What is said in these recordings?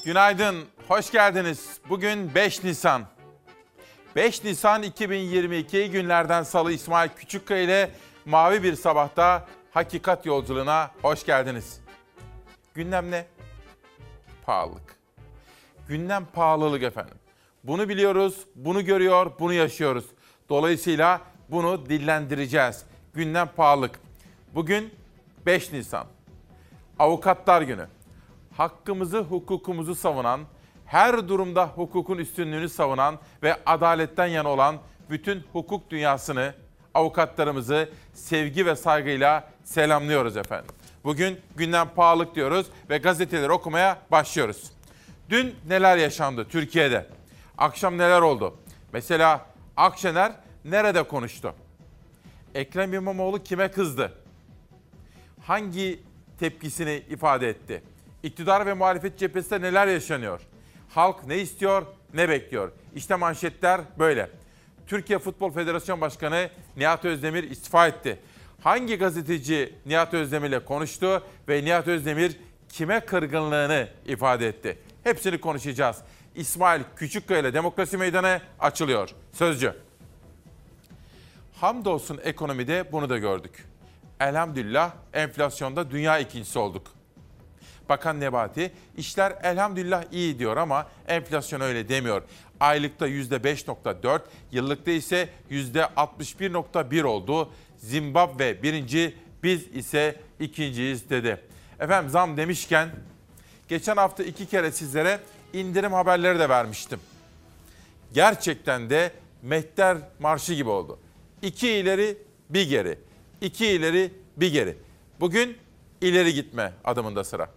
Günaydın, hoş geldiniz. Bugün 5 Nisan. 5 Nisan 2022 günlerden Salı. İsmail Küçükkaya ile Mavi Bir Sabah'ta Hakikat Yolculuğuna hoş geldiniz. Gündem ne? Pahalılık. Gündem pahalılık efendim. Bunu biliyoruz, bunu görüyor, bunu yaşıyoruz. Dolayısıyla bunu dillendireceğiz. Gündem pahalılık. Bugün 5 Nisan. Avukatlar Günü. Hakkımızı, hukukumuzu savunan, her durumda hukukun üstünlüğünü savunan ve adaletten yana olan bütün hukuk dünyasını, avukatlarımızı sevgi ve saygıyla selamlıyoruz efendim. Bugün gündem pahalılık diyoruz ve gazeteleri okumaya başlıyoruz. Dün neler yaşandı Türkiye'de? Akşam neler oldu? Mesela Akşener nerede konuştu? Ekrem İmamoğlu kime kızdı? Hangi tepkisini ifade etti? İktidar ve muhalefet cephesinde neler yaşanıyor? Halk ne istiyor, ne bekliyor? İşte manşetler böyle. Türkiye Futbol Federasyonu Başkanı Nihat Özdemir istifa etti. Hangi gazeteci Nihat Özdemir'le konuştu ve Nihat Özdemir kime kırgınlığını ifade etti? Hepsini konuşacağız. İsmail Küçükkaya ile Demokrasi Meydanı açılıyor. Sözcü. Hamdolsun ekonomide bunu da gördük. Elhamdülillah enflasyonda dünya ikincisi olduk. Bakan Nebati, işler elhamdülillah iyi diyor ama enflasyon öyle demiyor. Aylıkta %5.4, yıllıkta ise %61.1 oldu. Zimbabwe birinci, biz ise ikinciyiz dedi. Efendim zam demişken, geçen hafta 2 kere sizlere indirim haberleri de vermiştim. Gerçekten de Mehter Marşı gibi oldu. 2 ileri bir geri, 2 ileri bir geri. Bugün ileri gitme adımında sıra.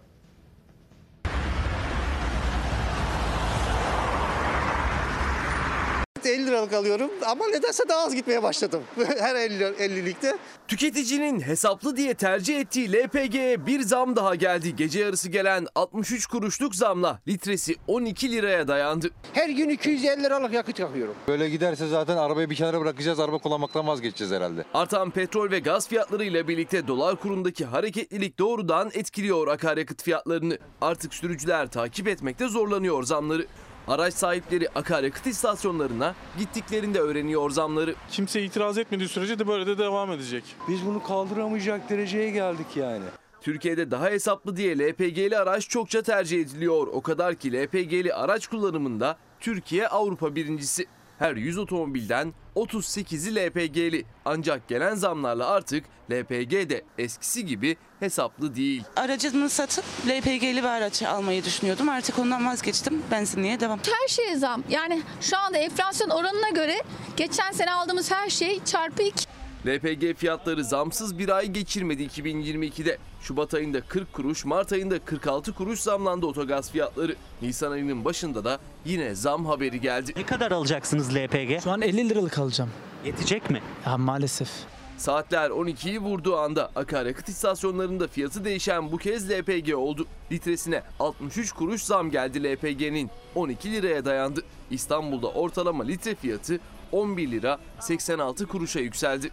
50 liralık alıyorum ama nedense daha az gitmeye başladım her 50'likte. Tüketicinin hesaplı diye tercih ettiği LPG'ye bir zam daha geldi. Gece yarısı gelen 63 kuruşluk zamla litresi 12 liraya dayandı. Her gün 250 liralık yakıt yakıyorum. Böyle giderse zaten arabayı bir kenara bırakacağız, araba kullanmaktan vazgeçeceğiz herhalde. Artan petrol ve gaz fiyatlarıyla birlikte dolar kurundaki hareketlilik doğrudan etkiliyor akaryakıt fiyatlarını. Artık sürücüler takip etmekte zorlanıyor zamları. Araç sahipleri akaryakıt istasyonlarına gittiklerinde öğreniyor zamları. Kimse itiraz etmediği sürece de böyle de devam edecek. Biz bunu kaldıramayacak dereceye geldik yani. Türkiye'de daha hesaplı diye LPG'li araç çokça tercih ediliyor. O kadar ki LPG'li araç kullanımında Türkiye Avrupa birincisi. Her 100 otomobilden 38'i LPG'li. Ancak gelen zamlarla artık LPG de eskisi gibi hesaplı değil. Aracımı satıp LPG'li bir araç almayı düşünüyordum. Artık ondan vazgeçtim. Benzinliğe devam. Her şeye zam. Yani şu anda enflasyon oranına göre geçen sene aldığımız her şey çarpı 2. LPG fiyatları zamsız bir ay geçirmedi 2022'de. Şubat ayında 40 kuruş, Mart ayında 46 kuruş zamlandı otogaz fiyatları. Nisan ayının başında da yine zam haberi geldi. Ne kadar alacaksınız LPG? Şu an 50 liralık alacağım. Yetecek mi? Ya maalesef. Saatler 12'yi vurduğu anda akaryakıt istasyonlarında fiyatı değişen bu kez LPG oldu. Litresine 63 kuruş zam geldi LPG'nin. 12 liraya dayandı. İstanbul'da ortalama litre fiyatı 11 lira 86 kuruşa yükseldi.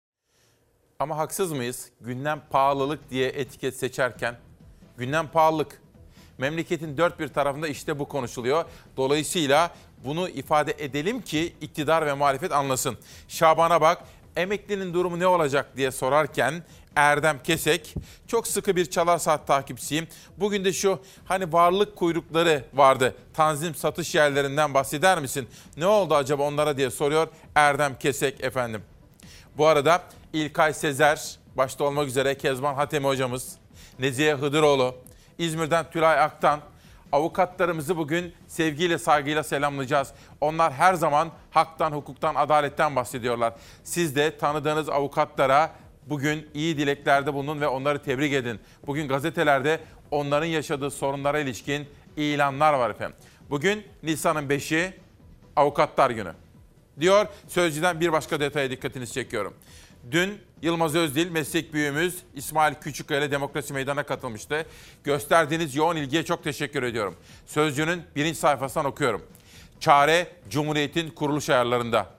Ama haksız mıyız? Gündem pahalılık diye etiket seçerken. Gündem pahalılık. Memleketin dört bir tarafında işte bu konuşuluyor. Dolayısıyla bunu ifade edelim ki iktidar ve muhalefet anlasın. Şaban'a bak, emeklinin durumu ne olacak diye sorarken Erdem Kesek, çok sıkı bir Çalar Saat takipçisiyim. Bugün de şu hani varlık kuyrukları vardı. Tanzim satış yerlerinden bahseder misin? Ne oldu acaba onlara diye soruyor Erdem Kesek efendim. Bu arada İlkay Sezer, başta olmak üzere Kezban Hatemi hocamız, Nezihe Hıdıroğlu, İzmir'den Tülay Aktan, avukatlarımızı bugün sevgiyle, saygıyla selamlayacağız. Onlar her zaman haktan, hukuktan, adaletten bahsediyorlar. Siz de tanıdığınız avukatlara bugün iyi dileklerde bulunun ve onları tebrik edin. Bugün gazetelerde onların yaşadığı sorunlara ilişkin ilanlar var efendim. Bugün Nisan'ın 5'i Avukatlar Günü diyor. Sözcüden bir başka detaya dikkatinizi çekiyorum. Dün Yılmaz Özdil, meslek büyüğümüz İsmail Küçükkaya ile Demokrasi Meydanı'na katılmıştı. Gösterdiğiniz yoğun ilgiye çok teşekkür ediyorum. Sözcü'nün birinci sayfasından okuyorum. Çare Cumhuriyet'in kuruluş ayarlarında.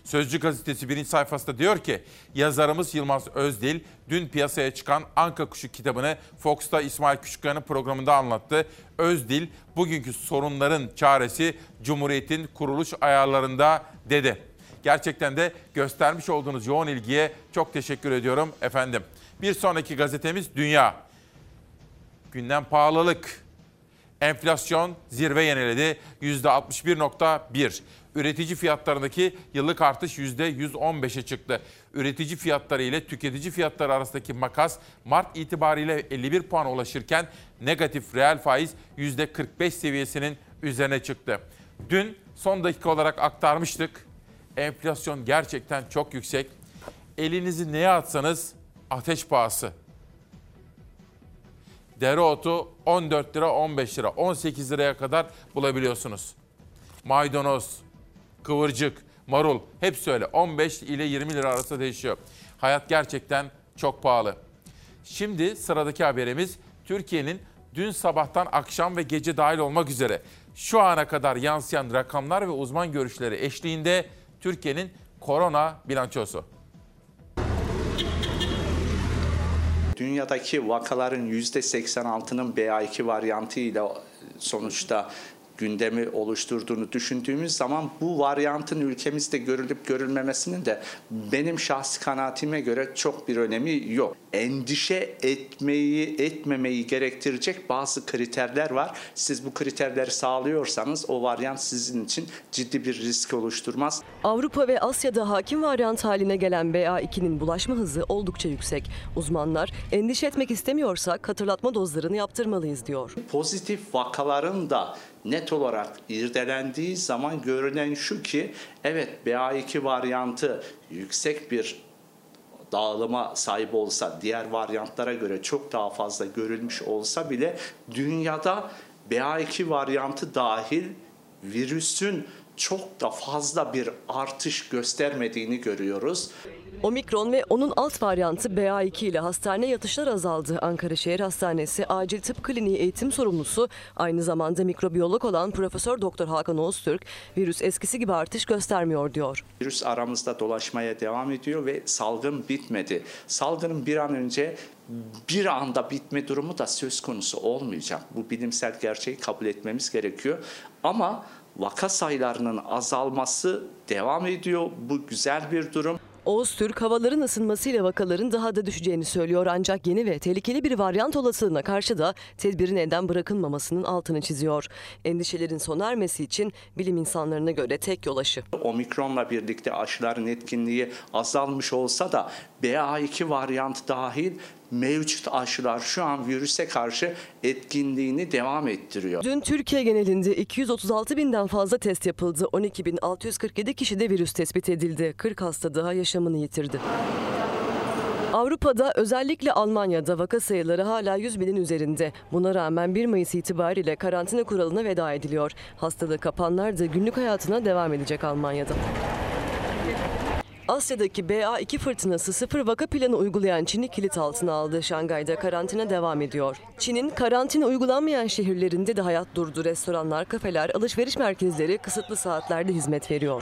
Sözcü gazetesi 1. sayfasında diyor ki, yazarımız Yılmaz Özdil dün piyasaya çıkan Anka Kuşu kitabını Fox'ta İsmail Küçükkaya'nın programında anlattı. Özdil, bugünkü sorunların çaresi Cumhuriyet'in kuruluş ayarlarında dedi. Gerçekten de göstermiş olduğunuz yoğun ilgiye çok teşekkür ediyorum efendim. Bir sonraki gazetemiz Dünya. Gündem pahalılık. Enflasyon zirve yeniledi, %61.1. Üretici fiyatlarındaki yıllık artış %115'e çıktı. Üretici fiyatları ile tüketici fiyatları arasındaki makas Mart itibariyle 51 puana ulaşırken negatif reel faiz %45 seviyesinin üzerine çıktı. Dün son dakika olarak aktarmıştık. Enflasyon gerçekten çok yüksek. Elinizi neye atsanız ateş pahası. Dereotu 14 lira, 15 lira, 18 liraya kadar bulabiliyorsunuz. Maydanoz, kıvırcık, marul hepsi öyle. 15 ile 20 lira arası değişiyor. Hayat gerçekten çok pahalı. Şimdi sıradaki haberimiz Türkiye'nin dün sabahtan akşam ve gece dahil olmak üzere şu ana kadar yansıyan rakamlar ve uzman görüşleri eşliğinde Türkiye'nin korona bilançosu. Dünyadaki vakaların %86'nın BA2 varyantıyla sonuçta gündemi oluşturduğunu düşündüğümüz zaman bu varyantın ülkemizde görülüp görülmemesinin de benim şahsi kanaatime göre çok bir önemi yok. Endişe etmemeyi gerektirecek bazı kriterler var. Siz bu kriterleri sağlıyorsanız o varyant sizin için ciddi bir risk oluşturmaz. Avrupa ve Asya'da hakim varyant haline gelen BA2'nin bulaşma hızı oldukça yüksek. Uzmanlar endişe etmek istemiyorsak hatırlatma dozlarını yaptırmalıyız diyor. Pozitif vakaların da net olarak irdelendiği zaman görülen şu ki evet BA2 varyantı yüksek bir dağılıma sahip olsa, diğer varyantlara göre çok daha fazla görülmüş olsa bile dünyada BA2 varyantı dahil virüsün çok da fazla bir artış göstermediğini görüyoruz. Omikron ve onun alt varyantı BA2 ile hastane yatışlar azaldı. Ankara Şehir Hastanesi Acil Tıp Kliniği eğitim sorumlusu, aynı zamanda mikrobiyolog olan Profesör Doktor Hakan Öztürk, virüs eskisi gibi artış göstermiyor diyor. Virüs aramızda dolaşmaya devam ediyor ve salgın bitmedi. Salgının bir an önce bir anda bitme durumu da söz konusu olmayacak. Bu bilimsel gerçeği kabul etmemiz gerekiyor. Ama vaka sayılarının azalması devam ediyor. Bu güzel bir durum. Öztürk, havaların ısınmasıyla vakaların daha da düşeceğini söylüyor, ancak yeni ve tehlikeli bir varyant olasılığına karşı da tedbirin elden bırakılmamasının altını çiziyor. Endişelerin sona ermesi için bilim insanlarına göre tek yol aşı. Omikronla birlikte aşıların etkinliği azalmış olsa da BA2 varyantı dahil mevcut aşılar şu an virüse karşı etkinliğini devam ettiriyor. Dün Türkiye genelinde 236 binden fazla test yapıldı. 12.647 kişide virüs tespit edildi. 40 hasta daha yaşamını yitirdi. Avrupa'da, özellikle Almanya'da vaka sayıları hala 100 binin üzerinde. Buna rağmen 1 Mayıs itibariyle karantina kuralına veda ediliyor. Hastalığı kapanlar da günlük hayatına devam edecek Almanya'da. Asya'daki BA2 fırtınası sıfır vaka planı uygulayan Çin'i kilit altına aldı. Şangay'da karantina devam ediyor. Çin'in karantina uygulanmayan şehirlerinde de hayat durdu. Restoranlar, kafeler, alışveriş merkezleri kısıtlı saatlerde hizmet veriyor.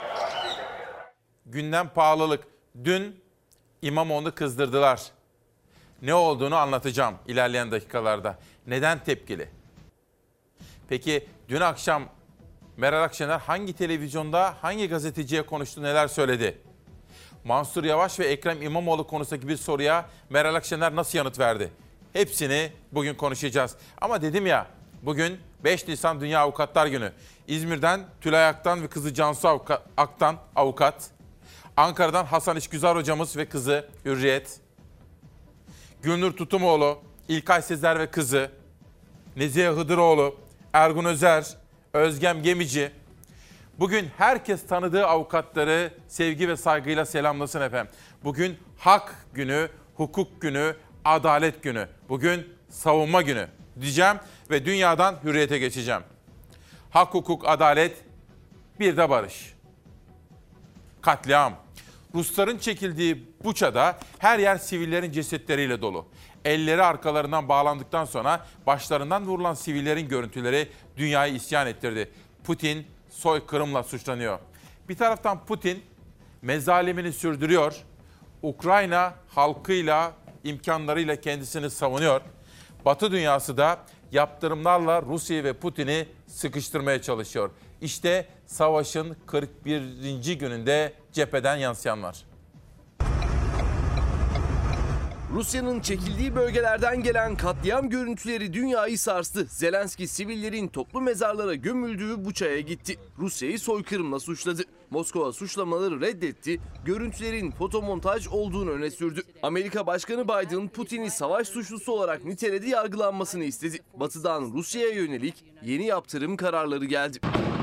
Gündem pahalılık. Dün İmamoğlu'nu kızdırdılar. Ne olduğunu anlatacağım ilerleyen dakikalarda. Neden tepkili? Peki dün akşam Meral Akşener hangi televizyonda, hangi gazeteciye konuştu, neler söyledi? Mansur Yavaş ve Ekrem İmamoğlu konusundaki bir soruya Meral Akşener nasıl yanıt verdi? Hepsini bugün konuşacağız. Ama dedim ya, bugün 5 Nisan Dünya Avukatlar Günü. İzmir'den Tülay Aktan ve kızı Cansu Aktan avukat. Ankara'dan Hasan İşgüzar hocamız ve kızı Hürriyet. Gülnur Tutumoğlu, İlkay Sezer ve kızı. Nezihe Hıdıroğlu, Ergun Özer, Özgem Gemici. Bugün herkes tanıdığı avukatları sevgi ve saygıyla selamlasın efendim. Bugün hak günü, hukuk günü, adalet günü. Bugün savunma günü diyeceğim ve dünyadan hürriyete geçeceğim. Hak, hukuk, adalet, bir de barış. Katliam. Rusların çekildiği Buça'da her yer sivillerin cesetleriyle dolu. Elleri arkalarından bağlandıktan sonra başlarından vurulan sivillerin görüntüleri dünyayı isyan ettirdi. Putin soykırımla suçlanıyor. Bir taraftan Putin mezalimini sürdürüyor. Ukrayna halkıyla, imkanlarıyla kendisini savunuyor. Batı dünyası da yaptırımlarla Rusya'yı ve Putin'i sıkıştırmaya çalışıyor. İşte savaşın 41. gününde cepheden yansıyanlar. Rusya'nın çekildiği bölgelerden gelen katliam görüntüleri dünyayı sarstı. Zelenski sivillerin toplu mezarlara gömüldüğü Buça'ya gitti. Rusya'yı soykırımla suçladı. Moskova suçlamaları reddetti. Görüntülerin fotomontaj olduğunu öne sürdü. Amerika Başkanı Biden Putin'i savaş suçlusu olarak niteledi, yargılanmasını istedi. Batı'dan Rusya'ya yönelik yeni yaptırım kararları geldi.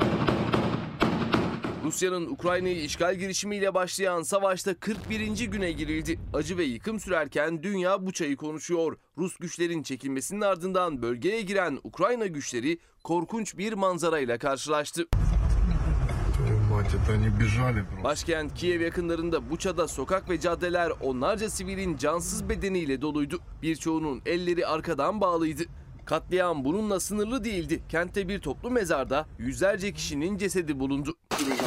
Rusya'nın Ukrayna'yı işgal girişimiyle başlayan savaşta 41. güne girildi. Acı ve yıkım sürerken dünya Buça'yı konuşuyor. Rus güçlerin çekilmesinin ardından bölgeye giren Ukrayna güçleri korkunç bir manzarayla karşılaştı. Başkent Kiev yakınlarında Buça'da sokak ve caddeler onlarca sivilin cansız bedeniyle doluydu. Birçoğunun elleri arkadan bağlıydı. Katliam bununla sınırlı değildi. Kentte bir toplu mezarda yüzlerce kişinin cesedi bulundu.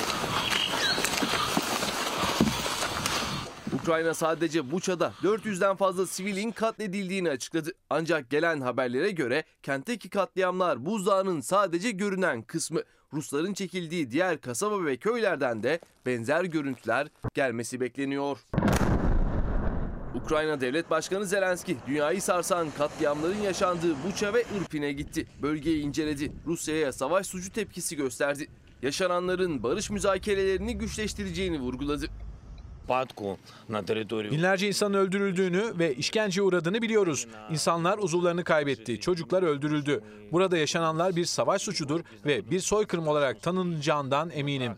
Ukrayna sadece Buça'da 400'den fazla sivilin katledildiğini açıkladı. Ancak gelen haberlere göre kentteki katliamlar buzdağının sadece görünen kısmı. Rusların çekildiği diğer kasaba ve köylerden de benzer görüntüler gelmesi bekleniyor. Ukrayna Devlet Başkanı Zelenski, dünyayı sarsan katliamların yaşandığı Buça ve Irpin'e gitti. Bölgeyi inceledi. Rusya'ya savaş suçu tepkisi gösterdi. Yaşananların barış müzakerelerini güçleştireceğini vurguladı. Binlerce insanın öldürüldüğünü ve işkenceye uğradığını biliyoruz. İnsanlar uzuvlarını kaybetti, çocuklar öldürüldü. Burada yaşananlar bir savaş suçudur ve bir soykırım olarak tanınacağından eminim.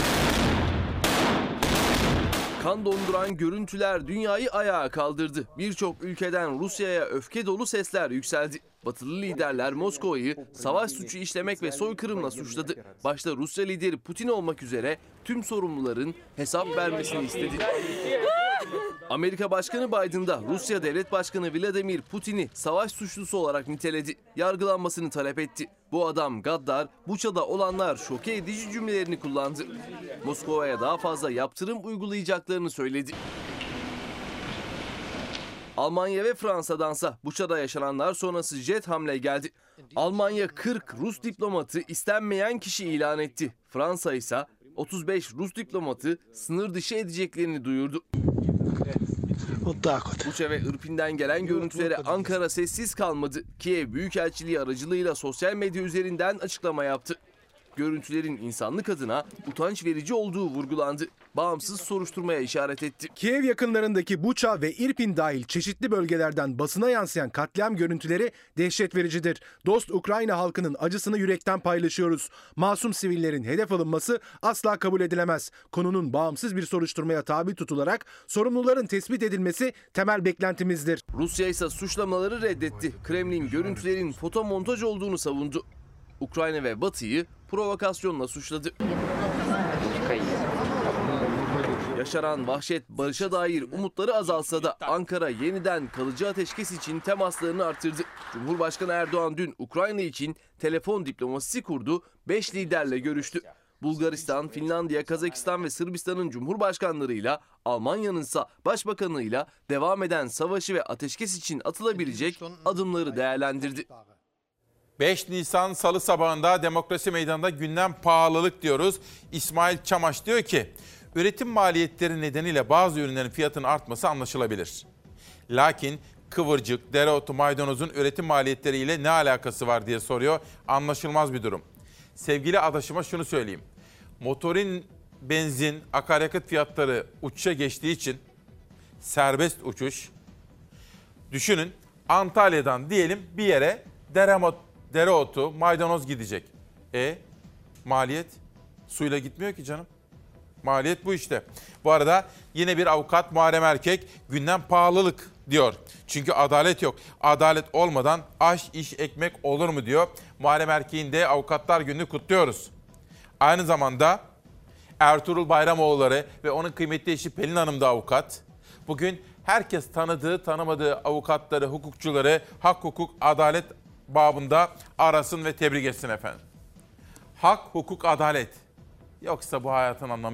Kan donduran görüntüler dünyayı ayağa kaldırdı. Birçok ülkeden Rusya'ya öfke dolu sesler yükseldi. Batılı liderler Moskova'yı savaş suçu işlemek ve soykırımla suçladı. Başta Rusya lideri Putin olmak üzere tüm sorumluların hesap vermesini istedi. Amerika Başkanı Biden da Rusya Devlet Başkanı Vladimir Putin'i savaş suçlusu olarak niteledi. Yargılanmasını talep etti. Bu adam gaddar, Buça'da olanlar şoke edici cümlelerini kullandı. Moskova'ya daha fazla yaptırım uygulayacaklarını söyledi. Almanya ve Fransa'dansa Buça'da yaşananlar sonrası jet hamle geldi. Almanya 40 Rus diplomatı istenmeyen kişi ilan etti. Fransa ise 35 Rus diplomatı sınır dışı edeceklerini duyurdu. Buça ve Irpin'den gelen görüntülere Ankara sessiz kalmadı. Kiev Büyükelçiliği aracılığıyla sosyal medya üzerinden açıklama yaptı. Görüntülerin insanlık adına utanç verici olduğu vurgulandı. Bağımsız soruşturmaya işaret etti. Kiev yakınlarındaki Buça ve Irpin dahil çeşitli bölgelerden basına yansıyan katliam görüntüleri dehşet vericidir. Dost Ukrayna halkının acısını yürekten paylaşıyoruz. Masum sivillerin hedef alınması asla kabul edilemez. Konunun bağımsız bir soruşturmaya tabi tutularak sorumluların tespit edilmesi temel beklentimizdir. Rusya ise suçlamaları reddetti. Kremlin görüntülerin fotomontaj olduğunu savundu. Ukrayna ve Batı'yı provokasyonla suçladı. Yaşanan vahşet barışa dair umutları azalsa da Ankara yeniden kalıcı ateşkes için temaslarını artırdı. Cumhurbaşkanı Erdoğan dün Ukrayna için telefon diplomasisi kurdu, 5 liderle görüştü. Bulgaristan, Finlandiya, Kazakistan ve Sırbistan'ın cumhurbaşkanlarıyla, Almanya'nın ise başbakanıyla devam eden savaşı ve ateşkes için atılabilecek adımları değerlendirdi. 5 Nisan Salı sabahında Demokrasi Meydanı'nda gündem pahalılık diyoruz. İsmail Çamaş diyor ki, üretim maliyetleri nedeniyle bazı ürünlerin fiyatının artması anlaşılabilir. Lakin kıvırcık, dereotu, maydanozun üretim maliyetleriyle ne alakası var diye soruyor. Anlaşılmaz bir durum. Sevgili adaşıma şunu söyleyeyim. Motorin, benzin, akaryakıt fiyatları uçuşa geçtiği için serbest uçuş. Düşünün, Antalya'dan diyelim bir yere dereotu, maydanoz gidecek. Maliyet suyla gitmiyor ki canım. Maliyet bu işte. Bu arada yine bir avukat Muharrem Erkek gündem pahalılık diyor. Çünkü adalet yok. Adalet olmadan aş, iş, ekmek olur mu diyor. Muharrem Erkek'in de Avukatlar Günü'nü kutluyoruz. Aynı zamanda Ertuğrul Bayramoğulları ve onun kıymetli eşi Pelin Hanım da avukat. Bugün herkes tanıdığı, tanımadığı avukatları, hukukçuları hak, hukuk, adalet babında arasın ve tebrik etsin efendim. Hak, hukuk, adalet. Yoksa bu hayatın anlamı yok.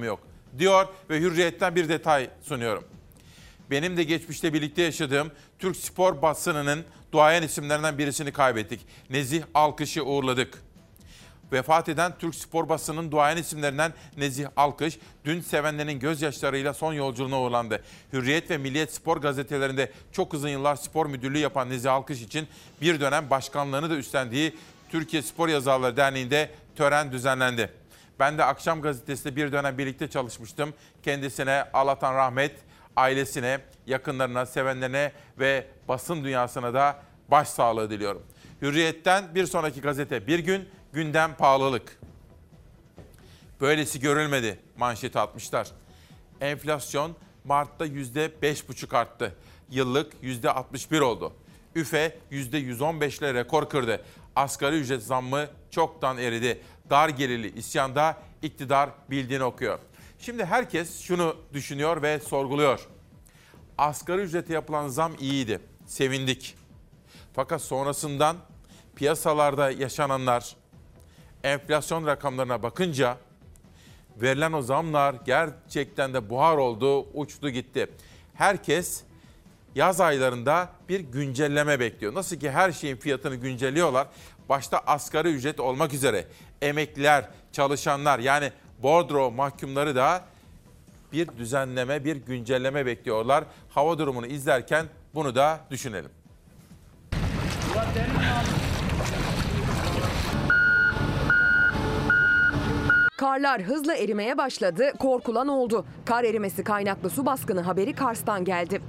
diyor ve Hürriyet'ten bir detay sunuyorum. Benim de geçmişte birlikte yaşadığım Türk spor basınının duayen isimlerinden birisini kaybettik. Nezih Alkış'ı uğurladık. Vefat eden Türk spor basının duayen isimlerinden Nezih Alkış, dün sevenlerin gözyaşlarıyla son yolculuğuna uğurlandı. Hürriyet ve Milliyet Spor gazetelerinde çok uzun yıllar spor müdürlüğü yapan Nezih Alkış için bir dönem başkanlığını da üstlendiği Türkiye Spor Yazarları Derneği'nde tören düzenlendi. Ben de Akşam Gazetesi'nde bir dönem birlikte çalışmıştım. Kendisine Allah'tan rahmet, ailesine, yakınlarına, sevenlerine ve basın dünyasına da başsağlığı diliyorum. Hürriyet'ten bir sonraki gazete Bir Gün, gündem pahalılık. Böylesi görülmedi manşeti atmışlar. Enflasyon Mart'ta %5,5 arttı. Yıllık %61 oldu. Üfe %115 ile rekor kırdı. Asgari ücret zammı çoktan eridi. Dar gelirli isyanda, iktidar bildiğini okuyor. Şimdi herkes şunu düşünüyor ve sorguluyor. Asgari ücrete yapılan zam iyiydi. Sevindik. Fakat sonrasından piyasalarda yaşananlar, enflasyon rakamlarına bakınca verilen o zamlar gerçekten de buhar oldu, uçtu gitti. Herkes yaz aylarında bir güncelleme bekliyor. Nasıl ki her şeyin fiyatını güncelliyorlar. Başta asgari ücret olmak üzere emekliler, çalışanlar yani bordro mahkumları da bir düzenleme, bir güncelleme bekliyorlar. Hava durumunu izlerken bunu da düşünelim. Karlar hızla erimeye başladı, korkulan oldu. Kar erimesi kaynaklı su baskını haberi Kars'tan geldi.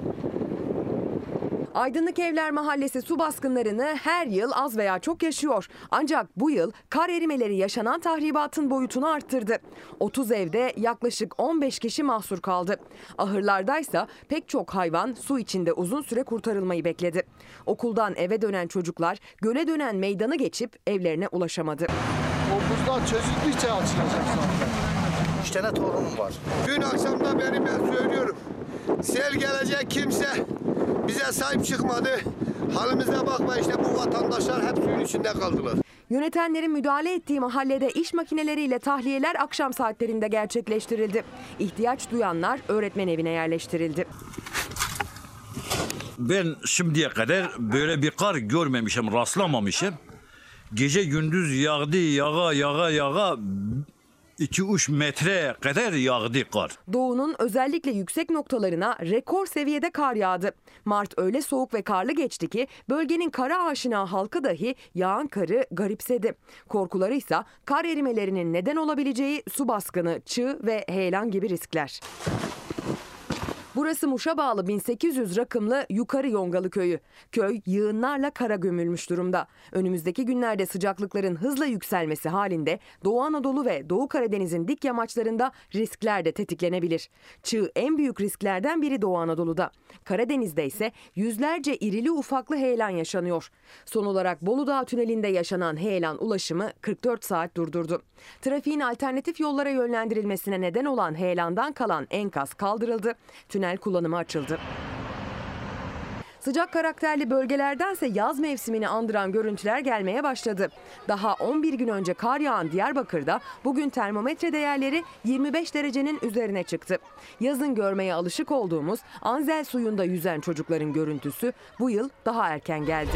Aydınlık Evler Mahallesi su baskınlarını her yıl az veya çok yaşıyor. Ancak bu yıl kar erimeleri yaşanan tahribatın boyutunu arttırdı. 30 evde yaklaşık 15 kişi mahsur kaldı. Ahırlardaysa pek çok hayvan su içinde uzun süre kurtarılmayı bekledi. Okuldan eve dönen çocuklar göle dönen meydanı geçip evlerine ulaşamadı. O buzlar çözüldükçe açılacak zaten. 3 tane torunum var. Dün akşamda ben söylüyorum. Sel gelecek, kimse bize sahip çıkmadı. Halimize bakma, işte bu vatandaşlar hep suyun içinde kaldılar. Yönetenlerin müdahale ettiği mahallede iş makineleriyle tahliyeler akşam saatlerinde gerçekleştirildi. İhtiyaç duyanlar öğretmen evine yerleştirildi. Ben şimdiye kadar böyle bir kar görmemişim, rastlamamışım. Gece gündüz yağdı, yağa 2-3 metre kadar yağdı kar. Doğu'nun özellikle yüksek noktalarına rekor seviyede kar yağdı. Mart öyle soğuk ve karlı geçti ki bölgenin kara aşina halkı dahi yağan karı garipsedi. Korkuları ise kar erimelerinin neden olabileceği su baskını, çığ ve heyelan gibi riskler. Burası Muş'a bağlı 1800 rakımlı Yukarı Yongalı köyü. Köy yığınlarla kara gömülmüş durumda. Önümüzdeki günlerde sıcaklıkların hızla yükselmesi halinde Doğu Anadolu ve Doğu Karadeniz'in dik yamaçlarında riskler de tetiklenebilir. Çığ en büyük risklerden biri Doğu Anadolu'da. Karadeniz'de ise yüzlerce irili ufaklı heyelan yaşanıyor. Son olarak Bolu Dağı tünelinde yaşanan heyelan ulaşımı 44 saat durdurdu. Trafiğin alternatif yollara yönlendirilmesine neden olan heyelandan kalan enkaz kaldırıldı. Tünel kullanıma açıldı. Sıcak karakterli bölgelerdense yaz mevsimini andıran görüntüler gelmeye başladı. Daha 11 gün önce kar yağan Diyarbakır'da bugün termometre değerleri 25 derecenin üzerine çıktı. Yazın görmeye alışık olduğumuz Anzel suyunda yüzen çocukların görüntüsü bu yıl daha erken geldi.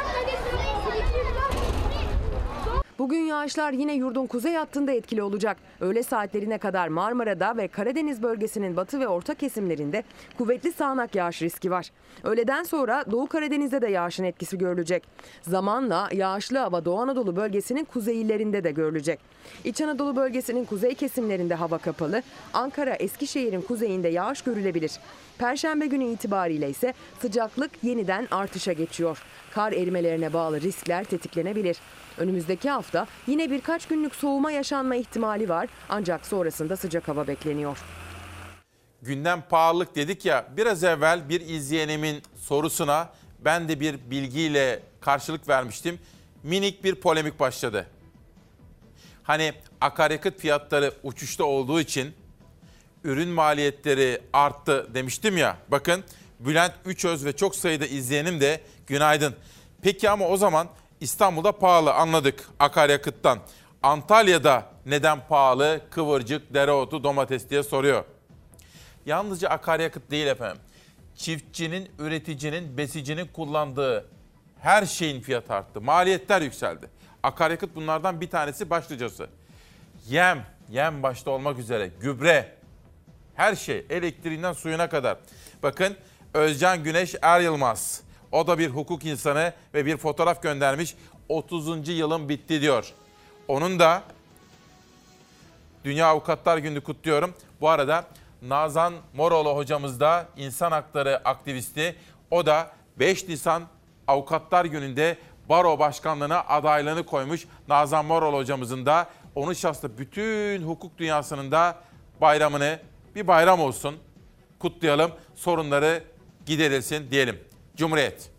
Bugün yağışlar yine yurdun kuzey hattında etkili olacak. Öğle saatlerine kadar Marmara'da ve Karadeniz bölgesinin batı ve orta kesimlerinde kuvvetli sağanak yağış riski var. Öğleden sonra Doğu Karadeniz'de de yağışın etkisi görülecek. Zamanla yağışlı hava Doğu Anadolu bölgesinin kuzey illerinde de görülecek. İç Anadolu bölgesinin kuzey kesimlerinde hava kapalı. Ankara, Eskişehir'in kuzeyinde yağış görülebilir. Perşembe günü itibariyle ise sıcaklık yeniden artışa geçiyor. Kar erimelerine bağlı riskler tetiklenebilir. Önümüzdeki hafta yine birkaç günlük soğuma yaşanma ihtimali var ancak sonrasında sıcak hava bekleniyor. Gündem pahalılık dedik ya, biraz evvel bir izleyenimin sorusuna ben de bir bilgiyle karşılık vermiştim. Minik bir polemik başladı. Hani akaryakıt fiyatları uçuşta olduğu için ürün maliyetleri arttı demiştim ya. Bakın Bülent Üçöz ve çok sayıda izleyenim de günaydın. Peki ama o zaman İstanbul'da pahalı anladık akaryakıttan. Antalya'da neden pahalı kıvırcık, dereotu, domates diye soruyor. Yalnızca akaryakıt değil efendim. Çiftçinin, üreticinin, besicinin kullandığı her şeyin fiyatı arttı. Maliyetler yükseldi. Akaryakıt bunlardan bir tanesi başlıcası. Yem başta olmak üzere, gübre, her şey, elektriğinden suyuna kadar. Bakın Özcan Güneş Er Yılmaz, o da bir hukuk insanı ve bir fotoğraf göndermiş. 30. yılım bitti diyor. Onun da Dünya Avukatlar Günü'nü kutluyorum. Bu arada Nazan Moroğlu hocamız da insan hakları aktivisti. O da 5 Nisan Avukatlar Günü'nde baro başkanlığına adaylığını koymuş. Nazan Moroğlu hocamızın da onun şahsında bütün hukuk dünyasının da bayramını, bir bayram olsun, kutlayalım, sorunları giderilsin diyelim. Cumhuriyet.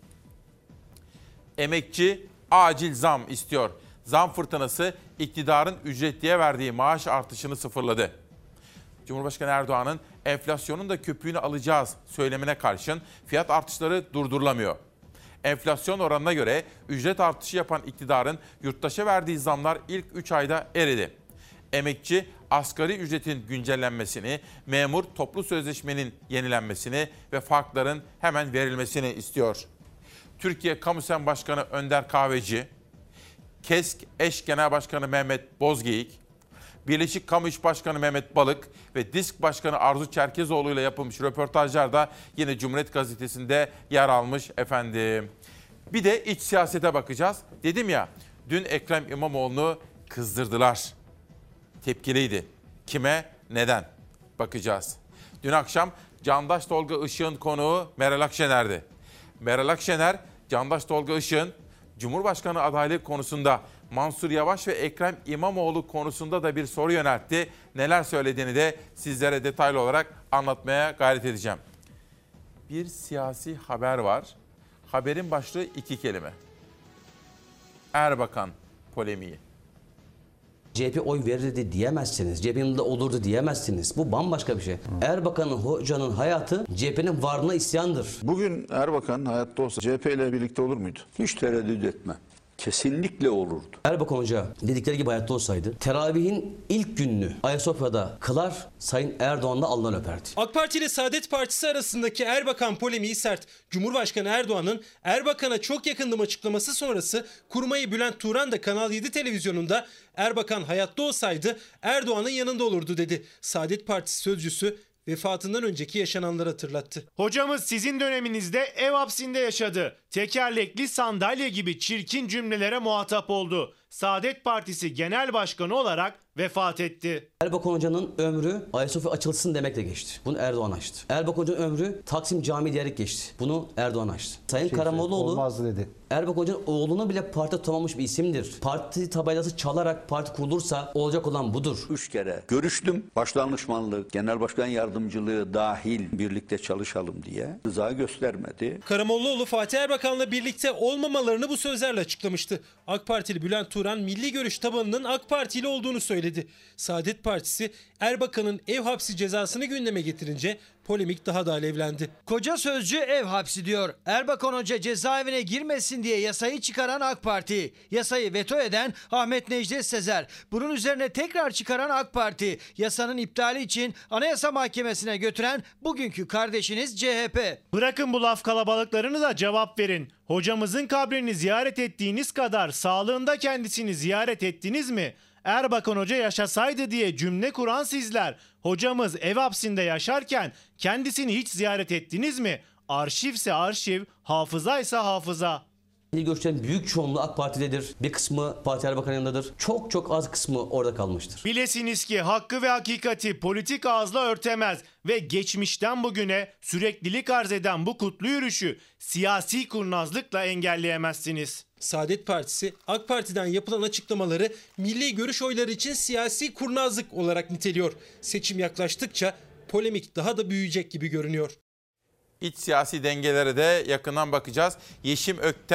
Emekçi acil zam istiyor. Zam fırtınası iktidarın ücretliye verdiği maaş artışını sıfırladı. Cumhurbaşkanı Erdoğan'ın enflasyonun da köpüğünü alacağız söylemine karşın fiyat artışları durdurulamıyor. Enflasyon oranına göre ücret artışı yapan iktidarın yurttaşa verdiği zamlar ilk 3 ayda eridi. Emekçi asgari ücretin güncellenmesini, memur toplu sözleşmenin yenilenmesini ve farkların hemen verilmesini istiyor. Türkiye Kamusen Başkanı Önder Kahveci, KESK Eş Genel Başkanı Mehmet Bozgeyik, Birleşik Kamu İş Başkanı Mehmet Balık ve DİSK Başkanı Arzu Çerkezoğlu ile yapılmış röportajlar da yine Cumhuriyet Gazetesi'nde yer almış efendim. Bir de iç siyasete bakacağız. Dedim ya, dün Ekrem İmamoğlu'nu kızdırdılar. Tepkiliydi. Kime, neden? Bakacağız. Dün akşam Candaş Tolga Işık'ın konuğu Meral Akşener'di. Meral Akşener, Candaş Tolga Işık'ın Cumhurbaşkanı adaylığı konusunda Mansur Yavaş ve Ekrem İmamoğlu konusunda da bir soru yöneltti. Neler söylediğini de sizlere detaylı olarak anlatmaya gayret edeceğim. Bir siyasi haber var. Haberin başlığı 2 kelime. Erbakan polemiği. CHP oy verirdi diyemezsiniz. CHP yanında olurdu diyemezsiniz. Bu bambaşka bir şey. Erbakan'ın, hocanın hayatı CHP'nin varlığına isyandır. Bugün Erbakan hayatta olsa CHP ile birlikte olur muydu? Hiç tereddüt etme. Kesinlikle olurdu. Erbakan Hoca dedikleri gibi hayatta olsaydı teravihin ilk gününü Ayasofya'da kılar, Sayın Erdoğan'la alnından öperdi. AK Parti ile Saadet Partisi arasındaki Erbakan polemiği sert. Cumhurbaşkanı Erdoğan'ın Erbakan'a çok yakındım açıklaması sonrası kurmayı Bülent Turan da Kanal 7 televizyonunda Erbakan hayatta olsaydı Erdoğan'ın yanında olurdu dedi. Saadet Partisi sözcüsü vefatından önceki yaşananları hatırlattı. Hocamız sizin döneminizde ev hapsinde yaşadı. Tekerlekli sandalye gibi çirkin cümlelere muhatap oldu. Saadet Partisi Genel Başkanı olarak vefat etti. Erbakan Hoca'nın ömrü Ayasofya açılsın demekle geçti. Bunu Erdoğan açtı. Erbakan Hoca'nın ömrü Taksim Camii diyerek geçti. Bunu Erdoğan açtı. Sayın Karamollaoğlu olmazdı dedi. Erbakan Hoca'nın oğlunu bile parti tutamamış bir isimdir. Parti tabelası çalarak parti kurulursa olacak olan budur. 3 kere görüştüm. Başdanışmanlık, genel başkan yardımcılığı dahil birlikte çalışalım diye rıza göstermedi. Karamollaoğlu Fatih Erbakan'la birlikte olmamalarını bu sözlerle açıklamıştı. AK Partili Bülent Turan milli görüş tabanının AK Parti ile olduğunu söyledi. Saadet Partisi Erbakan'ın ev hapsi cezasını gündeme getirince polemik daha da alevlendi. Koca sözcü ev hapsi diyor. Erbakan Hoca cezaevine girmesin diye yasayı çıkaran AK Parti. Yasayı veto eden Ahmet Necdet Sezer. Bunun üzerine tekrar çıkaran AK Parti. Yasanın iptali için Anayasa Mahkemesi'ne götüren bugünkü kardeşiniz CHP. Bırakın bu laf kalabalıklarını da cevap verin. Hocamızın kabrini ziyaret ettiğiniz kadar sağlığında kendisini ziyaret ettiniz mi? Erbakan Hoca yaşasaydı diye cümle kuran sizler, hocamız ev hapsinde yaşarken kendisini hiç ziyaret ettiniz mi? Arşivse arşiv, hafızaysa hafıza. Milli görüşlerin büyük çoğunluğu AK Parti'dedir. Bir kısmı Fatih Erbakan'ın yanındadır. Çok çok az kısmı orada kalmıştır. Bilesiniz ki hakkı ve hakikati politik ağızla örtemez ve geçmişten bugüne süreklilik arz eden bu kutlu yürüyüşü siyasi kurnazlıkla engelleyemezsiniz. Saadet Partisi AK Parti'den yapılan açıklamaları milli görüş oyları için siyasi kurnazlık olarak niteliyor. Seçim yaklaştıkça polemik daha da büyüyecek gibi görünüyor. İç siyasi dengelere de yakından bakacağız. Yeşim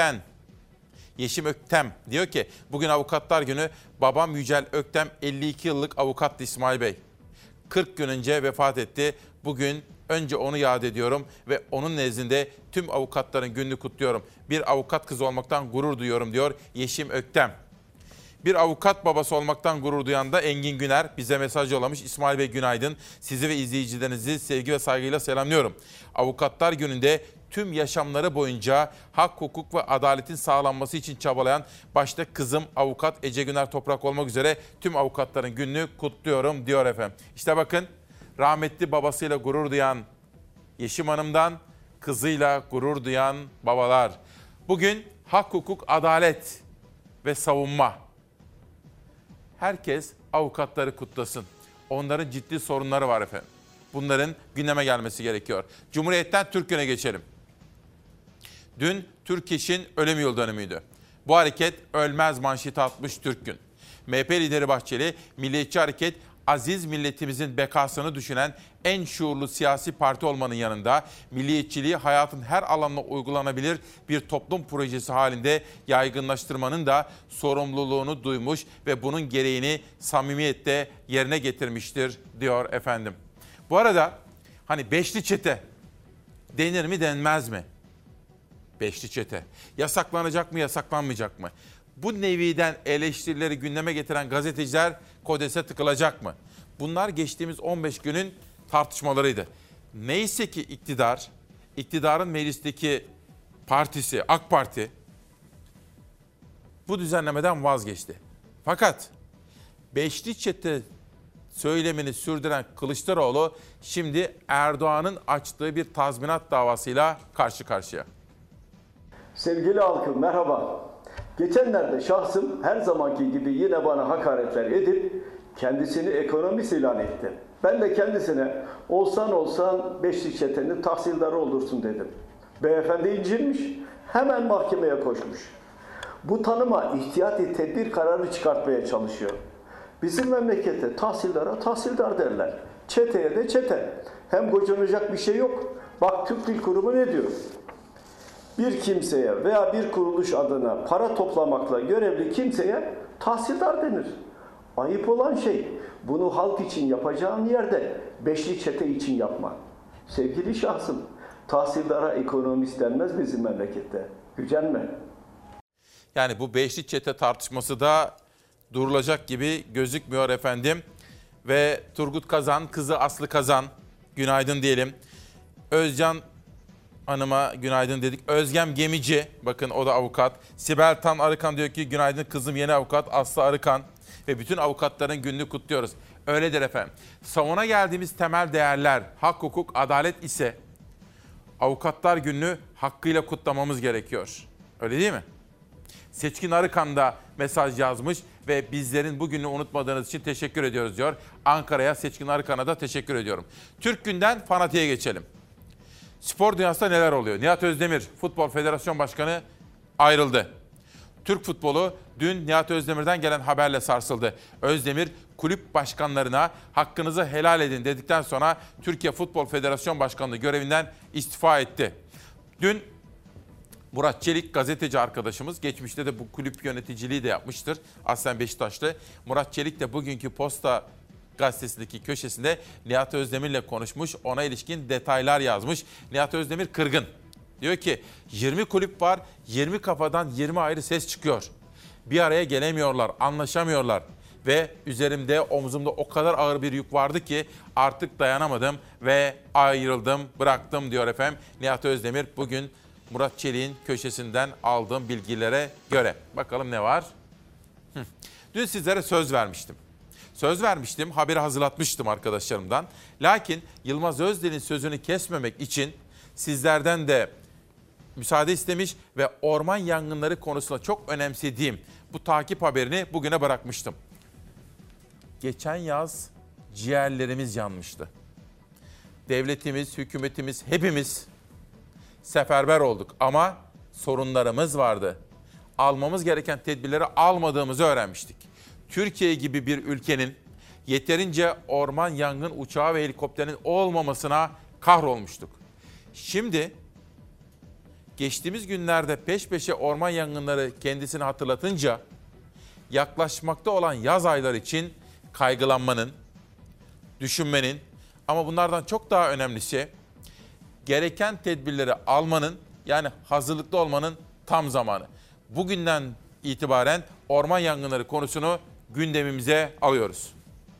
Öktem diyor ki bugün Avukatlar Günü, babam Yücel Öktem 52 yıllık avukattı İsmail Bey. 40 gün önce vefat etti. Bugün önce onu yad ediyorum ve onun nezdinde tüm avukatların gününü kutluyorum. Bir avukat kızı olmaktan gurur duyuyorum diyor Yeşim Öktem. Bir avukat babası olmaktan gurur duyan da Engin Güner bize mesaj yollamış. İsmail Bey günaydın. Sizi ve izleyicilerinizi sevgi ve saygıyla selamlıyorum. Avukatlar Günü'nde tüm yaşamları boyunca hak, hukuk ve adaletin sağlanması için çabalayan başta kızım avukat Ece Güner Toprak olmak üzere tüm avukatların gününü kutluyorum diyor efendim. İşte bakın, rahmetli babasıyla gurur duyan Yeşim Hanım'dan kızıyla gurur duyan babalar. Bugün hak, hukuk, adalet ve savunma. Herkes avukatları kutlasın. Onların ciddi sorunları var efendim. Bunların gündeme gelmesi gerekiyor. Cumhuriyet'ten Türk Günü'ne geçelim. Dün Türk İş'in ölüm yıl dönümüydü. Bu hareket ölmez manşeti atmış Türk Gün. MHP lideri Bahçeli, Milliyetçi Hareket, aziz milletimizin bekasını düşünen en şuurlu siyasi parti olmanın yanında milliyetçiliği hayatın her alanına uygulanabilir bir toplum projesi halinde yaygınlaştırmanın da sorumluluğunu duymuş ve bunun gereğini samimiyetle yerine getirmiştir diyor efendim. Bu arada hani beşli çete denir mi denmez mi? Beşli çete yasaklanacak mı yasaklanmayacak mı? Bu neviden eleştirileri gündeme getiren gazeteciler kodese tıkılacak mı? Bunlar geçtiğimiz 15 günün tartışmalarıydı. Neyse ki iktidarın meclisteki partisi AK Parti bu düzenlemeden vazgeçti. Fakat beşli çete söylemini sürdüren Kılıçdaroğlu şimdi Erdoğan'ın açtığı bir tazminat davasıyla karşı karşıya. Sevgili halkım merhaba. Geçenlerde şahsım her zamanki gibi yine bana hakaretler edip kendisini ekonomist ilan etti. Ben de kendisine olsan beşli çetenin tahsildarı olursun dedim. Beyefendi incirmiş, hemen mahkemeye koşmuş. Bu tanıma ihtiyati tedbir kararı çıkartmaya çalışıyor. Bizim memlekette tahsildara tahsildar derler. Çeteye de çete. Hem gocunacak bir şey yok. Bak Türk Dil Kurumu ne diyor? Bir kimseye veya bir kuruluş adına para toplamakla görevli kimseye tahsildar denir. Ayıp olan şey bunu halk için yapacağın yerde beşli çete için yapma. Sevgili şahsım, tahsildara ekonomist denmez bizim memlekette. Gücenme. Yani bu beşli çete tartışması da durulacak gibi gözükmüyor efendim. Ve Turgut Kazan, kızı Aslı Kazan, günaydın diyelim. Özcan Hanım'a günaydın dedik. Özgem Gemici, bakın o da avukat. Sibel Tan Arıkan diyor ki günaydın kızım yeni avukat Aslı Arıkan. Ve bütün avukatların gününü kutluyoruz. Öyledir efendim. Salona geldiğimiz temel değerler, hak, hukuk, adalet ise Avukatlar Günü'nü hakkıyla kutlamamız gerekiyor. Öyle değil mi? Seçkin Arıkan da mesaj yazmış ve bizlerin bugünü unutmadığınız için teşekkür ediyoruz diyor. Ankara'ya Seçkin Arıkan'a da teşekkür ediyorum. Türk Gün'den Fanatik'e geçelim. Spor dünyasında neler oluyor? Nihat Özdemir, Futbol Federasyon Başkanı ayrıldı. Türk futbolu dün Nihat Özdemir'den gelen haberle sarsıldı. Özdemir kulüp başkanlarına hakkınızı helal edin dedikten sonra Türkiye Futbol Federasyon Başkanlığı görevinden istifa etti. Dün Murat Çelik gazeteci arkadaşımız, geçmişte de bu kulüp yöneticiliği de yapmıştır. Aslen Beşiktaşlı. Murat Çelik de bugünkü Posta Gazetesi'ndeki köşesinde Nihat Özdemir'le konuşmuş. Ona ilişkin detaylar yazmış. Nihat Özdemir kırgın. Diyor ki 20 kulüp var, 20 kafadan 20 ayrı ses çıkıyor. Bir araya gelemiyorlar, anlaşamıyorlar. Ve üzerimde, omzumda o kadar ağır bir yük vardı ki artık dayanamadım ve ayrıldım, bıraktım diyor efendim. Nihat Özdemir bugün Murat Çelik'in köşesinden aldığım bilgilere göre. Bakalım ne var? Dün sizlere söz vermiştim, haberi hazırlatmıştım arkadaşlarımdan. Lakin Yılmaz Özdil'in sözünü kesmemek için sizlerden de müsaade istemiş ve orman yangınları konusunda çok önemsediğim bu takip haberini bugüne bırakmıştım. Geçen yaz ciğerlerimiz yanmıştı. Devletimiz, hükümetimiz, hepimiz seferber olduk ama sorunlarımız vardı. Almamız gereken tedbirleri almadığımızı öğrenmiştik. Türkiye gibi bir ülkenin yeterince orman yangın uçağı ve helikopterinin olmamasına kahrolmuştuk. Şimdi geçtiğimiz günlerde peş peşe orman yangınları kendisini hatırlatınca yaklaşmakta olan yaz ayları için kaygılanmanın, düşünmenin ama bunlardan çok daha önemlisi gereken tedbirleri almanın, yani hazırlıklı olmanın tam zamanı. Bugünden itibaren orman yangınları konusunu gündemimize alıyoruz.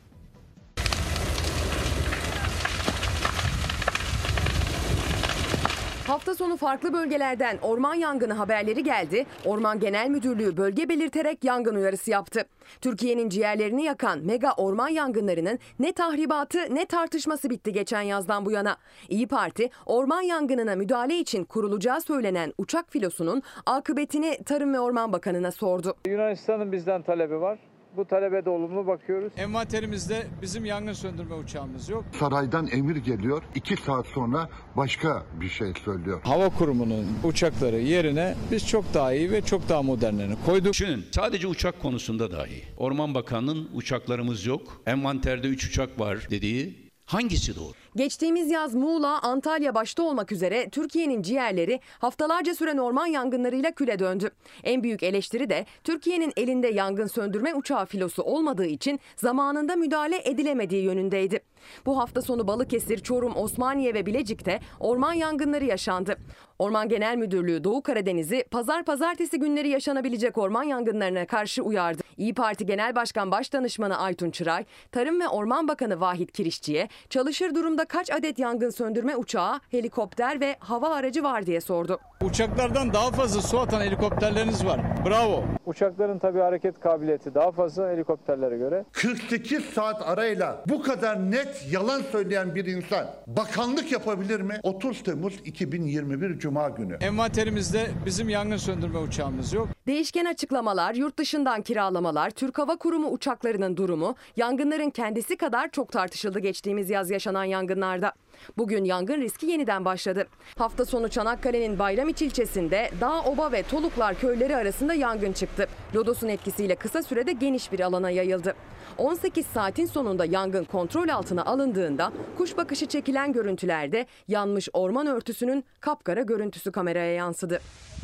Hafta sonu farklı bölgelerden orman yangını haberleri geldi. Orman Genel Müdürlüğü bölge belirterek yangın uyarısı yaptı. Türkiye'nin ciğerlerini yakan mega orman yangınlarının ne tahribatı ne tartışması bitti geçen yazdan bu yana. İYİ Parti orman yangınına müdahale için kurulacağı söylenen uçak filosunun akıbetini Tarım ve Orman Bakanı'na sordu. Yunanistan'ın bizden talebi var. Bu talebe de olumlu bakıyoruz. Envanterimizde bizim yangın söndürme uçağımız yok. Saraydan emir geliyor. 2 saat sonra başka bir şey söylüyor. Hava Kurumu'nun uçakları yerine biz çok daha iyi ve çok daha modernlerini koyduk. Düşünün, sadece uçak konusunda dahi Orman Bakanı'nın uçaklarımız yok, envanterde 3 uçak var dediği hangisi doğru? Geçtiğimiz yaz Muğla, Antalya başta olmak üzere Türkiye'nin ciğerleri haftalarca süren orman yangınlarıyla küle döndü. En büyük eleştiri de Türkiye'nin elinde yangın söndürme uçağı filosu olmadığı için zamanında müdahale edilemediği yönündeydi. Bu hafta sonu Balıkesir, Çorum, Osmaniye ve Bilecik'te orman yangınları yaşandı. Orman Genel Müdürlüğü Doğu Karadeniz'i pazartesi günleri yaşanabilecek orman yangınlarına karşı uyardı. İYİ Parti Genel Başkan Başdanışmanı Aytun Çıray, Tarım ve Orman Bakanı Vahit Kirişçi'ye çalışır durumda kaç adet yangın söndürme uçağı, helikopter ve hava aracı var diye sordu. Uçaklardan daha fazla su atan helikopterleriniz var. Bravo. Uçakların tabii hareket kabiliyeti daha fazla helikopterlere göre. 48 saat arayla bu kadar net yalan söyleyen bir insan bakanlık yapabilir mi? 30 Temmuz 2021 Cuma günü. Envanterimizde bizim yangın söndürme uçağımız yok. Değişken açıklamalar, yurt dışından kiralamalar, Türk Hava Kurumu uçaklarının durumu, yangınların kendisi kadar çok tartışıldı geçtiğimiz yaz yaşanan yangınlarda. Bugün yangın riski yeniden başladı. Hafta sonu Çanakkale'nin Bayramiç ilçesinde Dağ, Oba ve Toluklar köyleri arasında yangın çıktı. Lodos'un etkisiyle kısa sürede geniş bir alana yayıldı. 18 saatin sonunda yangın kontrol altına alındığında kuş bakışı çekilen görüntülerde yanmış orman örtüsünün kapkara görüntüsü kameraya yansıdı.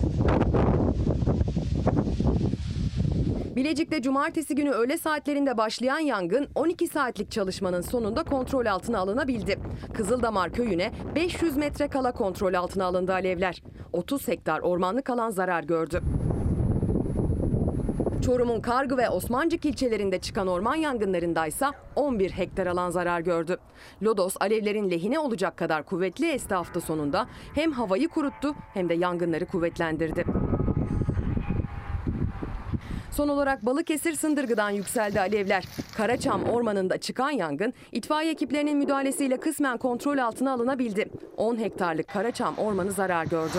Bilecik'te cumartesi günü öğle saatlerinde başlayan yangın 12 saatlik çalışmanın sonunda kontrol altına alınabildi. Kızıldamar köyüne 500 metre kala kontrol altına alındı alevler. 30 hektar ormanlık alan zarar gördü. Çorum'un Kargı ve Osmancık ilçelerinde çıkan orman yangınlarındaysa 11 hektar alan zarar gördü. Lodos alevlerin lehine olacak kadar kuvvetli esti hafta sonunda hem havayı kuruttu hem de yangınları kuvvetlendirdi. Son olarak Balıkesir Sındırgı'dan yükseldi alevler. Karaçam Ormanı'nda çıkan yangın itfaiye ekiplerinin müdahalesiyle kısmen kontrol altına alınabildi. 10 hektarlık Karaçam Ormanı zarar gördü.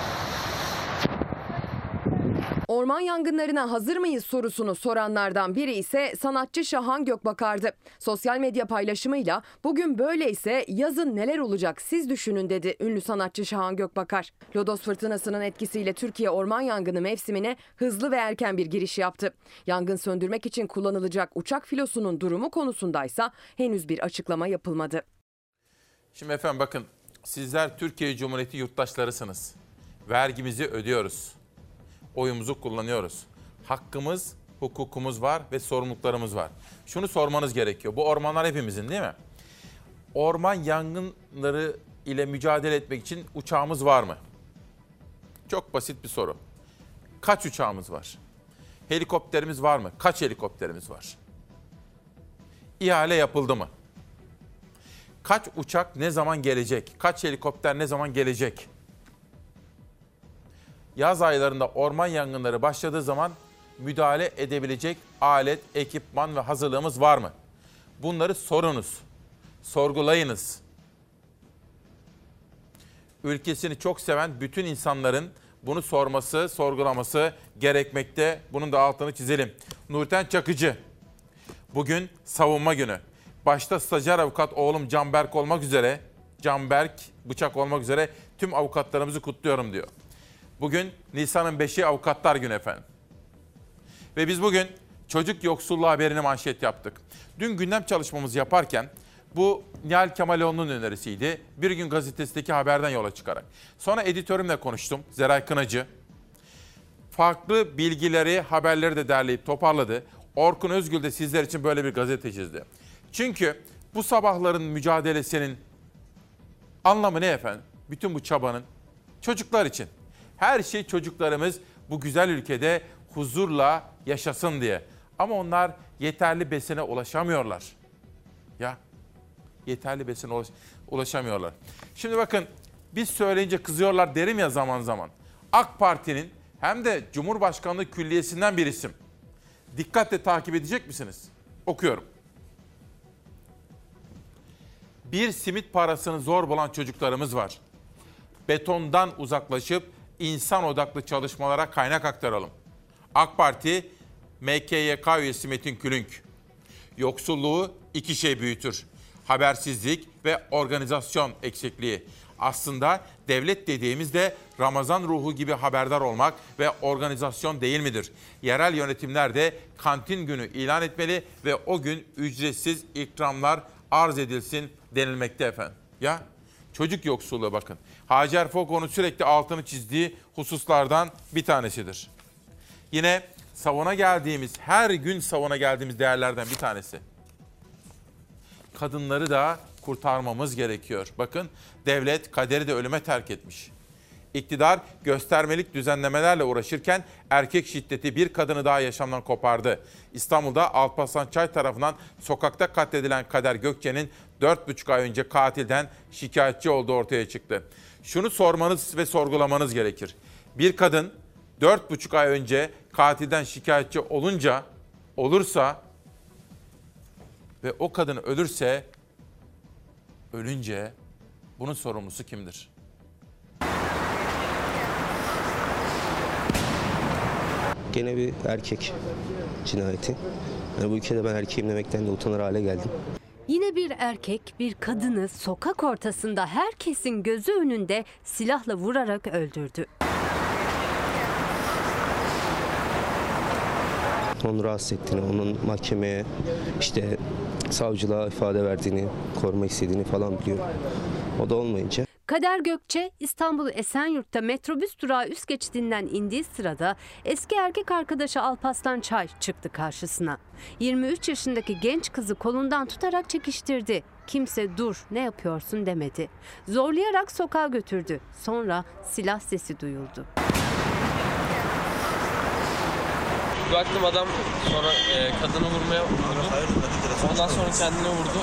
Orman yangınlarına hazır mıyız sorusunu soranlardan biri ise sanatçı Şahan Gökbakar'dı. Sosyal medya paylaşımıyla bugün böyleyse yazın neler olacak siz düşünün dedi ünlü sanatçı Şahan Gökbakar. Lodos fırtınasının etkisiyle Türkiye orman yangını mevsimine hızlı ve erken bir giriş yaptı. Yangın söndürmek için kullanılacak uçak filosunun durumu konusundaysa henüz bir açıklama yapılmadı. Şimdi efendim bakın, sizler Türkiye Cumhuriyeti yurttaşlarısınız. Vergimizi ödüyoruz. Oyumuzu kullanıyoruz. Hakkımız, hukukumuz var ve sorumluluklarımız var. Şunu sormanız gerekiyor. Bu ormanlar hepimizin değil mi? Orman yangınları ile mücadele etmek için uçağımız var mı? Çok basit bir soru. Kaç uçağımız var? Helikopterimiz var mı? Kaç helikopterimiz var? İhale yapıldı mı? Kaç uçak ne zaman gelecek? Kaç helikopter ne zaman gelecek? Yaz aylarında orman yangınları başladığı zaman müdahale edebilecek alet, ekipman ve hazırlığımız var mı? Bunları sorunuz, sorgulayınız. Ülkesini çok seven bütün insanların bunu sorması, sorgulaması gerekmekte. Bunun da altını çizelim. Nurten Çakıcı, bugün savunma günü. Başta stajyer avukat oğlum Canberk olmak üzere, Canberk Bıçak olmak üzere tüm avukatlarımızı kutluyorum diyor. Bugün Nisan'ın 5'i Avukatlar Günü efendim. Ve biz bugün çocuk yoksulluğu haberini manşet yaptık. Dün gündem çalışmamızı yaparken bu Nihal Kemaloğlu'nun önerisiydi. Bir Gün Gazetesi'ndeki haberden yola çıkarak. Sonra editörümle konuştum, Zeray Kınacı. Farklı bilgileri, haberleri de derleyip toparladı. Orkun Özgül de sizler için böyle bir gazete çizdi. Çünkü bu sabahların mücadelesinin anlamı ne efendim? Bütün bu çabanın çocuklar için. Her şey çocuklarımız bu güzel ülkede huzurla yaşasın diye. Ama onlar yeterli besine ulaşamıyorlar. Ya yeterli besine ulaşamıyorlar. Şimdi bakın, biz söyleyince kızıyorlar derim ya zaman zaman. AK Parti'nin hem de Cumhurbaşkanlığı Külliyesi'nden bir isim. Dikkatle takip edecek misiniz? Okuyorum. Bir simit parasını zor bulan çocuklarımız var. Betondan uzaklaşıp insan odaklı çalışmalara kaynak aktaralım. AK Parti, MKYK üyesi Metin Külünk. Yoksulluğu iki şey büyütür. Habersizlik ve organizasyon eksikliği. Aslında devlet dediğimizde Ramazan ruhu gibi haberdar olmak ve organizasyon değil midir? Yerel yönetimler de kantin günü ilan etmeli ve o gün ücretsiz ikramlar arz edilsin denilmekte efendim. Ya çocuk yoksulluğu bakın. Hacer Foko'nun sürekli altını çizdiği hususlardan bir tanesidir. Yine her gün savuna geldiğimiz değerlerden bir tanesi. Kadınları da kurtarmamız gerekiyor. Bakın, devlet kaderi de ölüme terk etmiş. İktidar göstermelik düzenlemelerle uğraşırken erkek şiddeti bir kadını daha yaşamdan kopardı. İstanbul'da Alparslançay tarafından sokakta katledilen Kader Gökçe'nin 4,5 ay önce katilden şikayetçi olduğu ortaya çıktı. Şunu sormanız ve sorgulamanız gerekir. Bir kadın 4,5 ay önce katilden şikayetçi olursa ve o kadın ölünce bunun sorumlusu kimdir? Gene bir erkek cinayeti. Yani bu ülkede ben erkeğim demekten de utanır hale geldim. Yine bir erkek bir kadını sokak ortasında herkesin gözü önünde silahla vurarak öldürdü. Onu rahatsız ettiğini, onun mahkemeye, savcılığa ifade verdiğini, korumak istediğini falan biliyorum. O da olmayınca. Kader Gökçe, İstanbul Esenyurt'ta metrobüs durağı üst geçidinden indiği sırada eski erkek arkadaşı Alparslançay çıktı karşısına. 23 yaşındaki genç kızı kolundan tutarak çekiştirdi. Kimse dur, ne yapıyorsun demedi. Zorlayarak sokağa götürdü. Sonra silah sesi duyuldu. Baktım adam sonra kadını vurmaya vurdu. Ondan sonra kendini vurdu.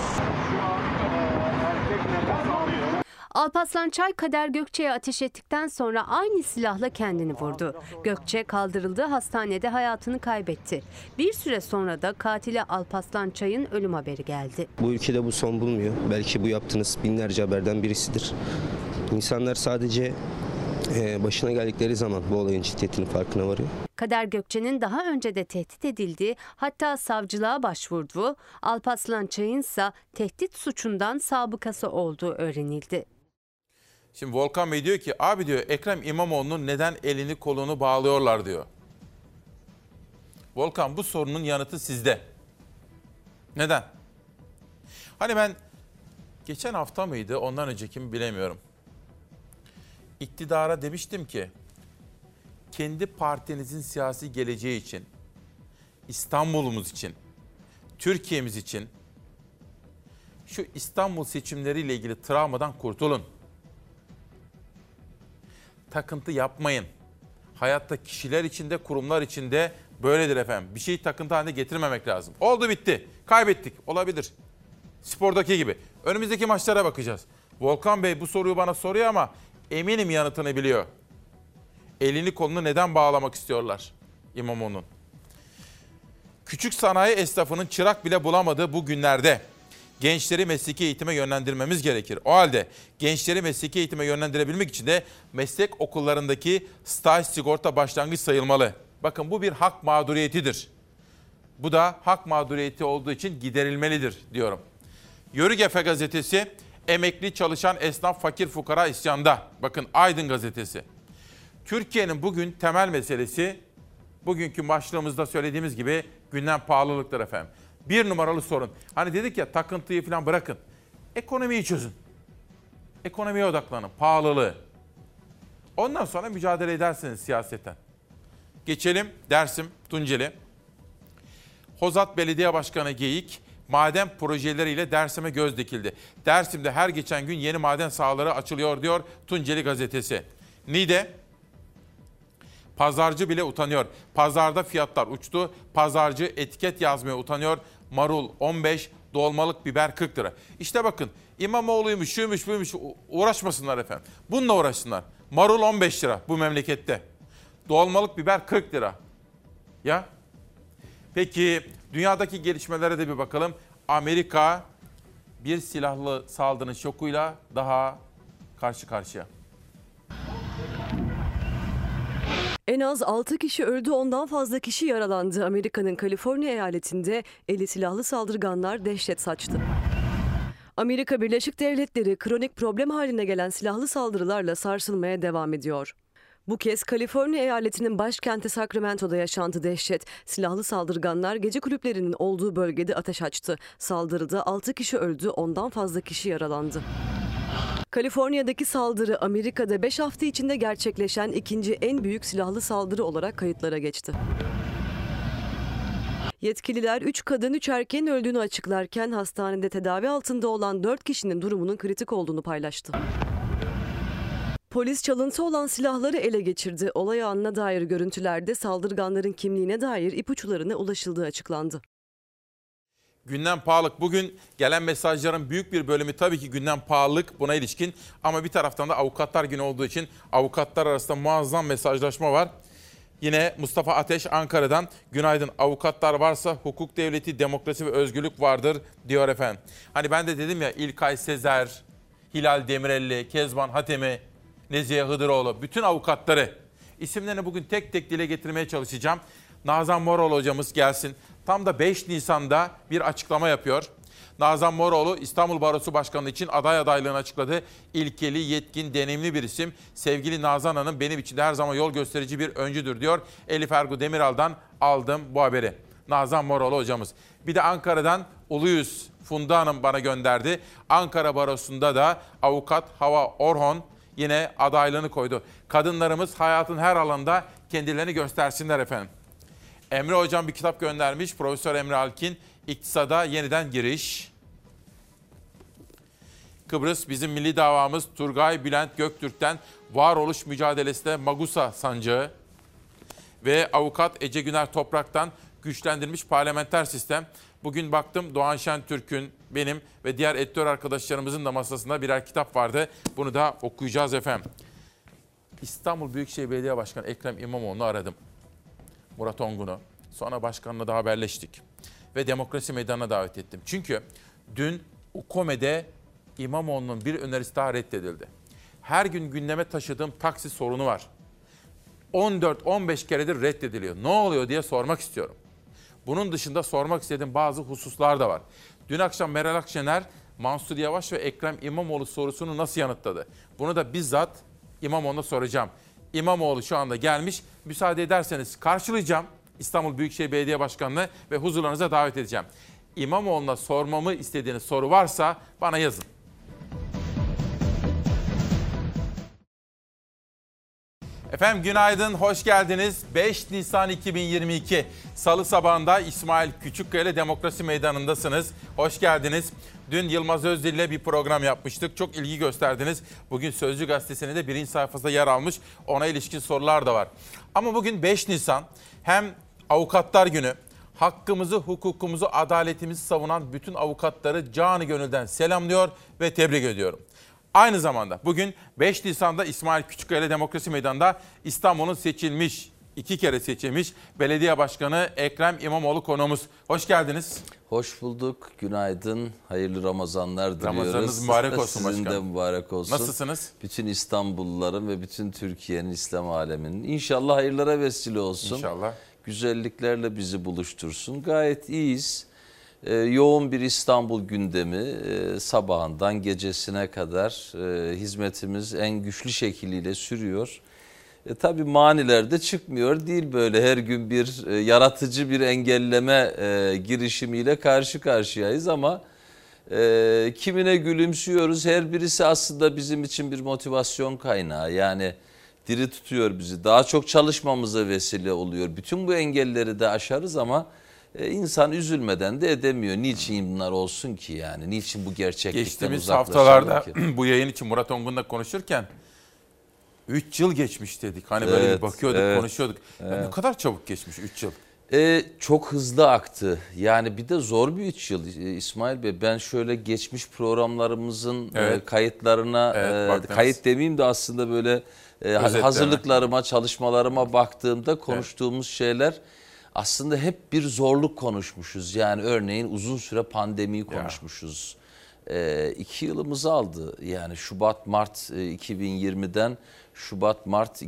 Alparslançay Kader Gökçe'ye ateş ettikten sonra aynı silahla kendini vurdu. Gökçe kaldırıldığı hastanede hayatını kaybetti. Bir süre sonra da katili Alparslançay'ın ölüm haberi geldi. Bu ülkede bu son bulmuyor. Belki bu yaptığınız binlerce haberden birisidir. İnsanlar sadece başına geldikleri zaman bu olayın ciddiyetinin farkına varıyor. Kader Gökçe'nin daha önce de tehdit edildiği, hatta savcılığa başvurduğu, Alparslançay'ın ise tehdit suçundan sabıkası olduğu öğrenildi. Şimdi Volkan Bey diyor ki, abi diyor, Ekrem İmamoğlu'nun neden elini kolunu bağlıyorlar diyor. Volkan, bu sorunun yanıtı sizde. Neden? Hani ben geçen hafta mıydı, ondan önceki mi bilemiyorum. İktidara demiştim ki, kendi partinizin siyasi geleceği için, İstanbul'umuz için, Türkiye'miz için şu İstanbul seçimleriyle ilgili travmadan kurtulun. Takıntı yapmayın. Hayatta kişiler içinde, kurumlar içinde böyledir efendim. Bir şeyi takıntı haline getirmemek lazım. Oldu bitti. Kaybettik. Olabilir. Spordaki gibi. Önümüzdeki maçlara bakacağız. Volkan Bey bu soruyu bana soruyor ama eminim yanıtını biliyor. Elini kolunu neden bağlamak istiyorlar İmamoğlu'nun? Küçük sanayi esnafının çırak bile bulamadığı bu günlerde gençleri mesleki eğitime yönlendirmemiz gerekir. O halde gençleri mesleki eğitime yönlendirebilmek için de meslek okullarındaki staj sigorta başlangıç sayılmalı. Bakın, bu bir hak mağduriyetidir. Bu da hak mağduriyeti olduğu için giderilmelidir diyorum. Yörük Efe gazetesi, emekli çalışan esnaf fakir fukara isyanda. Bakın, Aydın gazetesi. Türkiye'nin bugün temel meselesi, bugünkü başlığımızda söylediğimiz gibi gündem pahalılıktır efendim. Bir numaralı sorun. Hani dedik ya, takıntıyı falan bırakın. Ekonomiyi çözün. Ekonomiye odaklanın, pahalılığı. Ondan sonra mücadele edersiniz siyaseten. Geçelim Dersim, Tunceli. Hozat Belediye Başkanı Geyik, maden projeleriyle Dersim'e göz dikildi. Dersim'de her geçen gün yeni maden sahaları açılıyor diyor Tunceli gazetesi. Niğde, Pazarcı bile utanıyor. Pazarda fiyatlar uçtu. Pazarcı etiket yazmaya utanıyor. Marul 15, dolmalık biber 40 lira. İşte bakın İmamoğlu'ymuş, şuymuş, buymuş uğraşmasınlar efendim. Bununla uğraşsınlar. Marul 15 lira bu memlekette. Dolmalık biber 40 lira. Ya? Peki dünyadaki gelişmelere de bir bakalım. Amerika bir silahlı saldırının şokuyla daha karşı karşıya. En az 6 kişi öldü, ondan fazla kişi yaralandı. Amerika'nın Kaliforniya eyaletinde eli silahlı saldırganlar dehşet saçtı. Amerika Birleşik Devletleri kronik problem haline gelen silahlı saldırılarla sarsılmaya devam ediyor. Bu kez Kaliforniya eyaletinin başkenti Sacramento'da yaşandı dehşet. Silahlı saldırganlar gece kulüplerinin olduğu bölgede ateş açtı. Saldırıda 6 kişi öldü, ondan fazla kişi yaralandı. Kaliforniya'daki saldırı Amerika'da 5 hafta içinde gerçekleşen ikinci en büyük silahlı saldırı olarak kayıtlara geçti. Yetkililer 3 kadın 3 erkeğin öldüğünü açıklarken hastanede tedavi altında olan 4 kişinin durumunun kritik olduğunu paylaştı. Polis çalıntı olan silahları ele geçirdi. Olay anına dair görüntülerde saldırganların kimliğine dair ipuçlarına ulaşıldığı açıklandı. Gündem pahalılık. Bugün gelen mesajların büyük bir bölümü tabii ki gündem pahalılık buna ilişkin. Ama bir taraftan da avukatlar günü olduğu için avukatlar arasında muazzam mesajlaşma var. Yine Mustafa Ateş Ankara'dan günaydın, avukatlar varsa hukuk devleti, demokrasi ve özgürlük vardır diyor efendim. Hani ben de dedim ya İlkay Sezer, Hilal Demirelli, Kezban Hatemi, Nezihe Hıdıroğlu, bütün avukatları isimlerini bugün tek tek dile getirmeye çalışacağım. Nazan Moroğlu hocamız gelsin. Tam da 5 Nisan'da bir açıklama yapıyor. Nazan Moroğlu İstanbul Barosu Başkanlığı için aday adaylığını açıkladı. İlkeli, yetkin, deneyimli bir isim. Sevgili Nazan Hanım benim için de her zaman yol gösterici bir öncüdür diyor. Elif Ergu Demiral'dan aldım bu haberi. Nazan Moroğlu hocamız. Bir de Ankara'dan Uluyüz Funda Hanım bana gönderdi. Ankara Barosu'nda da avukat Hava Orhon yine adaylığını koydu. Kadınlarımız hayatın her alanında kendilerini göstersinler efendim. Emre Hocam bir kitap göndermiş. Profesör Emre Alkin, İktisada Yeniden Giriş. Kıbrıs bizim milli davamız. Turgay Bülent Göktürk'ten varoluş mücadelesinde Magusa sancağı. Ve avukat Ece Güner Toprak'tan güçlendirilmiş parlamenter sistem. Bugün baktım Doğan Şentürk'ün, benim ve diğer editör arkadaşlarımızın da masasında birer kitap vardı. Bunu da okuyacağız efendim. İstanbul Büyükşehir Belediye Başkanı Ekrem İmamoğlu'nu aradım. Murat Ongun'u. Sonra başkanla da haberleştik. Ve Demokrasi Meydanı'na davet ettim. Çünkü dün UKOME'de İmamoğlu'nun bir önerisi daha reddedildi. Her gün gündeme taşıdığım taksi sorunu var. 14-15 keredir reddediliyor. Ne oluyor diye sormak istiyorum. Bunun dışında sormak istediğim bazı hususlar da var. Dün akşam Meral Akşener, Mansur Yavaş ve Ekrem İmamoğlu sorusunu nasıl yanıtladı? Bunu da bizzat İmamoğlu'na soracağım. İmamoğlu şu anda gelmiş. Müsaade ederseniz karşılayacağım İstanbul Büyükşehir Belediye Başkanı'nı ve huzurlarınıza davet edeceğim. İmamoğlu'na sormamı istediğiniz soru varsa bana yazın. Efendim günaydın, hoş geldiniz. 5 Nisan 2022 Salı sabahında İsmail Küçükkaya ile Demokrasi Meydanı'ndasınız. Hoş geldiniz. Dün Yılmaz Özdil ile bir program yapmıştık. Çok ilgi gösterdiniz. Bugün Sözcü Gazetesi'nin de birinci sayfasında yer almış. Ona ilişkin sorular da var. Ama bugün 5 Nisan hem Avukatlar Günü, hakkımızı, hukukumuzu, adaletimizi savunan bütün avukatları canı gönülden selamlıyor ve tebrik ediyorum. Aynı zamanda bugün 5 Nisan'da İsmail Küçükkaya ile Demokrasi Meydanı'nda İstanbul'un seçilmiş, 2 kere seçilmiş belediye başkanı Ekrem İmamoğlu konuğumuz. Hoş geldiniz. Hoş bulduk. Günaydın. Hayırlı Ramazanlar diliyoruz. Ramazanınız mübarek olsun başkanım. Sizin de mübarek olsun. Nasılsınız? Bütün İstanbulluların ve bütün Türkiye'nin, İslam aleminin. İnşallah hayırlara vesile olsun. İnşallah. Güzelliklerle bizi buluştursun. Gayet iyiyiz. Yoğun bir İstanbul gündemi, sabahından gecesine kadar hizmetimiz en güçlü şekliyle sürüyor. Tabii maniler de çıkmıyor değil, böyle her gün bir yaratıcı bir engelleme girişimiyle karşı karşıyayız ama kimine gülümsüyoruz. Her birisi aslında bizim için bir motivasyon kaynağı, yani diri tutuyor bizi, daha çok çalışmamıza vesile oluyor. Bütün bu engelleri de aşarız ama İnsan üzülmeden de edemiyor. Niçin bunlar olsun ki yani? Niçin bu gerçeklikten geçtiğimiz uzaklaşalım haftalarda ki? bu yayın için Murat Ongun'la konuşurken 3 yıl geçmiş dedik. Hani böyle bir bakıyorduk, konuşuyorduk. Yani ne kadar çabuk geçmiş 3 yıl. Çok hızlı aktı. Yani bir de zor bir 3 yıl İsmail Bey. Ben şöyle geçmiş programlarımızın kayıtlarına, kayıt demeyeyim de aslında böyle hazırlıklarıma, çalışmalarıma baktığımda konuştuğumuz şeyler aslında hep bir zorluk konuşmuşuz. Yani örneğin uzun süre pandemiyi konuşmuşuz. 2 yılımızı aldı. Yani Şubat-Mart 2020'den Şubat-Mart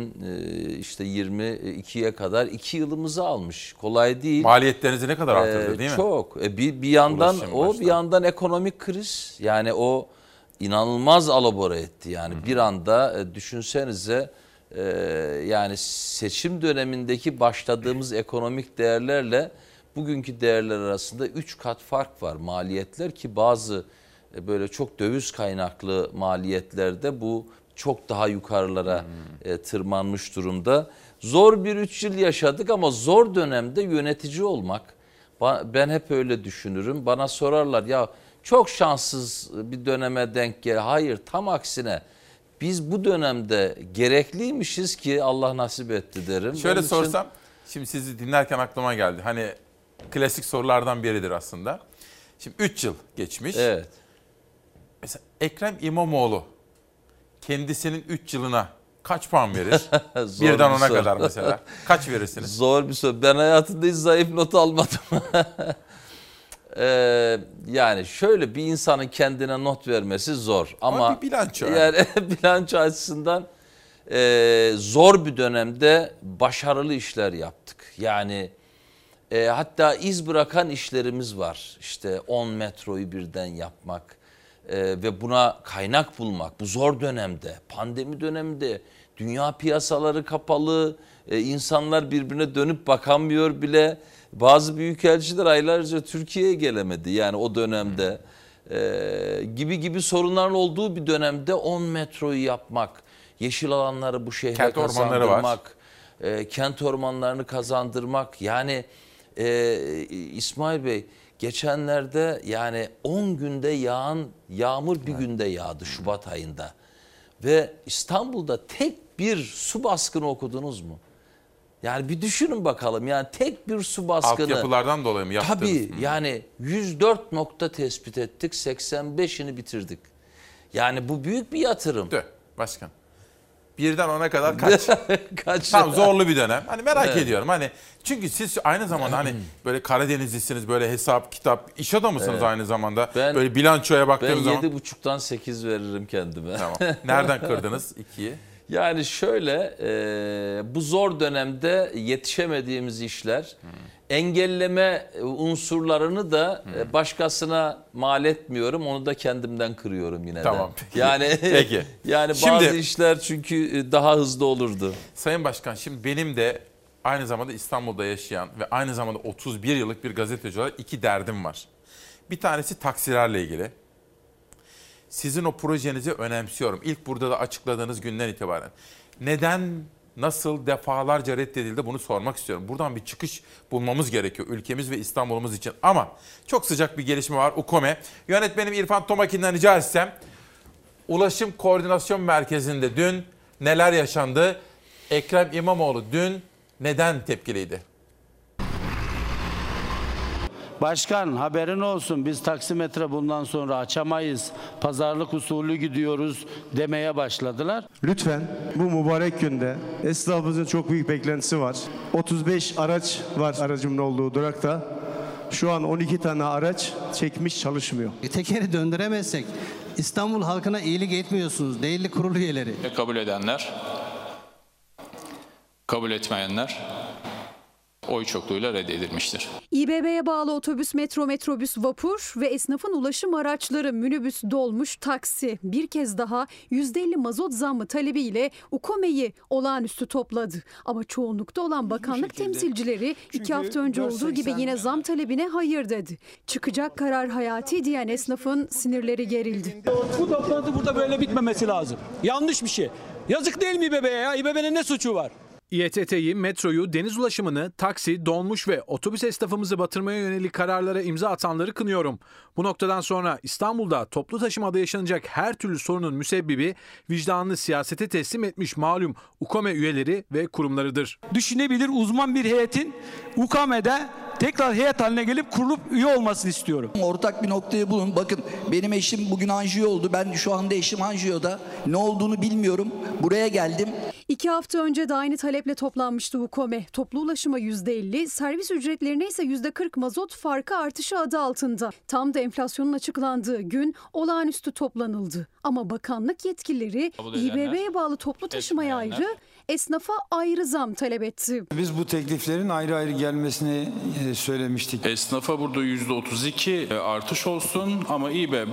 2022'ye kadar 2 yılımızı almış. Kolay değil. Maliyetlerinizi ne kadar arttırdı değil mi? Çok. Bir yandan bir yandan ekonomik kriz. Yani o inanılmaz alabora etti. Yani bir anda düşünsenize yani seçim dönemindeki başladığımız ekonomik değerlerle bugünkü değerler arasında 3 kat fark var maliyetler ki bazı böyle çok döviz kaynaklı maliyetlerde bu çok daha yukarılara tırmanmış durumda. Zor bir 3 yıl yaşadık ama zor dönemde yönetici olmak ben hep öyle düşünürüm. Bana sorarlar ya çok şanssız bir döneme denk gel. Hayır tam aksine biz bu dönemde gerekliymişiz ki Allah nasip etti derim. Şöyle sorsam şimdi sizi dinlerken aklıma geldi. Hani klasik sorulardan biridir aslında. Şimdi 3 yıl geçmiş. Evet. Mesela Ekrem İmamoğlu kendisinin 3 yılına kaç puan verir? Birden 10'a kadar mesela. Kaç verirsiniz? Zor bir soru. Ben hayatımda hiç zayıf not almadım. Yani şöyle bir insanın kendine not vermesi zor. Ama bir bilanço. Yani bilanço açısından zor bir dönemde başarılı işler yaptık. Yani hatta iz bırakan işlerimiz var. İşte 10 metroyu birden yapmak ve buna kaynak bulmak bu zor dönemde, pandemi döneminde dünya piyasaları kapalı, insanlar birbirine dönüp bakamıyor bile. Bazı büyükelçiler aylarca Türkiye'ye gelemedi yani o dönemde gibi sorunların olduğu bir dönemde 10 metroyu yapmak, yeşil alanları bu şehre kazandırmak, kent ormanlarını kazandırmak yani İsmail Bey geçenlerde yani 10 günde yağan yağmur bir günde yağdı Şubat ayında ve İstanbul'da tek bir su baskını okudunuz mu? Yani bir düşünün bakalım yani tek bir su baskını. Altyapılardan dolayı mı yaptınız? Tabii yani 104 nokta tespit ettik 85'ini bitirdik. Yani bu büyük bir yatırım. Başkan. Birden 10'a kadar kaç? Tam zorlu bir dönem. Hani merak ediyorum. Hani çünkü siz aynı zamanda hani böyle Karadenizlisiniz, böyle hesap, kitap, iş adamısınız aynı zamanda. Böyle bilançoya baktığınız zaman. Ben 7,5'tan 8 veririm kendime. Tamam. Nereden kırdınız 2'yi? Yani şöyle bu zor dönemde yetişemediğimiz işler engelleme unsurlarını da başkasına mal etmiyorum. Onu da kendimden kırıyorum yine de. Yani peki. Yani bazı işler çünkü daha hızlı olurdu. Sayın Başkan şimdi benim de aynı zamanda İstanbul'da yaşayan ve aynı zamanda 31 yıllık bir gazeteci olarak 2 derdim var. Bir tanesi taksilerle ilgili. Sizin o projenizi önemsiyorum. İlk burada da açıkladığınız günden itibaren. Neden, nasıl defalarca reddedildi bunu sormak istiyorum. Buradan bir çıkış bulmamız gerekiyor ülkemiz ve İstanbul'umuz için. Ama çok sıcak bir gelişme var. UKOME. Yönetmenim İrfan Tomakin'den rica etsem. Ulaşım Koordinasyon Merkezi'nde dün neler yaşandı? Ekrem İmamoğlu dün neden tepkiliydi? Başkan haberin olsun biz taksimetre bundan sonra açamayız. Pazarlık usulü gidiyoruz demeye başladılar. Lütfen bu mübarek günde esnafımızın çok büyük beklentisi var. 35 araç var aracımın olduğu durakta. Şu an 12 tane araç çekmiş çalışmıyor. Tekeri döndüremezsek İstanbul halkına iyilik etmiyorsunuz değerli kurul üyeleri. Kabul edenler, kabul etmeyenler oy çokluğuyla reddedilmiştir. İBB'ye bağlı otobüs, metro, metrobüs, vapur ve esnafın ulaşım araçları, minibüs, dolmuş, taksi bir kez daha %50 mazot zammı talebiyle UKOME'yi olağanüstü topladı. Ama çoğunlukta olan bakanlık temsilcileri 2 hafta önce olduğu gibi yine zam talebine hayır dedi. Çıkacak karar hayati diyen esnafın sinirleri gerildi. Bu toplantı burada böyle bitmemesi lazım. Yanlış bir şey. Yazık değil mi İBB'ye ya? İBB'nin ne suçu var? İETT'yi, metroyu, deniz ulaşımını, taksi, dolmuş ve otobüs esnafımızı batırmaya yönelik kararlara imza atanları kınıyorum. Bu noktadan sonra İstanbul'da toplu taşımada yaşanacak her türlü sorunun müsebbibi vicdanını siyasete teslim etmiş malum UKOME üyeleri ve kurumlarıdır. Düşünebilir uzman bir heyetin UKOME'de tekrar heyet haline gelip kurulup üye olmasını istiyorum. Ortak bir noktayı bulun. Bakın benim eşim bugün anjiyo oldu. Ben şu anda eşim anjiyoda. Ne olduğunu bilmiyorum. Buraya geldim. 2 hafta önce de aynı taleple toplanmıştı UKOME. Toplu ulaşıma %50, servis ücretlerine ise %40 mazot farkı artışı adı altında. Tam da enflasyonun açıklandığı gün olağanüstü toplanıldı. Ama bakanlık yetkilileri İBB'ye bağlı toplu taşımaya ayrı, esnafa ayrı zam talep etti. Biz bu tekliflerin ayrı ayrı gelmesini söylemiştik. Esnafa burada %32 artış olsun ama İBB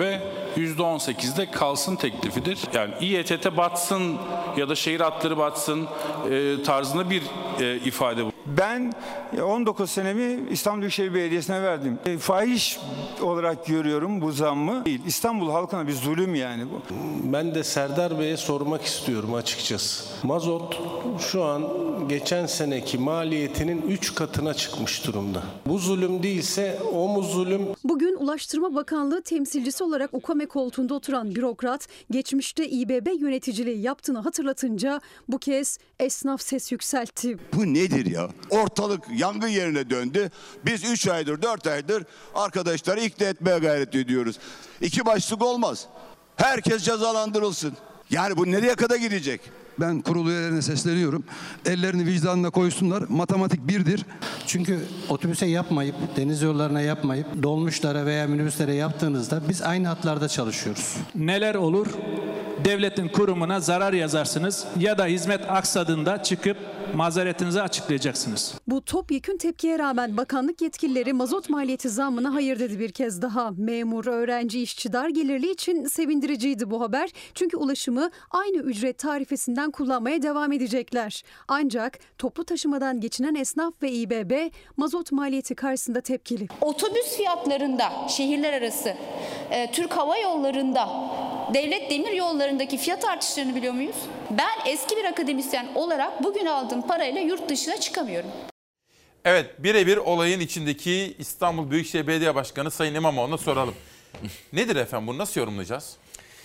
%18'de kalsın teklifidir. Yani İETT batsın ya da şehir hatları batsın tarzında bir ifade bu. Ben 19 senemi İstanbul Büyükşehir Belediyesi'ne verdim. Fahiş olarak görüyorum bu zammı. İstanbul halkına bir zulüm yani bu. Ben de Serdar Bey'e sormak istiyorum açıkçası. Mazot şu an geçen seneki maliyetinin 3 katına çıkmış durumda. Bu zulüm değilse o mu zulüm? Bugün Ulaştırma Bakanlığı temsilcisi olarak UKOME koltuğunda oturan bürokrat geçmişte İBB yöneticiliği yaptığını hatırlatınca bu kez esnaf ses yükseltti. Bu nedir ya? Ortalık yangın yerine döndü. Biz 3 aydır 4 aydır arkadaşları ikna etmeye gayret ediyoruz. 2 başlık olmaz. Herkes cezalandırılsın. Yani bu nereye kadar gidecek? Ben kurul üyelerine sesleniyorum. Ellerini vicdanına koysunlar. Matematik birdir. Çünkü otobüse yapmayıp, deniz yollarına yapmayıp, dolmuşlara veya minibüslere yaptığınızda biz aynı hatlarda çalışıyoruz. Neler olur? Devletin kurumuna zarar yazarsınız ya da hizmet aksadığında çıkıp mazeretinizi açıklayacaksınız. Bu topyekün tepkiye rağmen bakanlık yetkilileri mazot maliyeti zammına hayır dedi bir kez daha. Memur, öğrenci, işçi, dar gelirli için sevindiriciydi bu haber. Çünkü ulaşımı aynı ücret tarifesinden kullanmaya devam edecekler. Ancak toplu taşımadan geçinen esnaf ve İBB mazot maliyeti karşısında tepkili. Otobüs fiyatlarında şehirler arası, Türk Hava Yolları'nda, devlet demir yollarındaki fiyat artışlarını biliyor muyuz? Ben eski bir akademisyen olarak bugün aldığım parayla yurt dışına çıkamıyorum. Evet, birebir olayın içindeki İstanbul Büyükşehir Belediye Başkanı Sayın İmamoğlu'na soralım. Nedir efendim, bunu nasıl yorumlayacağız?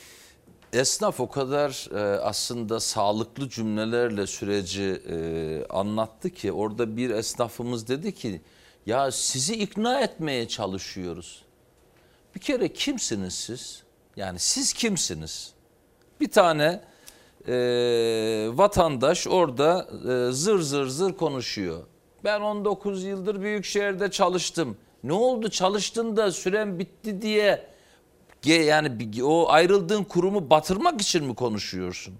Esnaf o kadar aslında sağlıklı cümlelerle süreci anlattı ki orada bir esnafımız dedi ki ya sizi ikna etmeye çalışıyoruz. Bir kere kimsiniz siz? Yani siz kimsiniz? Bir tane vatandaş orada zır zır zır konuşuyor. Ben 19 yıldır Büyükşehir'de çalıştım. Ne oldu çalıştın da süren bitti diye yani o ayrıldığın kurumu batırmak için mi konuşuyorsun?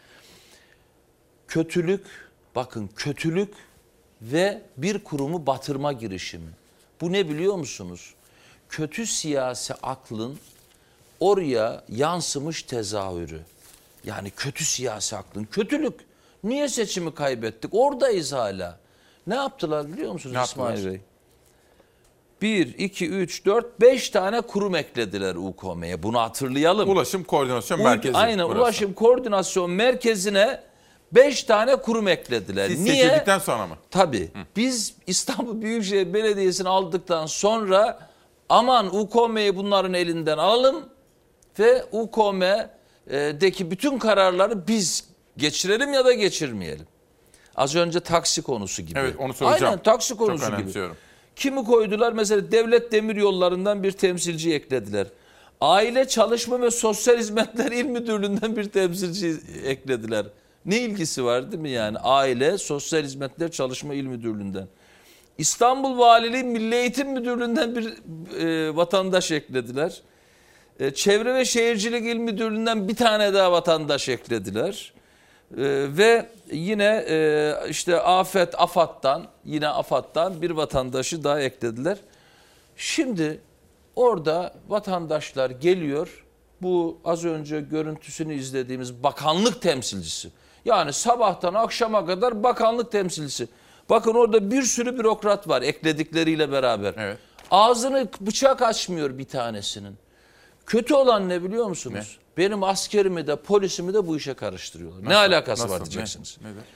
Kötülük, bakın kötülük ve bir kurumu batırma girişimi. Bu ne biliyor musunuz? Kötü siyasi aklın oraya yansımış tezahürü. Yani kötü siyasi aklın, kötülük. Niye seçimi kaybettik? Oradayız hala. Ne yaptılar biliyor musunuz İsmail Bey? 1, 2, 3, 4, 5 tane kurum eklediler UKOME'ye. Bunu hatırlayalım. Ulaşım Koordinasyon Merkezi. Aynen burası. Ulaşım Koordinasyon Merkezi'ne 5 tane kurum eklediler. Siz niye? seçildikten sonra mı? Tabii. Biz İstanbul Büyükşehir Belediyesi'ni aldıktan sonra aman UKOME'yi bunların elinden alalım ve UKOME'deki bütün kararları biz geçirelim ya da geçirmeyelim. Az önce taksi konusu gibi. Evet, onu soracağım. Aynen taksi konusu Çok gibi. önemsiyorum. Kimi koydular? Mesela Devlet Demiryolları'ndan bir temsilci eklediler. Aile Çalışma ve Sosyal Hizmetler İl Müdürlüğü'nden bir temsilci eklediler. Ne ilgisi var değil mi yani? Aile, Sosyal Hizmetler Çalışma İl Müdürlüğü'nden. İstanbul Valiliği Milli Eğitim Müdürlüğü'nden bir vatandaş eklediler. Çevre ve Şehircilik İl Müdürlüğü'nden bir tane daha vatandaş eklediler. Ve yine işte AFAD'dan bir vatandaşı daha eklediler. Şimdi orada vatandaşlar geliyor. Bu az önce görüntüsünü izlediğimiz bakanlık temsilcisi. Yani sabahtan akşama kadar bakanlık temsilcisi. Bakın orada bir sürü bürokrat var ekledikleriyle beraber. Evet. Ağzını bıçak açmıyor bir tanesinin. Kötü olan ne biliyor musunuz? Ne? Benim askerimi de polisimi de bu işe karıştırıyorlar. Nasıl? Ne alakası var diyeceksiniz.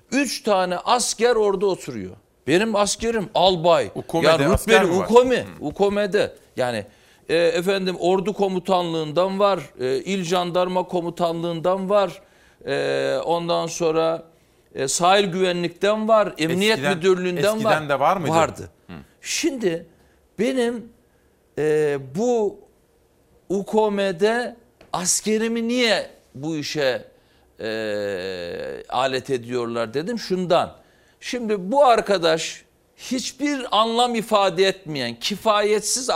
3 tane asker orada oturuyor. Benim askerim albay. UKOME'de ya asker rütbeli mi var? UKOME'de. Yani efendim ordu komutanlığından var, il jandarma komutanlığından var. Ondan sonra sahil güvenlikten var, emniyet müdürlüğünden var. Eskiden de var mıydı? Vardı. Şimdi benim bu UKOME'de askerimi niye bu işe alet ediyorlar dedim şundan. Şimdi bu arkadaş hiçbir anlam ifade etmeyen kifayetsiz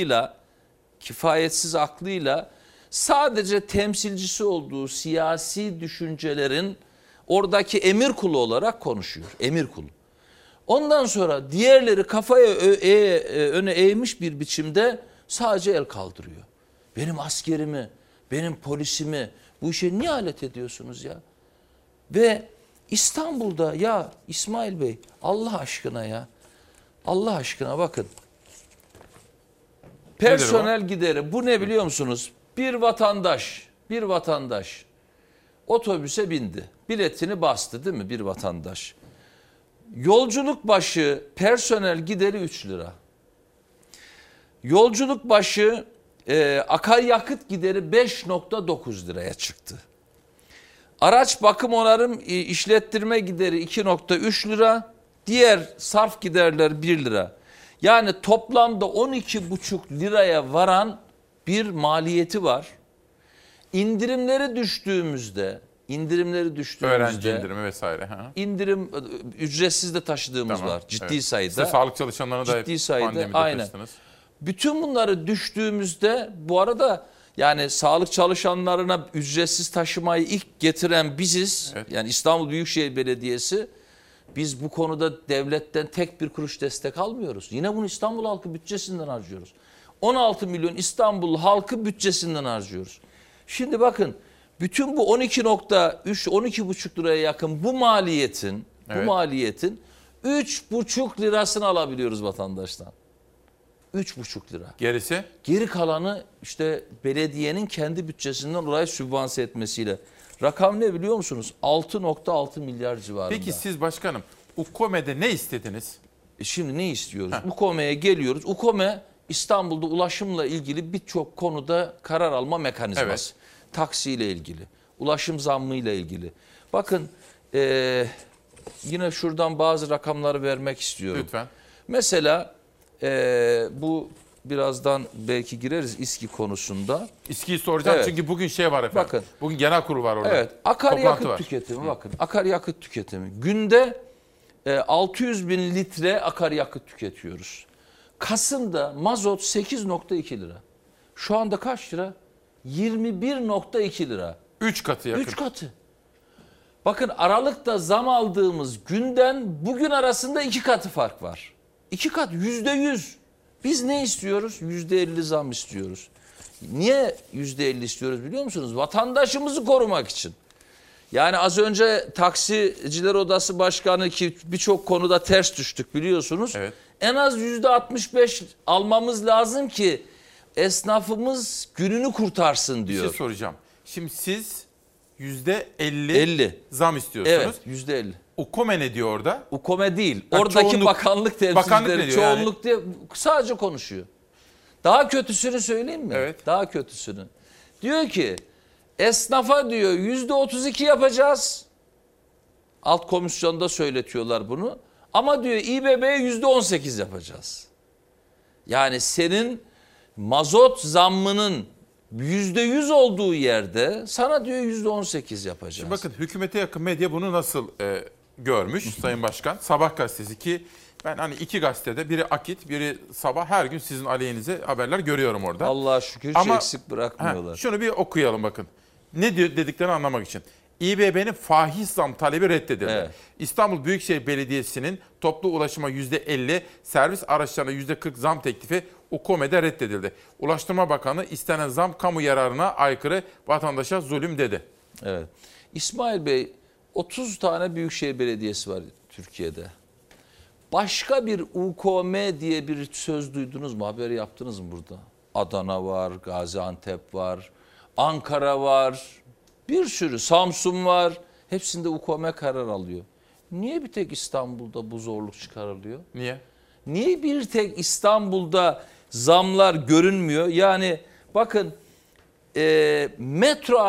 aklıyla sadece temsilcisi olduğu siyasi düşüncelerin oradaki emir kulu olarak konuşuyor. Emir kulu. Ondan sonra diğerleri kafaya öne eğmiş bir biçimde sadece el kaldırıyor. Benim askerimi, benim polisimi bu işe niye alet ediyorsunuz ya? Ve İstanbul'da ya İsmail Bey Allah aşkına ya. Allah aşkına bakın. Personel gideri bu ne biliyor musunuz? Bir vatandaş otobüse bindi. Biletini bastı değil mi bir vatandaş? Yolculuk başı personel gideri 3 lira. Yolculuk başı akaryakıt gideri 5.9 liraya çıktı. Araç bakım onarım işlettirme gideri 2.3 lira. Diğer sarf giderler 1 lira. Yani toplamda 12,5 liraya varan bir maliyeti var. İndirimleri düştüğümüzde öğrenci indirimi vesaire. Ha. İndirim ücretsiz de taşıdığımız var ciddi sayıda. Size sağlık çalışanlarına da ciddi sayıda pandemide aynen. taşıdınız. Bütün bunları düştüğümüzde bu arada yani sağlık çalışanlarına ücretsiz taşımayı ilk getiren biziz. Evet. Yani İstanbul Büyükşehir Belediyesi. Biz bu konuda devletten tek bir kuruş destek almıyoruz. Yine bunu İstanbul halkı bütçesinden harcıyoruz. 16 milyon İstanbul halkı bütçesinden harcıyoruz. Şimdi bakın bütün bu 12,5 liraya yakın bu maliyetin 3,5 lirasını alabiliyoruz vatandaştan. 3,5 lira. Gerisi? Geri kalanı işte belediyenin kendi bütçesinden orayı sübvanse etmesiyle. Rakam ne biliyor musunuz? 6,6 milyar civarında. Peki siz başkanım UKOME'de ne istediniz? Şimdi ne istiyoruz? UKOME'ye geliyoruz. UKOME İstanbul'da ulaşımla ilgili birçok konuda karar alma mekanizması. Evet. Taksiyle ilgili, ulaşım zammıyla ilgili. Bakın yine şuradan bazı rakamları vermek istiyorum. Lütfen. Mesela bu birazdan belki gireriz İSKİ konusunda. İSKİ'yi soracağım çünkü bugün şey var efendim. Bakın, bugün genel kurul var orada. Evet, akaryakıt tüketimi bakın. Akaryakıt tüketimi. Günde 600 bin litre akaryakıt tüketiyoruz. Kasım'da mazot 8,2 lira. Şu anda kaç lira? 21,2 lira. 3 katı yakın. 3 katı. Bakın Aralık'ta zam aldığımız günden bugün arasında 2 katı fark var. 2 kat %100. Biz ne istiyoruz? %50 zam istiyoruz. Niye %50 istiyoruz biliyor musunuz? Vatandaşımızı korumak için. Yani az önce Taksiciler Odası Başkanı ki birçok konuda ters düştük biliyorsunuz. Evet. En az %65 almamız lazım ki esnafımız gününü kurtarsın diyor. Bir şey soracağım. Şimdi siz %50 zam istiyorsunuz. Evet %50. UKOME ne diyor orada? UKOME değil. Oradaki bakanlık temsilcileri çoğunluk diye sadece konuşuyor. Daha kötüsünü söyleyeyim mi? Evet. Daha kötüsünü. Diyor ki esnafa diyor %32 yapacağız. Alt komisyonda söyletiyorlar bunu. Ama diyor İBB'ye %18 yapacağız. Yani senin mazot zammının %100 olduğu yerde sana diyor %18 yapacağız. Şimdi bakın hükümete yakın medya bunu nasıl görmüş Sayın Başkan? Sabah gazetesi ki ben hani iki gazetede biri Akit biri Sabah her gün sizin aleyhinize haberler görüyorum orada. Allah'a şükür hiç eksik bırakmıyorlar. Şunu bir okuyalım bakın. Ne diyor dediklerini anlamak için. İBB'nin fahiş zam talebi reddedildi. Evet. İstanbul Büyükşehir Belediyesi'nin toplu ulaşıma %50, servis araçlarına %40 zam teklifi UKOME'de reddedildi. Ulaştırma Bakanı istenen zam kamu yararına aykırı, vatandaşa zulüm dedi. Evet. İsmail Bey 30 tane Büyükşehir Belediyesi var Türkiye'de. Başka bir UKOME diye bir söz duydunuz mu? Haber yaptınız mı burada? Adana var, Gaziantep var, Ankara var, bir sürü Samsun var. Hepsinde UKOME karar alıyor. Niye bir tek İstanbul'da bu zorluk çıkarılıyor? Niye? Niye bir tek İstanbul'da zamlar görünmüyor? Yani bakın Metro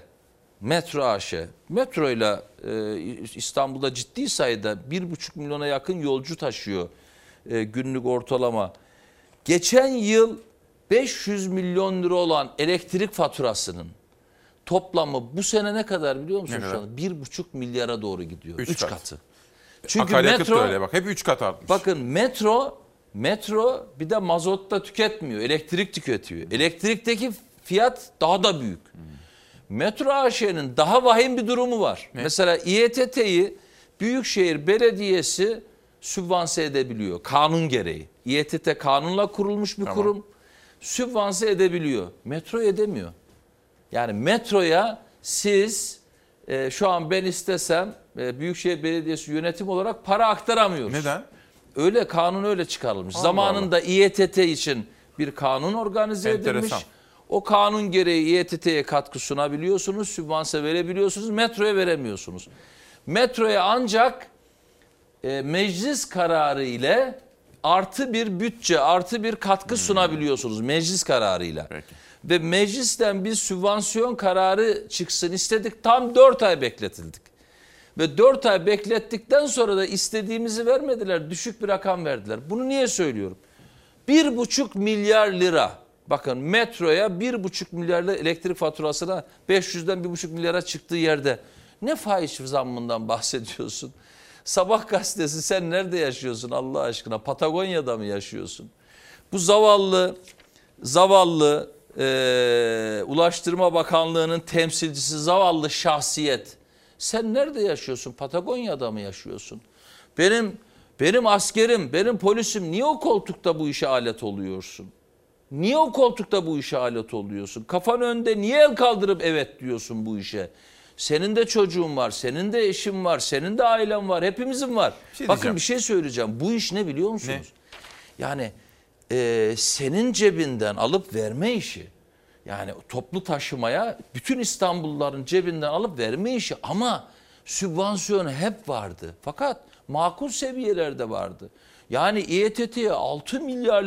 ile İstanbul'da ciddi sayıda 1,5 milyona yakın yolcu taşıyor günlük ortalama. Geçen yıl 500 milyon lira olan elektrik faturasının toplamı bu sene ne kadar biliyor musunuz? Şu anda 1,5 milyara doğru gidiyor. 3 katı. Çünkü akaryakıt da öyle bak. Hep 3 kat artmış. Bakın metro bir de mazot da tüketmiyor. Elektrik tüketiyor. Elektrikteki fiyat daha da büyük. Metro AŞ'nin daha vahim bir durumu var. Ne? Mesela İETT'yi Büyükşehir Belediyesi sübvanse edebiliyor. Kanun gereği. İETT kanunla kurulmuş bir kurum. Sübvanse edebiliyor. Metro edemiyor. Yani metroya siz şu an ben istesem Büyükşehir Belediyesi yönetim olarak para aktaramıyoruz. Neden? Öyle kanun öyle çıkarılmış. Allah zamanında Allah. İETT için bir kanun organize edilmiş. O kanun gereği İETT'ye katkı sunabiliyorsunuz, sübvanse verebiliyorsunuz, metroya veremiyorsunuz. Metroya ancak meclis kararı ile artı bir bütçe, artı bir katkı sunabiliyorsunuz meclis kararıyla. Peki. Ve meclisten bir sübvansiyon kararı çıksın istedik. Tam 4 ay bekletildik. Ve 4 ay beklettikten sonra da istediğimizi vermediler. Düşük bir rakam verdiler. Bunu niye söylüyorum? 1,5 milyar lira. Bakın metroya 1,5 milyar lira elektrik faturasına 500'den 1,5 milyara çıktığı yerde ne fahiş zammından bahsediyorsun? Sabah gazetesi sen nerede yaşıyorsun Allah aşkına? Patagonya'da mı yaşıyorsun? Bu zavallı Ulaştırma Bakanlığı'nın temsilcisi zavallı şahsiyet. Sen nerede yaşıyorsun? Patagonya'da mı yaşıyorsun? Benim askerim, benim polisim niye o koltukta bu işe alet oluyorsun? Niye o koltukta bu işe alet oluyorsun? Kafan önde niye el kaldırıp evet diyorsun bu işe? Senin de çocuğun var, senin de eşin var, senin de ailen var, hepimizin var. Bakın bir şey söyleyeceğim. Bu iş ne biliyor musunuz? Ne? Yani senin cebinden alıp verme işi. Yani toplu taşımaya bütün İstanbulluların cebinden alıp verme işi. Ama sübvansiyon hep vardı. Fakat makul seviyelerde vardı. Yani İETT'ye 6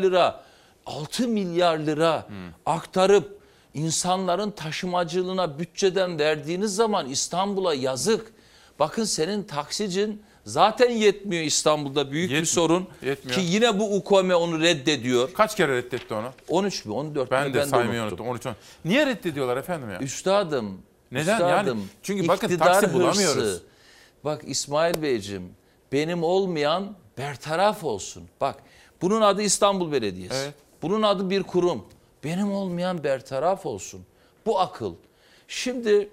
milyar lira aktarıp insanların taşımacılığına bütçeden verdiğiniz zaman İstanbul'a yazık. Bakın senin taksicin zaten yetmiyor İstanbul'da büyük bir sorun. Yetmiyor. Ki yine bu UKOME onu reddediyor. Kaç kere reddetti onu? 13 mi 14 mi? Ben de saymayı unuttum. 13. Niye reddediyorlar efendim ya? Üstadım. Neden üstadım, yani? Çünkü bakın taksi bulamıyoruz. Bak İsmail Beyciğim benim olmayan bertaraf olsun. Bak bunun adı İstanbul Belediyesi. Evet. Bunun adı bir kurum. Benim olmayan bertaraf olsun. Bu akıl. Şimdi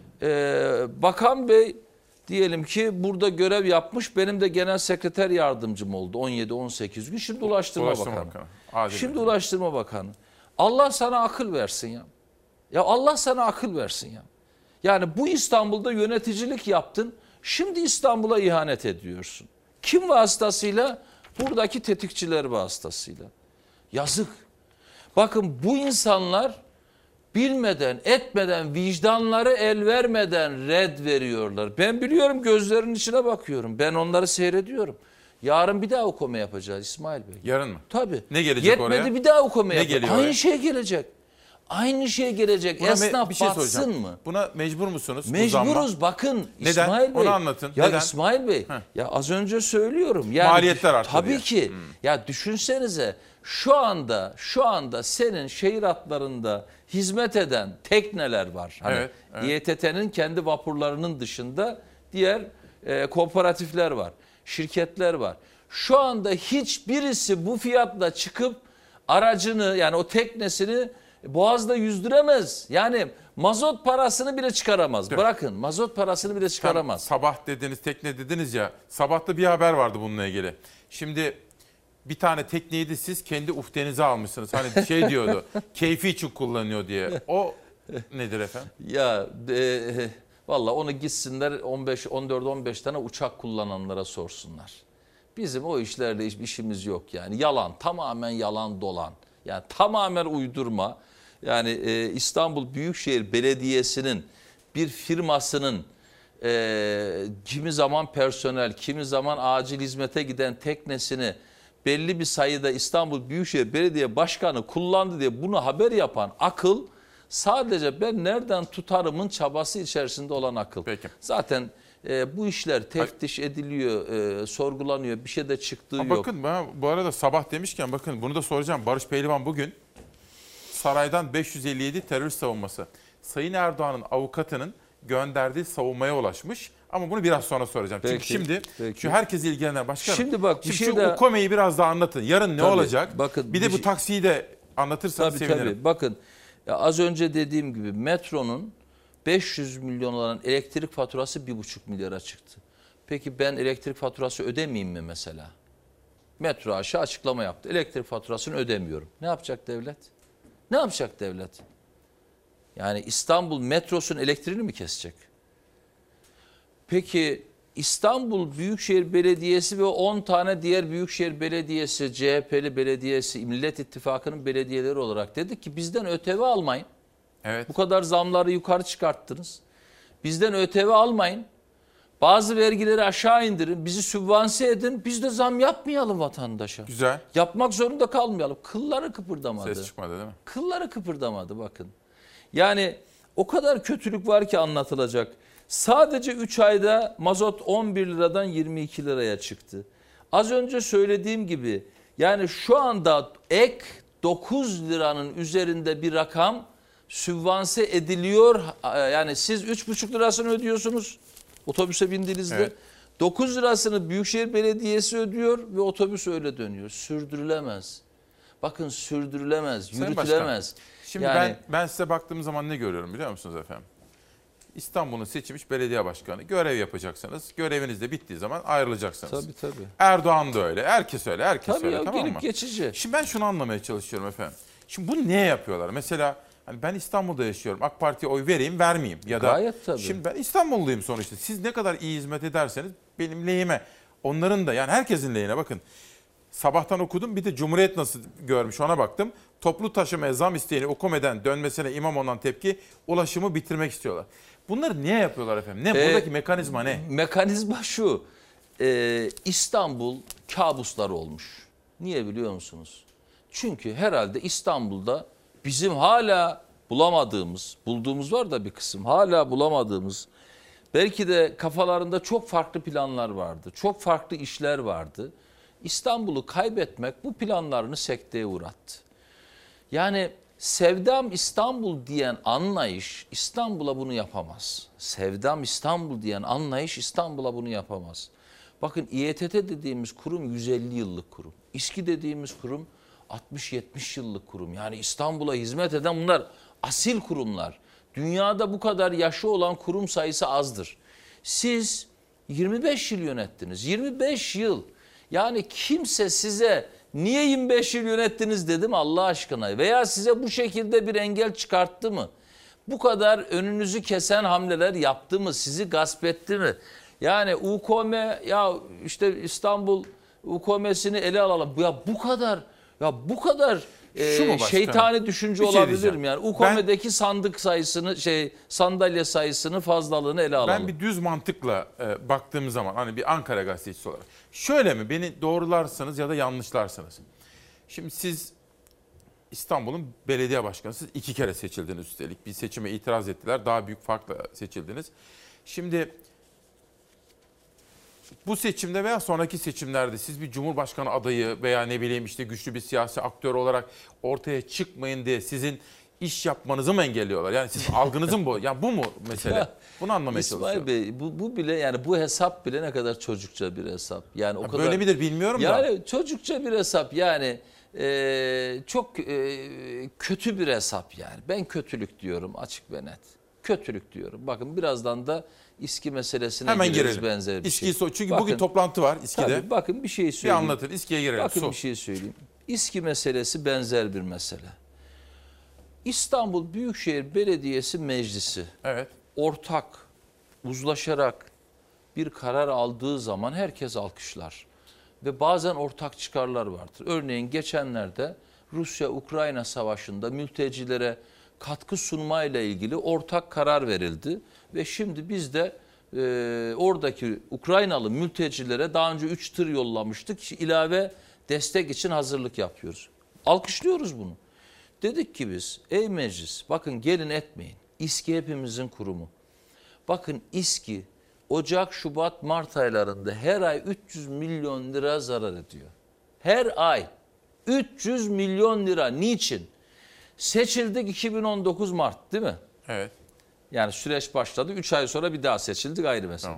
Bakan Bey diyelim ki burada görev yapmış. Benim de genel sekreter yardımcım oldu 17-18 gün. Şimdi Ulaştırma Bakanı. Şimdi Ulaştırma Bakanı. Allah sana akıl versin ya. Ya Allah sana akıl versin ya. Yani bu İstanbul'da yöneticilik yaptın. Şimdi İstanbul'a ihanet ediyorsun. Kim vasıtasıyla? Buradaki tetikçiler vasıtasıyla. Yazık. Bakın bu insanlar bilmeden, etmeden, vicdanları el vermeden red veriyorlar. Ben biliyorum, gözlerinin içine bakıyorum. Ben onları seyrediyorum. Yarın bir daha UKOME yapacağız İsmail Bey. Yarın mı? Tabii. Ne gelecek oraya? Yetmedi bir daha UKOME yapacağız. Aynı oraya? şey gelecek. Aynı şey gelecek. Buna Esnaf bir şey batsın mı? Buna mecbur musunuz? Mecburuz bakın. Neden? İsmail Bey. Onu anlatın. Ya neden? İsmail Bey ya az önce söylüyorum. Yani, maliyetler arttı tabii diye. ki. Ya düşünsenize şu anda senin şehir hatlarında hizmet eden tekneler var. Hani evet. İETT'nin kendi vapurlarının dışında diğer kooperatifler var. Şirketler var. Şu anda hiçbirisi bu fiyatla çıkıp aracını yani o teknesini Boğaz'da yüzdüremez. Yani mazot parasını bile çıkaramaz. Evet. Bırakın mazot parasını bile çıkaramaz. Sabah dediniz, tekne dediniz ya. Sabahta bir haber vardı bununla ilgili. Şimdi bir tane tekneyi de siz kendi uhdenize almışsınız. Hani şey diyordu, keyfi için kullanıyor diye. O nedir efendim? Ya vallahi onu gitsinler 14-15 tane uçak kullananlara sorsunlar. Bizim o işlerle hiçbir işimiz yok yani. Yalan, tamamen yalan dolan. Yani tamamen uydurma. Yani İstanbul Büyükşehir Belediyesi'nin bir firmasının kimi zaman personel, kimi zaman acil hizmete giden teknesini belli bir sayıda İstanbul Büyükşehir Belediye Başkanı kullandı diye bunu haber yapan akıl sadece ben nereden tutarımın çabası içerisinde olan akıl. Peki. Zaten bu işler teftiş ediliyor, sorgulanıyor, bir şey de çıktığı yok. Bakın bu arada sabah demişken bakın bunu da soracağım. Barış Pehlivan bugün saraydan 557 terörist savunması. Sayın Erdoğan'ın avukatının gönderdiği savunmaya ulaşmış. Ama bunu biraz sonra soracağım. Peki, çünkü şimdi peki. şu herkesi ilgilenen başkanım. Şimdi bak bir şey şu de... UKOME'yi biraz daha anlatın. Yarın ne olacak? Bakın, bir de bu taksiyi de anlatırsanız sevinirim. Tabii. Bakın ya az önce dediğim gibi metronun 500 milyon olan elektrik faturası 1,5 milyara çıktı. Peki ben elektrik faturası ödemeyeyim mi mesela? Metro aşağı açıklama yaptı. Elektrik faturasını ödemiyorum. Ne yapacak devlet? Ne yapacak devlet? Yani İstanbul metrosunun elektriğini mi kesecek? Peki İstanbul Büyükşehir Belediyesi ve 10 tane diğer Büyükşehir Belediyesi, CHP'li belediyesi, Millet İttifakı'nın belediyeleri olarak dedik ki bizden ÖTV almayın. Evet. Bu kadar zamları yukarı çıkarttınız. Bizden ÖTV almayın. Bazı vergileri aşağı indirin. Bizi sübvanse edin. Biz de zam yapmayalım vatandaşa. Güzel. Yapmak zorunda kalmayalım. Kılları kıpırdamadı. Ses çıkmadı değil mi? Kılları kıpırdamadı bakın. Yani o kadar kötülük var ki anlatılacak. Sadece 3 ayda mazot 11 liradan 22 liraya çıktı. Az önce söylediğim gibi yani şu anda ek 9 liranın üzerinde bir rakam sübvanse ediliyor. Yani siz 3,5 lirasını ödüyorsunuz otobüse bindiğinizde. Evet. 9 lirasını Büyükşehir Belediyesi ödüyor ve otobüs öyle dönüyor. Sürdürülemez. Bakın sürdürülemez, yürütülemez. Şimdi yani, ben size baktığım zaman ne görüyorum biliyor musunuz efendim? İstanbul'un seçilmiş belediye başkanı. Görev yapacaksınız. Göreviniz de bittiği zaman ayrılacaksınız. Tabii. Erdoğan da öyle. Herkes öyle. Herkes öyle. Ya, tamam gelip mı? geçici. Şimdi ben şunu anlamaya çalışıyorum efendim. Şimdi bunu niye yapıyorlar? Mesela hani ben İstanbul'da yaşıyorum. AK Parti'ye oy vereyim, vermeyeyim. Ya da gayet tabii. Şimdi ben İstanbulluyum sonuçta. Siz ne kadar iyi hizmet ederseniz benim lehime. Onların da yani herkesin lehine bakın. Sabahtan okudum. Bir de Cumhuriyet nasıl görmüş ona baktım. Toplu taşımaya zam isteyeni UKOME'den dönmesine İmamoğlu'ndan tepki, ulaşımı bitirmek istiyorlar. Bunları niye yapıyorlar efendim? Ne buradaki mekanizma ne? Mekanizma şu. İstanbul kabusları olmuş. Niye biliyor musunuz? Çünkü herhalde İstanbul'da bizim hala bulamadığımız, bulduğumuz var da bir kısım, hala bulamadığımız, belki de kafalarında çok farklı planlar vardı. Çok farklı işler vardı. İstanbul'u kaybetmek bu planlarını sekteye uğrattı. Yani Sevdam İstanbul diyen anlayış İstanbul'a bunu yapamaz. Sevdam İstanbul diyen anlayış İstanbul'a bunu yapamaz. Bakın İETT dediğimiz kurum 150 yıllık kurum. İSKİ dediğimiz kurum 60-70 yıllık kurum. Yani İstanbul'a hizmet eden bunlar asil kurumlar. Dünyada bu kadar yaşı olan kurum sayısı azdır. Siz 25 yıl yönettiniz. 25 yıl. Yani kimse size niye 25 yıl yönettiniz dedim Allah aşkına. Veya size bu şekilde bir engel çıkarttı mı? Bu kadar önünüzü kesen hamleler yaptı mı? Sizi gasp etti mi? Yani UKOME ya işte İstanbul UKOME'sini ele alalım. Ya bu kadar şeytani düşünce olabilir mi? Yani UKOME'deki sandık sayısını sandalye sayısını fazlalığını ele alalım. Ben bir düz mantıkla baktığım zaman hani bir Ankara gazetecisi olarak şöyle mi beni doğrularsanız ya da yanlışlarsanız. Şimdi siz İstanbul'un belediye başkanısınız. 2 kere seçildiniz üstelik. Bir seçime itiraz ettiler. Daha büyük farkla seçildiniz. Şimdi bu seçimde veya sonraki seçimlerde siz bir cumhurbaşkanı adayı veya ne bileyim işte güçlü bir siyasi aktör olarak ortaya çıkmayın diye sizin iş yapmanızı mı engelliyorlar? Yani sizin algınızı mı bu? Yani bu mu mesele? Bunu anlamaya çalışıyorum. İsmail Bey bu bile yani bu hesap bile ne kadar çocukça bir hesap. Yani o kadar böyle midir bilmiyorum yani da. Yani çocukça bir hesap yani çok kötü bir hesap yani. Ben kötülük diyorum açık ve net. Kötülük diyorum. Bakın birazdan da İSKİ meselesine hemen gireriz benzer bir şey. Çünkü bakın, bugün toplantı var İSKİ'de. Tabii, bakın bir şey söyleyeyim. Bir anlatın İSKİ'ye girelim. Bakın bir şey söyleyeyim. İSKİ meselesi benzer bir mesele. İstanbul Büyükşehir Belediyesi Meclisi ortak, uzlaşarak bir karar aldığı zaman herkes alkışlar. Ve bazen ortak çıkarlar vardır. Örneğin geçenlerde Rusya-Ukrayna savaşında mültecilere katkı sunmayla ilgili ortak karar verildi. Ve şimdi biz de oradaki Ukraynalı mültecilere daha önce 3 tır yollamıştık. İlave destek için hazırlık yapıyoruz. Alkışlıyoruz bunu. Dedik ki biz, ey meclis, bakın gelin etmeyin. İSKİ hepimizin kurumu. Bakın İSKİ Ocak, Şubat, Mart aylarında her ay 300 milyon lira zarar ediyor. Her ay 300 milyon lira. Niçin? Seçildik 2019 Mart değil mi? Evet. Yani süreç başladı. 3 ay sonra bir daha seçildik, ayrı mesele.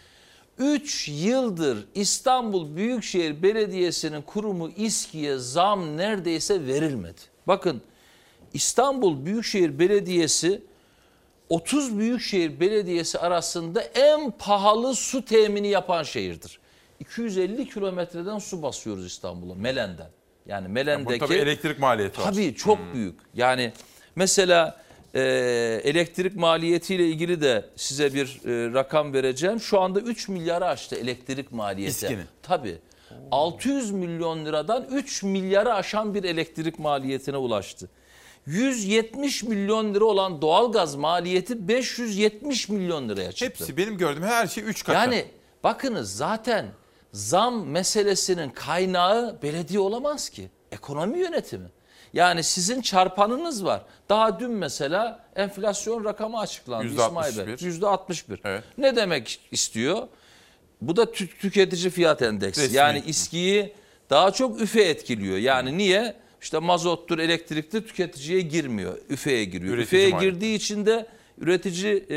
3 yıldır İstanbul Büyükşehir Belediyesi'nin kurumu İSKİ'ye zam neredeyse verilmedi. Bakın İstanbul Büyükşehir Belediyesi 30 büyükşehir belediyesi arasında en pahalı su temini yapan şehirdir. 250 kilometreden su basıyoruz İstanbul'a, Melen'den. Yani Melen'deki... Yani tabii elektrik maliyeti var. Tabii çok büyük. Yani mesela elektrik maliyetiyle ilgili de size bir rakam vereceğim. Şu anda 3 milyarı aştı elektrik maliyeti. İSKİ'nin. Tabii. 600 milyon liradan 3 milyarı aşan bir elektrik maliyetine ulaştı. 170 milyon lira olan doğalgaz maliyeti 570 milyon liraya çıktı. Hepsi benim gördüğüm her şey 3 katı. Yani bakınız zaten zam meselesinin kaynağı belediye olamaz ki. Ekonomi yönetimi. Yani sizin çarpanınız var. Daha dün mesela enflasyon rakamı açıklandı İsmail Bey. %61. Evet. Ne demek istiyor? Bu da tüketici fiyat endeksi. Resmi. Yani İSKİ'yi daha çok üfe etkiliyor. Yani niye? İşte mazottur, elektriktir tüketiciye girmiyor. Üfeye giriyor. Üretici üfeye girdiği için de üretici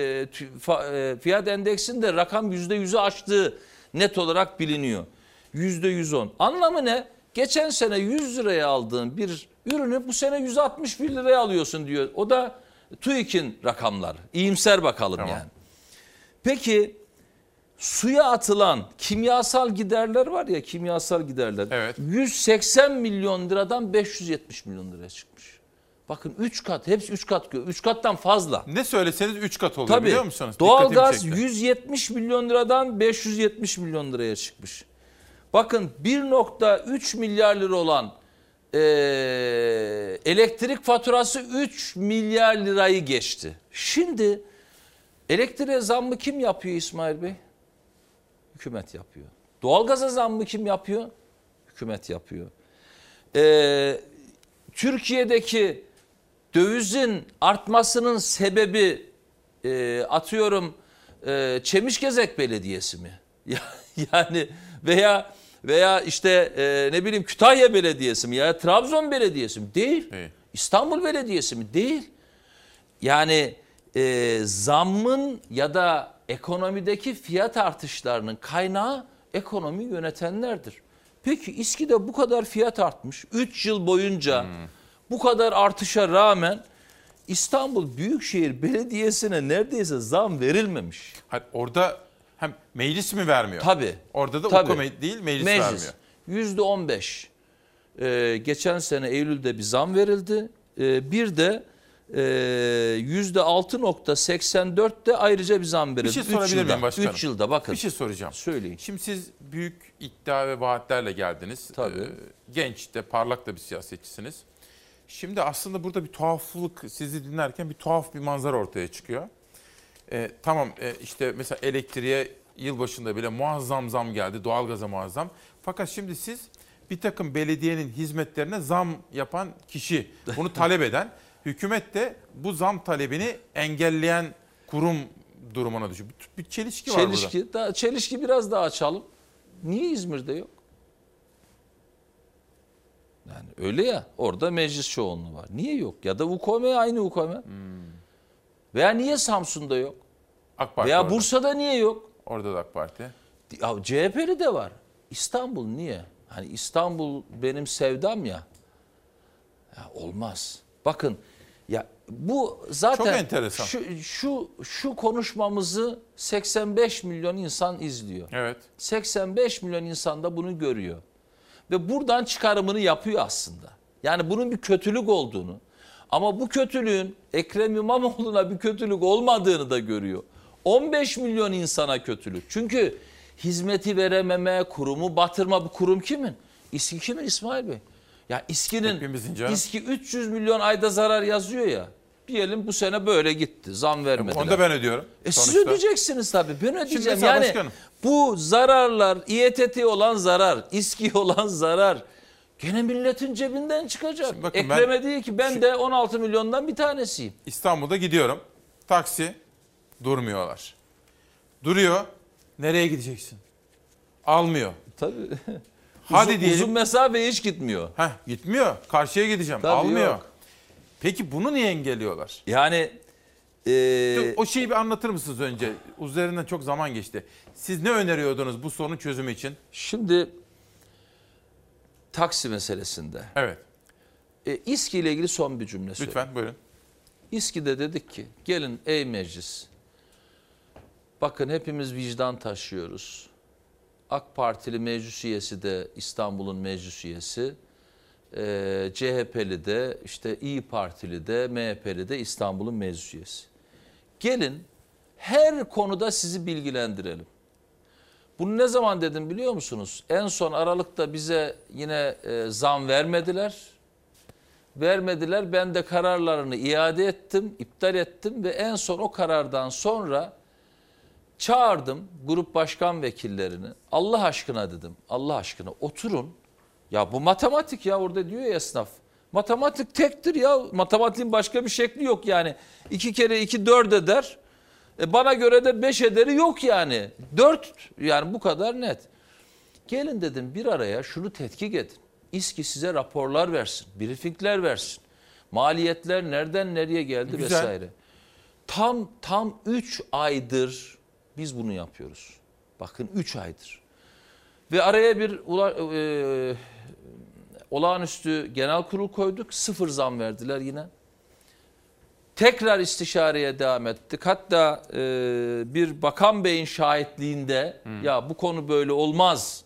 fiyat endeksinde rakam %100'ü aştığı net olarak biliniyor. %110. Anlamı ne? Geçen sene 100 liraya aldığın bir ürünü bu sene 161 liraya alıyorsun diyor. O da TÜİK'in rakamları. İyimser bakalım yani. Peki suya atılan kimyasal giderler var ya, kimyasal giderler. Evet. 180 milyon liradan 570 milyon liraya çıkmış. Bakın 3 kat, hepsi 3 kat, 3 kattan fazla. Ne söyleseniz 3 kat oluyor. Tabii, biliyor musunuz? Doğalgaz 170 milyon liradan 570 milyon liraya çıkmış. Bakın 1.3 milyar lira olan elektrik faturası 3 milyar lirayı geçti. Şimdi elektriğe zammı kim yapıyor İsmail Bey? Hükümet yapıyor. Doğalgaza zammı kim yapıyor? Hükümet yapıyor. Türkiye'deki dövizin artmasının sebebi atıyorum Çemişgezek Belediyesi mi? Yani veya işte ne bileyim Kütahya Belediyesi mi ya Trabzon Belediyesi mi? Değil. İstanbul Belediyesi mi? Değil. Yani zammın ya da ekonomideki fiyat artışlarının kaynağı ekonomi yönetenlerdir. Peki İSKİ'de bu kadar fiyat artmış. 3 yıl boyunca bu kadar artışa rağmen İstanbul Büyükşehir Belediyesi'ne neredeyse zam verilmemiş. Hayır, orada hem meclis mi vermiyor? Tabii. Orada da hükümet değil meclis vermiyor. %15. Geçen sene Eylül'de bir zam verildi. Bir de %6.84'te ayrıca bir zam verildi. Bir şey sorabilir miyim başkanım? 3 yılda bakın. Bir şey soracağım. Söyleyin. Şimdi siz büyük iddia ve vaatlerle geldiniz. Tabii. Genç de parlak da bir siyasetçisiniz. Şimdi aslında burada bir tuhaflık, sizi dinlerken bir tuhaf bir manzara ortaya çıkıyor. Tamam işte mesela elektriğe yılbaşında bile muazzam zam geldi. Doğalgaza muazzam. Fakat şimdi siz bir takım belediyenin hizmetlerine zam yapan kişi, bunu talep eden, hükümet de bu zam talebini engelleyen kurum durumuna düşüyor. Bir çelişki var burada. Çelişki biraz daha açalım. Niye İzmir'de yok? Yani öyle ya, orada meclis çoğunluğu var. Niye yok? Ya da UKM aynı UKM. Veya niye Samsun'da yok? AK Parti veya orada. Bursa'da niye yok? Orada da AK Parti. Ya CHP'li de var. İstanbul niye? Hani İstanbul benim sevdam ya. Ya olmaz. Bakın ya bu zaten çok enteresan. Şu konuşmamızı 85 milyon insan izliyor. Evet. 85 milyon insan da bunu görüyor. Ve buradan çıkarımını yapıyor aslında. Yani bunun bir kötülük olduğunu ama bu kötülüğün Ekrem İmamoğlu'na bir kötülük olmadığını da görüyor. 15 milyon insana kötülük. Çünkü hizmeti verememe, kurumu batırma, bu kurum kimin? İSKİ kimin İsmail Bey? Ya İSKİ 300 milyon ayda zarar yazıyor ya. Diyelim bu sene böyle gitti. Zam vermediler. Onu da ben ödüyorum. Siz ödeyeceksiniz tabii. Ben ödeyeceğim. Şimdi Yani başkanım, bu zararlar, İETT olan zarar, İSKİ olan zarar gene milletin cebinden çıkacak. bakın Ekrem'e değil ki ben de 16 milyondan bir tanesiyim. İstanbul'da gidiyorum. Taksi durmuyorlar. Duruyor. Nereye gideceksin? Almıyor. Tabii. Hadi diyelim. Uzun mesafe hiç gitmiyor. Gitmiyor. Karşıya gideceğim. Tabii Almıyor. yok. Peki bunu niye engelliyorlar? Yani o şeyi bir anlatır mısınız önce? Üzerinden çok zaman geçti. Siz ne öneriyordunuz bu sorunun çözümü için? Şimdi taksi meselesinde. Evet. İSKİ ile ilgili son bir cümle söyleyeyim. Lütfen buyurun. İSKİ'de dedik ki gelin ey meclis. Bakın hepimiz vicdan taşıyoruz. AK Partili meclis üyesi de İstanbul'un meclis üyesi. CHP'li de işte İyi Partili de MHP'li de İstanbul'un meclis üyesi. Gelin her konuda sizi bilgilendirelim. Bunu ne zaman dedim biliyor musunuz? En son Aralık'ta bize yine zam vermediler. Ben de kararlarını iade ettim, iptal ettim ve en son o karardan sonra çağırdım grup başkan vekillerini. Allah aşkına dedim, Allah aşkına oturun. Ya bu matematik ya, orada diyor ya esnaf. Matematik tektir ya, matematiğin başka bir şekli yok yani. 2 kere 2 4 eder. Bana göre de 5 ederi yok yani. 4 yani bu kadar net. Gelin dedim bir araya şunu tetkik edin. İSKİ size raporlar versin, briefingler versin. Maliyetler nereden nereye geldi vesaire. Tam 3 aydır biz bunu yapıyoruz. Bakın 3 aydır. Ve araya bir olağanüstü genel kurul koyduk. 0 zam verdiler yine. Tekrar istişareye devam ettik. Hatta bir bakan beyin şahitliğinde ya bu konu böyle olmaz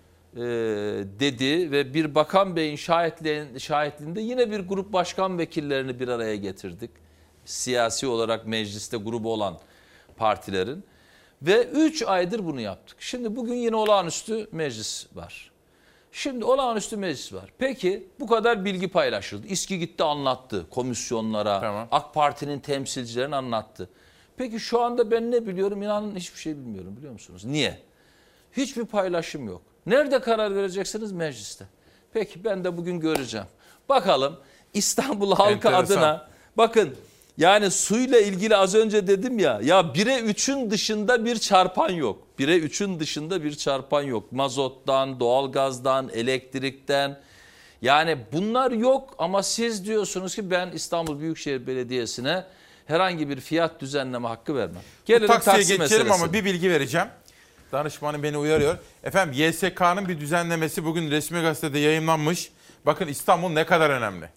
dedi ve bir bakan beyin şahitliğinde yine bir grup başkan vekillerini bir araya getirdik. Siyasi olarak mecliste grubu olan partilerin. Ve 3 aydır bunu yaptık. Şimdi bugün yine olağanüstü meclis var. Şimdi olağanüstü meclis var. Peki bu kadar bilgi paylaşıldı. İSKİ gitti anlattı komisyonlara. Tamam. AK Parti'nin temsilcilerini anlattı. Peki şu anda ben ne biliyorum? İnanın hiçbir şey bilmiyorum, biliyor musunuz? Niye? Hiçbir paylaşım yok. Nerede karar vereceksiniz? Mecliste. Peki ben de bugün göreceğim. Bakalım İstanbul halkı adına bakın. Yani suyla ilgili az önce dedim ya 1'e 3'ün dışında bir çarpan yok. 1'e 3'ün dışında bir çarpan yok. Mazottan, doğalgazdan, elektrikten. Yani bunlar yok ama siz diyorsunuz ki ben İstanbul Büyükşehir Belediyesi'ne herhangi bir fiyat düzenleme hakkı vermem. Gelelim taksiye taksi geçelim meselesi. ama bir bilgi vereceğim. Danışmanım beni uyarıyor. Efendim YSK'nın bir düzenlemesi bugün resmi gazetede yayımlanmış. Bakın İstanbul ne kadar önemli.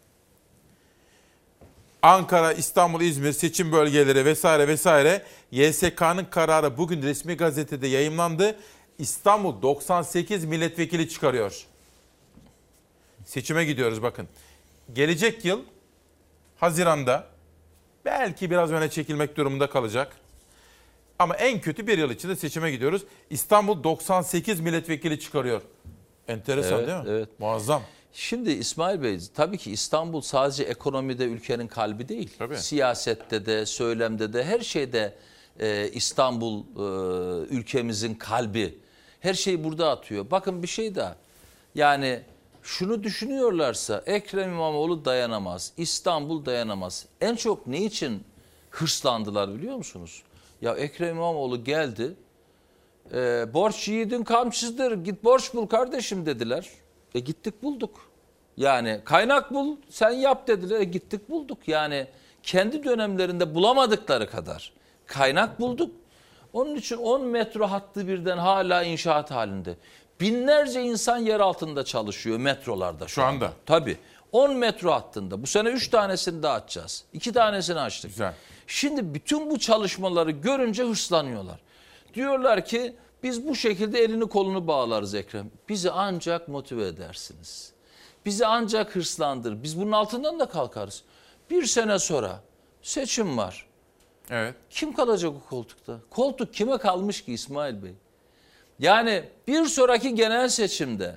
Ankara, İstanbul, İzmir seçim bölgeleri vesaire vesaire YSK'nın kararı bugün resmi gazetede yayımlandı. İstanbul 98 milletvekili çıkarıyor. Seçime gidiyoruz bakın. Gelecek yıl Haziran'da belki biraz öne çekilmek durumunda kalacak. Ama en kötü bir yıl içinde seçime gidiyoruz. İstanbul 98 milletvekili çıkarıyor. Enteresan değil mi? Evet. Muazzam. Şimdi İsmail Bey tabii ki İstanbul sadece ekonomide ülkenin kalbi değil. Tabii. Siyasette de, söylemde de, her şeyde İstanbul ülkemizin kalbi. Her şey burada atıyor. Bakın bir şey daha. Yani şunu düşünüyorlarsa Ekrem İmamoğlu dayanamaz, İstanbul dayanamaz. En çok ne için hırslandılar biliyor musunuz? Ya Ekrem İmamoğlu geldi, borç yiğidin kamçısıdır, git borç bul kardeşim dediler. Gittik bulduk. Yani kaynak bul sen yap dediler. Gittik bulduk. Yani kendi dönemlerinde bulamadıkları kadar kaynak bulduk. Onun için 10 metro hattı birden hala inşaat halinde. Binlerce insan yer altında çalışıyor metrolarda şu anda. Tabii. 10 metro hattında. Bu sene 3 tanesini daha açacağız. 2 tanesini açtık. Güzel. Şimdi bütün bu çalışmaları görünce hırslanıyorlar. Diyorlar ki biz bu şekilde elini kolunu bağlarız Ekrem. Bizi ancak motive edersiniz. Bizi ancak hırslandır. Biz bunun altından da kalkarız. Bir sene sonra seçim var. Evet. Kim kalacak o koltukta? Koltuk kime kalmış ki İsmail Bey? Yani bir sonraki genel seçimde,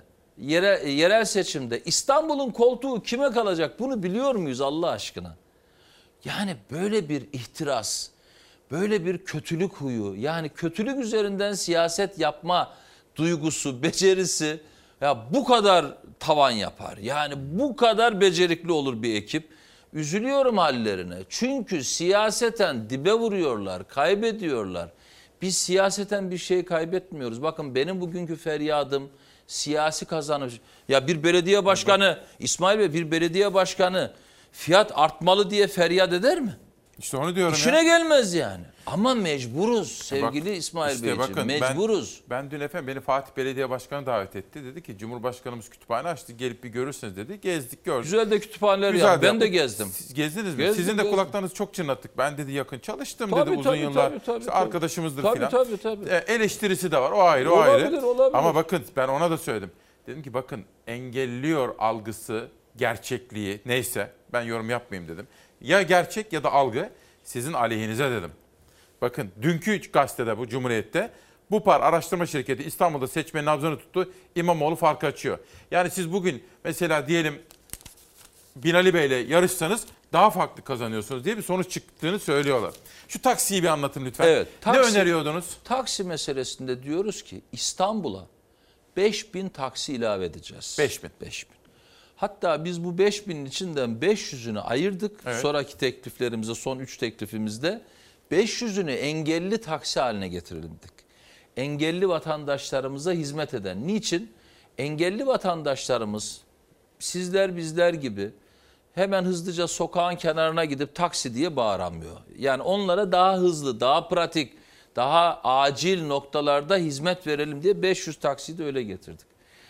yerel seçimde İstanbul'un koltuğu kime kalacak? Bunu biliyor muyuz Allah aşkına? Yani böyle bir ihtiras, böyle bir kötülük huyu, yani kötülük üzerinden siyaset yapma duygusu, becerisi ya bu kadar tavan yapar. Yani bu kadar becerikli olur bir ekip. Üzülüyorum hallerine. Çünkü siyaseten dibe vuruyorlar, kaybediyorlar. Biz siyaseten bir şey kaybetmiyoruz. Bakın benim bugünkü feryadım siyasi kazanış. Ya bir belediye başkanı, İsmail Bey, bir belediye başkanı fiyat artmalı diye feryat eder mi? İşte onu diyorum İşine ya. gelmez yani. Ama mecburuz sevgili Bak, İsmail işte Beyciğim. bakın, Mecburuz. Ben dün efendim beni Fatih Belediye Başkanı davet etti. Dedi ki Cumhurbaşkanımız kütüphane açtı. Gelip bir görürsünüz dedi. Gezdik gördük. Güzel de kütüphaneler Güzel ya. Ben yaptık. de gezdim. Siz gezdiniz mi? Gezdim, Sizin de gezdim. kulaklarınızı çok çınlattık. Ben dedi yakın çalıştım Tabii, dedi uzun tabii, yıllar. tabii, İşte arkadaşımızdır tabii, filan. tabii. Eleştirisi de var. O ayrı, o Olabilir, ayrı. olabilir. Ama bakın ben ona da söyledim. Dedim ki bakın engelliyor algısı, gerçekliği neyse ben yorum yapmayayım dedim. Ya gerçek ya da algı sizin aleyhinize dedim. Bakın dünkü gazetede bu Cumhuriyet'te Bupar Araştırma Şirketi İstanbul'da seçmenin nabzını tuttu. İmamoğlu farkı açıyor. Yani siz bugün mesela diyelim Binali Bey'le yarışsanız daha farklı kazanıyorsunuz diye bir sonuç çıktığını söylüyorlar. Şu taksiyi bir anlatın lütfen. Evet, ne öneriyordunuz? Taksi meselesinde diyoruz ki İstanbul'a 5000 taksi ilave edeceğiz. 5000. Hatta biz bu 5000'in içinden 500'ünü ayırdık. Evet. Sonraki tekliflerimizde, son 3 teklifimizde 500'ünü engelli taksi haline getirelim dedik. Engelli vatandaşlarımıza hizmet eden. Niçin? Engelli vatandaşlarımız sizler bizler gibi hemen hızlıca sokağın kenarına gidip taksi diye bağıramıyor. Yani onlara daha hızlı, daha pratik, daha acil noktalarda hizmet verelim diye 500 taksiyi de öyle getirdik.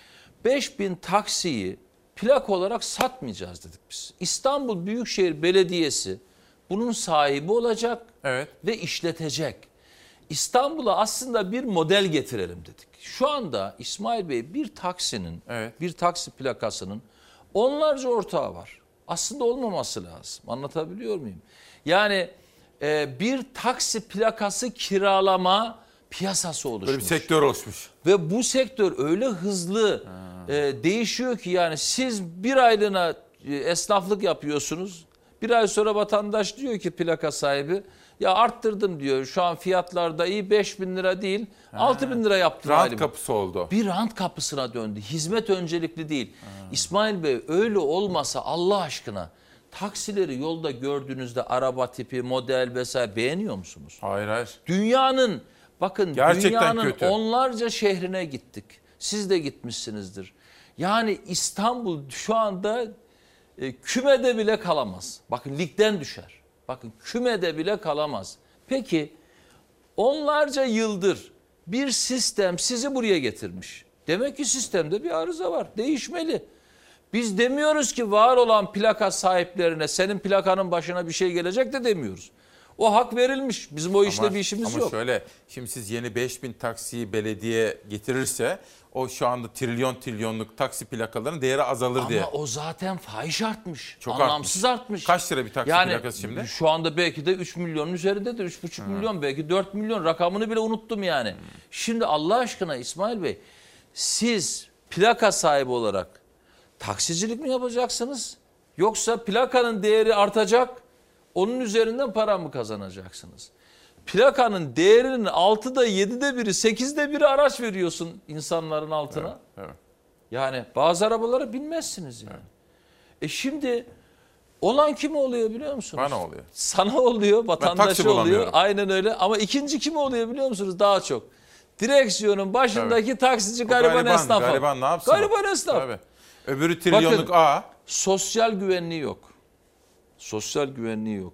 5000 taksiyi plak olarak satmayacağız dedik biz. İstanbul Büyükşehir Belediyesi bunun sahibi olacak ve işletecek. İstanbul'a aslında bir model getirelim dedik. Şu anda İsmail Bey bir taksinin, bir taksi plakasının onlarca ortağı var. Aslında olmaması lazım. Anlatabiliyor muyum? Yani bir taksi plakası kiralama piyasası oluşmuş. Böyle bir sektör oluşmuş. Ve bu sektör öyle hızlı değişiyor ki yani siz bir aylığına esnaflık yapıyorsunuz. Bir ay sonra vatandaş diyor ki plaka sahibi ya arttırdım diyor. Şu an fiyatlarda iyi 5.000 lira değil 6.000 lira yaptım. Rant kapısı oldu. Bir rant kapısına döndü. Hizmet öncelikli değil. İsmail Bey öyle olmasa Allah aşkına taksileri yolda gördüğünüzde araba tipi, model vesaire beğeniyor musunuz? Hayır. Dünyanın bakın gerçekten dünyanın kötü. Onlarca şehrine gittik. Siz de gitmişsinizdir. Yani İstanbul şu anda kümede bile kalamaz. Bakın ligden düşer. Bakın kümede bile kalamaz. Peki onlarca yıldır bir sistem sizi buraya getirmiş. Demek ki sistemde bir arıza var. Değişmeli. Biz demiyoruz ki var olan plaka sahiplerine senin plakanın başına bir şey gelecek de demiyoruz. O hak verilmiş. Bizim o işle bir işimiz yok. Ama şöyle şimdi siz yeni 5000 taksiyi belediye getirirse o şu anda trilyonluk taksi plakalarının değeri azalır diye. Ama o zaten fahiş artmış. Çok anlamsız artmış. Kaç lira bir taksi plakası şimdi? Şu anda belki de 3 milyonun üzerindedir. 3,5 milyon belki 4 milyon rakamını bile unuttum yani. Şimdi Allah aşkına İsmail Bey siz plaka sahibi olarak taksicilik mi yapacaksınız? Yoksa plakanın değeri artacak onun üzerinden para mı kazanacaksınız? Plakanın değerinin 6'da 7'de biri 8'de biri araç veriyorsun insanların altına. Evet. Yani bazı arabalara binmezsiniz yani. Şimdi olan kim oluyor biliyor musunuz? Bana oluyor. Sana oluyor, vatandaşa oluyor. bulamıyorum. Aynen öyle ama ikinci kim oluyor biliyor musunuz? Daha çok. Direksiyonun başındaki taksici gariban esnafı. Gariban ne yapsın? Gariban esnaf. Tabii. Öbürü trilyonluk Bakın, sosyal güvenliği yok. Sosyal güvenliği yok.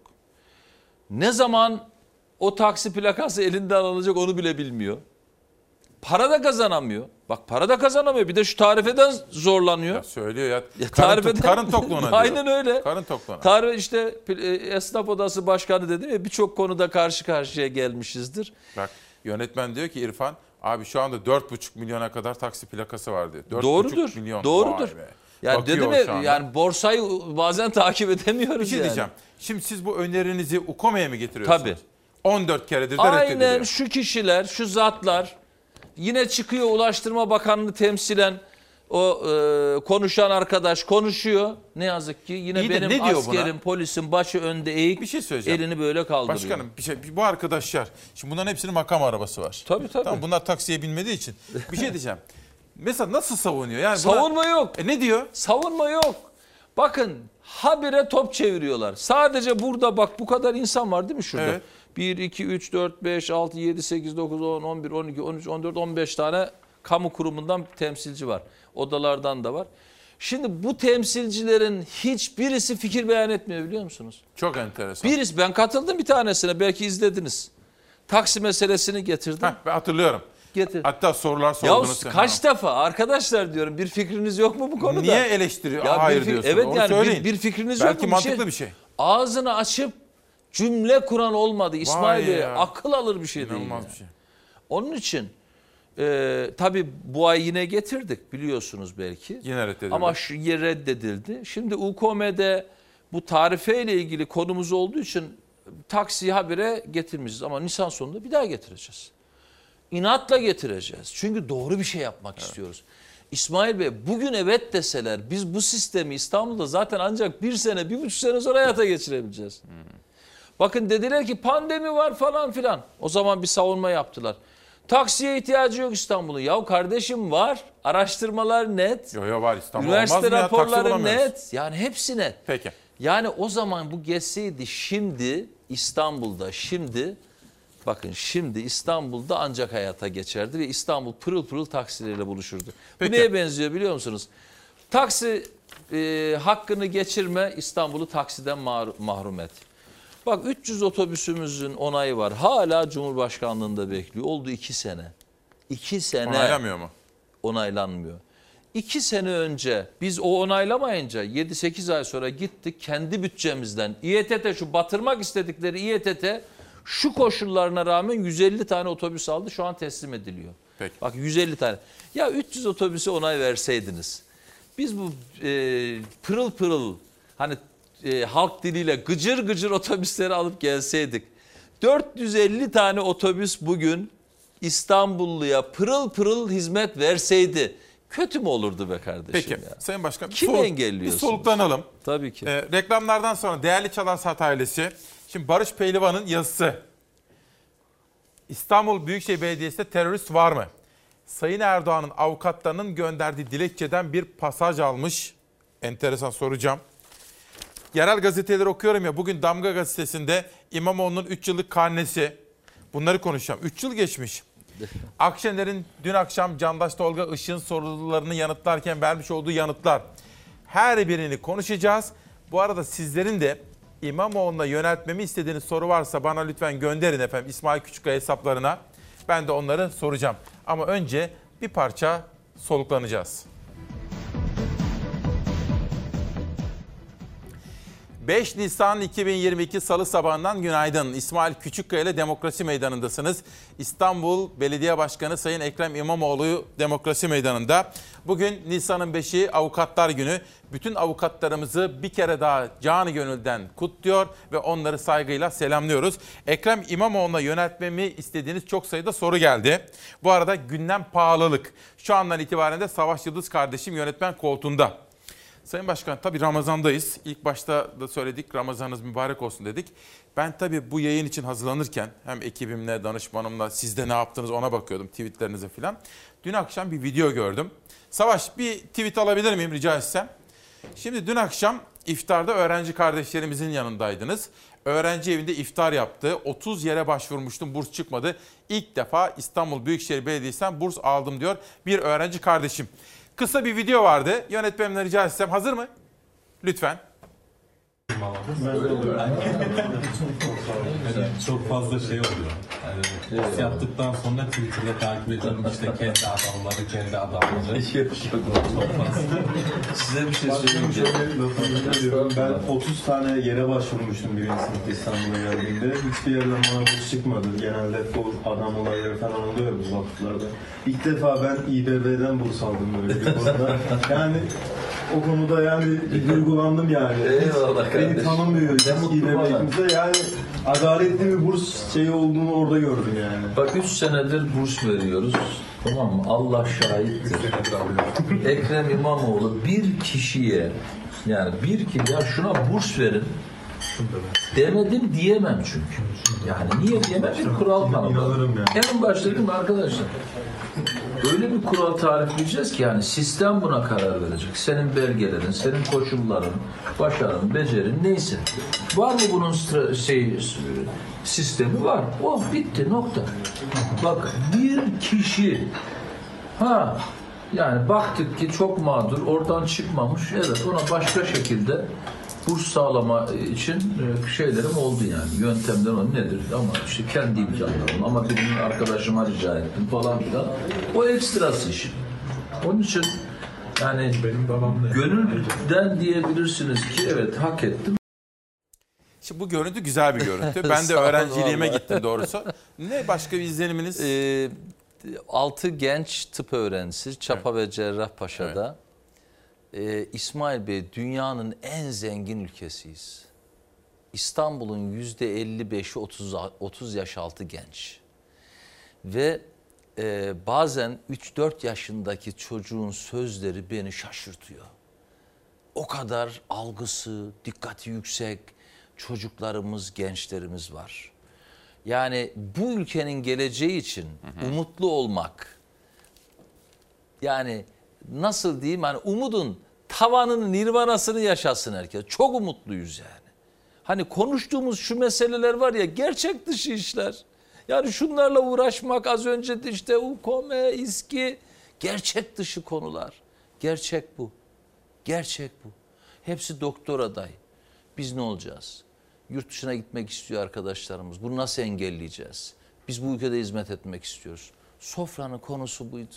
Ne zaman o taksi plakası elinden alınacak onu bile bilmiyor. Para da kazanamıyor. Bak para da kazanamıyor. Bir de şu tarifeden zorlanıyor. Ya söylüyor ya. Karın tokluğuna diyor. Aynen öyle. Karın tokluğuna. Tarife işte esnaf odası başkanı dedim ya birçok konuda karşı karşıya gelmişizdir. Bak yönetmen diyor ki İrfan abi şu anda 4,5 milyona kadar taksi plakası var diyor. 4,5 Doğrudur. milyon. Doğrudur. Yani dedim ya yani borsayı bazen takip edemiyoruz bir şey yani. diyeceğim. Şimdi siz bu önerinizi UKOME'ye mi getiriyorsunuz? Tabii. 14 keredir de reddediliyor. Aynen şu kişiler, şu zatlar yine çıkıyor Ulaştırma Bakanlığı temsilen O konuşan arkadaş konuşuyor. Ne yazık ki yine İyi de benim ne diyor askerim, buna? polisin başı önde eğik, Bir şey söyleyeceğim. elini böyle kaldırıyor. Başkanım bu arkadaşlar, şimdi bunların hepsinin makam arabası var. Tabii. Tamam, bunlar taksiye binmediği için. Bir şey diyeceğim. Mesela nasıl savunuyor? Yani Savunma yok. Ne diyor? Savunma yok. Bakın habire top çeviriyorlar. Sadece burada bak bu kadar insan var değil mi şurada? Evet. 1, 2, 3, 4, 5, 6, 7, 8, 9, 10, 11, 12, 13, 14, 15 tane kamu kurumundan temsilci var. Odalardan da var. Şimdi bu temsilcilerin hiçbirisi fikir beyan etmiyor biliyor musunuz? Çok enteresan. Birisi, ben katıldım bir tanesine, belki izlediniz. Taksi meselesini getirdim. Ben hatırlıyorum. Getir. Hatta sorular sordunuz. Ya kaç defa arkadaşlar diyorum, bir fikriniz yok mu bu konuda? Niye eleştiriyor? Ya hayır diyorsun. Evet, onu yani söyleyin. bir fikriniz yok mu? Belki mantıklı bir şey. Ağzını açıp cümle kuran olmadı İsmail Bey. ya. Akıl alır bir şey değil. İnanılmaz Yani. bir şey. Onun için tabii bu ay yine getirdik biliyorsunuz belki. Yine reddedildi. Ama reddedildi. Şimdi UKM'de bu tarife ile ilgili konumuz olduğu için taksiyi habire getirmişiz. Ama Nisan sonunda bir daha getireceğiz. İnatla getireceğiz. Çünkü doğru bir şey yapmak istiyoruz. İsmail Bey, bugün evet deseler biz bu sistemi İstanbul'da zaten ancak 1 sene, 1,5 sene sonra hayata geçirebileceğiz. Bakın dediler ki pandemi var falan filan. O zaman bir savunma yaptılar. Taksiye ihtiyacı yok İstanbul'un. Ya kardeşim var. Araştırmalar net. Yo var İstanbul. Üniversite olmaz mı ya? raporları net. Yani hepsi net. Peki. Yani o zaman bu geçseydi şimdi İstanbul'da bakın şimdi İstanbul'da ancak hayata geçerdi ve İstanbul pırıl pırıl taksileriyle buluşurdu. Peki. Bu neye benziyor biliyor musunuz? Taksi hakkını geçirme, İstanbul'u taksiden mahrum et. Bak 300 otobüsümüzün onayı var. Hala Cumhurbaşkanlığında bekliyor. Oldu 2 sene. 2 sene. Onaylamıyor mu? Onaylanmıyor. 2 sene önce biz o onaylamayınca 7-8 ay sonra gittik kendi bütçemizden İETT, şu batırmak istedikleri İETT şu koşullarına rağmen 150 tane otobüs aldı, şu an teslim ediliyor. Peki. Bak 150 tane. Ya 300 otobüse onay verseydiniz, biz bu pırıl pırıl hani halk diliyle gıcır gıcır otobüsleri alıp gelseydik, 450 tane otobüs bugün İstanbulluya pırıl pırıl hizmet verseydi kötü mü olurdu be kardeşim? Peki ya? Sayın Başkan, Kim engelliyorsunuz? Bir soluklanalım. Tabii ki. Reklamlardan sonra değerli Çalarsat ailesi, şimdi Barış Pehlivan'ın yazısı. İstanbul Büyükşehir Belediyesi'nde terörist var mı? Sayın Erdoğan'ın avukatlarının gönderdiği dilekçeden bir pasaj almış. Enteresan, soracağım. Yerel gazeteleri okuyorum ya, bugün Damga Gazetesi'nde İmamoğlu'nun 3 yıllık karnesi. Bunları konuşacağım. 3 yıl geçmiş. Akşener'in dün akşam Candaş Tolga Işık'ın sorularını yanıtlarken vermiş olduğu yanıtlar. Her birini konuşacağız. Bu arada sizlerin de İmamoğlu'na yöneltmemi istediğiniz soru varsa bana lütfen gönderin efendim İsmail Küçükkaya hesaplarına. Ben de onları soracağım. Ama önce bir parça soluklanacağız. 5 Nisan 2022 Salı sabahından günaydın. İsmail Küçükkaya ile Demokrasi Meydanı'ndasınız. İstanbul Belediye Başkanı Sayın Ekrem İmamoğlu Demokrasi Meydanı'nda. Bugün Nisan'ın 5'i Avukatlar Günü. Bütün avukatlarımızı bir kere daha canı gönülden kutluyor ve onları saygıyla selamlıyoruz. Ekrem İmamoğlu'na yöneltmemi istediğiniz çok sayıda soru geldi. Bu arada gündem pahalılık. Şu andan itibaren de Savaş Yıldız kardeşim yönetmen koltuğunda. Sayın Başkan, tabii Ramazan'dayız. İlk başta da söyledik, Ramazanınız mübarek olsun dedik. Ben tabii bu yayın için hazırlanırken hem ekibimle, danışmanımla siz de ne yaptınız ona bakıyordum, tweetlerinize falan. Dün akşam bir video gördüm. Savaş, bir tweet alabilir miyim rica etsem? Şimdi dün akşam iftarda öğrenci kardeşlerimizin yanındaydınız. Öğrenci evinde iftar yaptı. 30 yere başvurmuştum, burs çıkmadı. İlk defa İstanbul Büyükşehir Belediyesi'nden burs aldım diyor bir öğrenci kardeşim. Kısa bir video vardı. Yönetmenimle rica etsem, hazır mı? Lütfen. Çok fazla şey oluyor. Yani yaptıktan sonra Twitter'da takip ediyorum işte kendi adamları. Çok fazla. Size bir şey söyleyeyim. Ben 30 tane yere başvurmuştum birinci sınıfta İstanbul'a geldiğimde. Hiçbir yerden bana burs çıkmadı. Genelde bu adam olayları falan oluyor bu vakıflarda. İlk defa ben İBB'den burs aldım böyle bir konuda. Yani o konuda yani duygulandım yani. Eyvallah kardeşim. Beni tanımıyor İBB'imizde yani adaletli bir burs şeyi olduğunu orada gördüm yani. Bak 3 senedir burs veriyoruz. Tamam mı? Allah şahittir. Ekrem İmamoğlu bir kişiye, yani bir kişi ya şuna burs verin demedim diyemem çünkü. Yani niye diyemem? Bir kural tanımladım. En başta dedim mi arkadaşlar? Öyle bir kural tarifleyeceğiz ki yani sistem buna karar verecek. Senin belgelerin, senin koşulların, başarın, becerin neyse. Var mı bunun sistemi? Var. Oh bitti nokta. Bak bir kişi yani baktık ki çok mağdur, oradan çıkmamış. Evet ona başka şekilde burs sağlama için şeylerim oldu yani. Yöntemler o nedir? Ama işte kendi imkanlarım. Ama birinin arkadaşıma rica ettim falan filan. O ekstrası işin. Onun için yani gönülden diyebilirsiniz ki evet hak ettim. Şimdi bu görüntü güzel bir görüntü. Ben de öğrenciliğime gittim doğrusu. Ne başka bir izleniminiz? 6 genç tıp öğrencisi Çapa ve Cerrahpaşa'da. Evet. İsmail Bey, dünyanın en zengin ülkesiyiz. İstanbul'un %55'i 30 yaş altı genç. Ve bazen 3-4 yaşındaki çocuğun sözleri beni şaşırtıyor. O kadar algısı, dikkati yüksek çocuklarımız, gençlerimiz var. Yani bu ülkenin geleceği için umutlu olmak, yani nasıl diyeyim, hani umudun tavanının nirvanasını yaşasın herkes. Çok umutluyuz yani. Hani konuştuğumuz şu meseleler var ya, gerçek dışı işler. Yani şunlarla uğraşmak, az önce işte UKOME, İSKİ, gerçek dışı konular. Gerçek bu. Gerçek bu. Hepsi doktor adayı. Biz ne olacağız? Yurt dışına gitmek istiyor arkadaşlarımız. Bunu nasıl engelleyeceğiz? Biz bu ülkede hizmet etmek istiyoruz. Sofranın konusu buydu.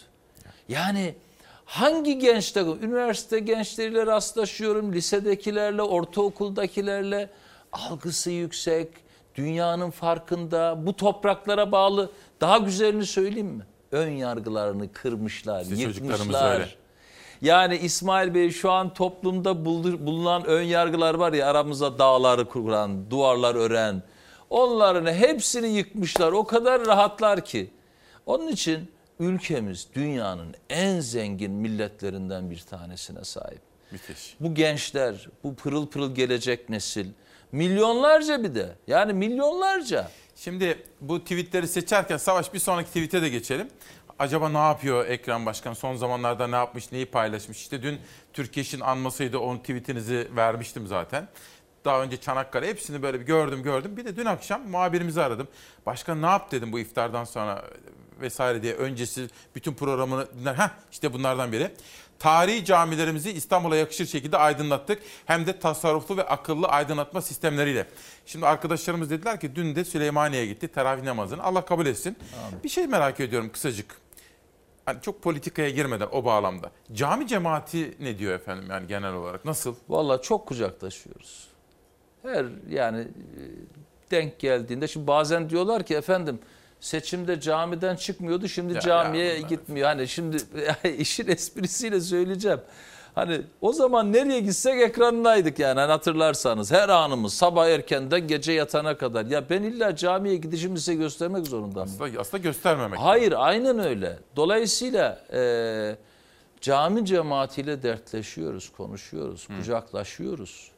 Yani hangi gençler, üniversite gençleriyle rastlaşıyorum, lisedekilerle, ortaokuldakilerle, algısı yüksek, dünyanın farkında, bu topraklara bağlı. Daha güzelini söyleyeyim mi? Ön yargılarını kırmışlar, yıkmışlar. Yani İsmail Bey, şu an toplumda bulunan ön yargılar var ya, aramıza dağları kuran, duvarlar ören, onların hepsini yıkmışlar. O kadar rahatlar ki. Onun için ülkemiz dünyanın en zengin milletlerinden bir tanesine sahip. Müthiş. Bu gençler, bu pırıl pırıl gelecek nesil, milyonlarca, bir de yani milyonlarca. Şimdi bu tweetleri seçerken Savaş, bir sonraki tweete de geçelim. Acaba ne yapıyor Ekrem Başkan? Son zamanlarda ne yapmış, neyi paylaşmış? İşte dün Türkeş'in anmasıydı, onun tweetinizi vermiştim zaten. Daha önce Çanakkale, hepsini böyle bir gördüm. Bir de dün akşam muhabirimizi aradım. Başkan ne yap dedim bu iftardan sonra vesaire diye. Öncesi bütün programını dinler. İşte bunlardan biri. Tarihi camilerimizi İstanbul'a yakışır şekilde aydınlattık. Hem de tasarruflu ve akıllı aydınlatma sistemleriyle. Şimdi arkadaşlarımız dediler ki dün de Süleymaniye'ye gitti teravih namazını. Allah kabul etsin. Amin. Bir şey merak ediyorum kısacık. Hani çok politikaya girmeden o bağlamda. Cami cemaati ne diyor efendim, yani genel olarak nasıl? Vallahi çok kucaklaşıyoruz. Her yani denk geldiğinde, şimdi bazen diyorlar ki efendim seçimde camiden çıkmıyordu, şimdi camiye gitmiyor. Hani şimdi işin esprisiyle söyleyeceğim. Hani o zaman nereye gitsek ekranındaydık yani, hani hatırlarsanız her anımız, sabah erkenden gece yatana kadar. Ya ben illa camiye gidişimi size göstermek zorundayım. Aslında göstermemek. Hayır, aynen öyle. Dolayısıyla cami cemaatiyle dertleşiyoruz, konuşuyoruz, kucaklaşıyoruz.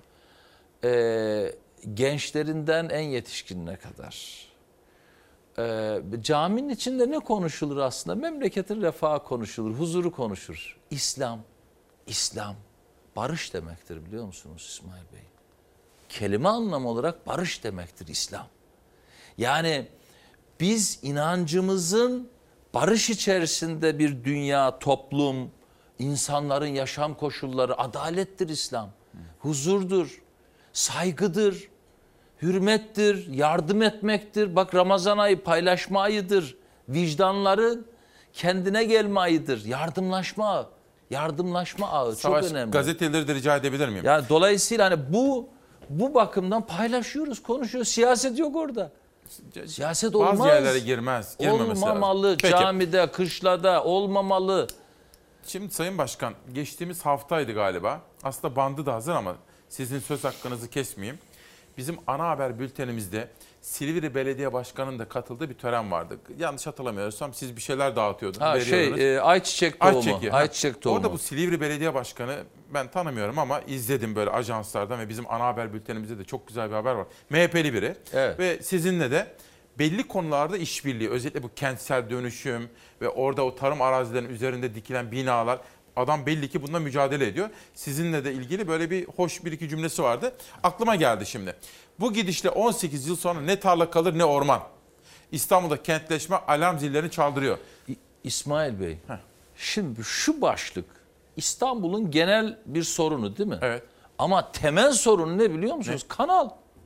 Gençlerinden en yetişkinine kadar. Caminin içinde ne konuşulur aslında? Memleketin refahı konuşulur, huzuru konuşulur. İslam barış demektir, biliyor musunuz İsmail Bey? Kelime anlamı olarak barış demektir İslam. Yani biz inancımızın barış içerisinde bir dünya, toplum, insanların yaşam koşulları, adalettir İslam. Huzurdur, saygıdır, hürmettir, yardım etmektir. Bak, Ramazan ayı paylaşma ayıdır. Vicdanların kendine gelme ayıdır. Yardımlaşma ağı Savaş, çok önemli. Gazeteleri de rica edebilir miyim? Yani dolayısıyla hani bu bakımdan paylaşıyoruz, konuşuyoruz. Siyaset yok orada. Siyaset olmaz. Bazı yerlere girmemesi olmamalı. Lazım. Camide, kışlada olmamalı. Şimdi Sayın Başkan, geçtiğimiz haftaydı galiba. Aslında bandı da hazır ama sizin söz hakkınızı kesmeyeyim. bizim ana haber bültenimizde Silivri Belediye Başkanı'nın da katıldığı bir tören vardı. Yanlış hatırlamıyorsam siz bir şeyler dağıtıyordunuz. Ayçiçek tohumu. Ayçiçek tohumu. Orada bu Silivri Belediye Başkanı ben tanımıyorum ama izledim böyle ajanslardan ve bizim ana haber bültenimizde de çok güzel bir haber var. MHP'li biri ve sizinle de belli konularda işbirliği, özellikle bu kentsel dönüşüm ve orada o tarım arazilerinin üzerinde dikilen binalar, adam belli ki bununla mücadele ediyor. Sizinle de ilgili böyle bir hoş bir iki cümlesi vardı. Aklıma geldi şimdi. Bu gidişle 18 yıl sonra ne tarla kalır ne orman. İstanbul'da kentleşme alarm zillerini çaldırıyor. İsmail Bey, şimdi şu başlık İstanbul'un genel bir sorunu değil mi? Evet. Ama temel sorunu ne biliyor musunuz? Ne? Kanal.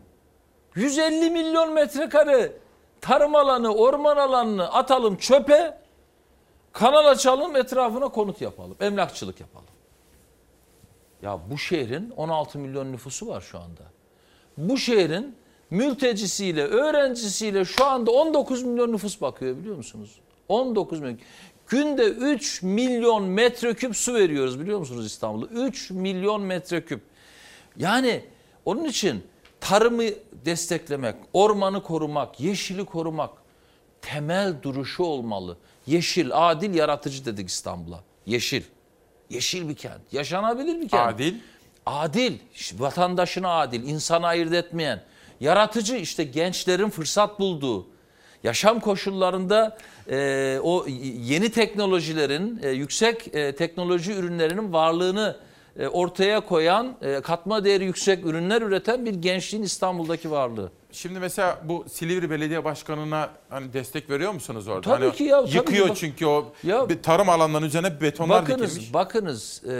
150 milyon metrekare tarım alanı, orman alanını atalım çöpe, kanal açalım, etrafına konut yapalım, emlakçılık yapalım. Ya bu şehrin 16 milyon nüfusu var şu anda. Bu şehrin mültecisiyle, öğrencisiyle şu anda 19 milyon nüfus bakıyor biliyor musunuz? 19 milyon. Günde 3 milyon metreküp su veriyoruz biliyor musunuz İstanbul'da? 3 milyon metreküp. Yani onun için tarımı desteklemek, ormanı korumak, yeşili korumak temel duruşu olmalı. Yeşil, adil, yaratıcı dedik İstanbul'a. Yeşil. Yeşil bir kent. Yaşanabilir bir kent. Adil. Adil. Vatandaşına adil. İnsanı ayırt etmeyen. Yaratıcı, işte gençlerin fırsat bulduğu. Yaşam koşullarında o yeni teknolojilerin, yüksek teknoloji ürünlerinin varlığını ortaya koyan, katma değeri yüksek ürünler üreten bir gençliğin İstanbul'daki varlığı. Şimdi mesela bu Silivri Belediye Başkanı'na hani destek veriyor musunuz orada? Tabii hani ki ya. Yıkıyor tabii çünkü o tarım alanlarının üzerine betonlar dikilmiş. Bakınız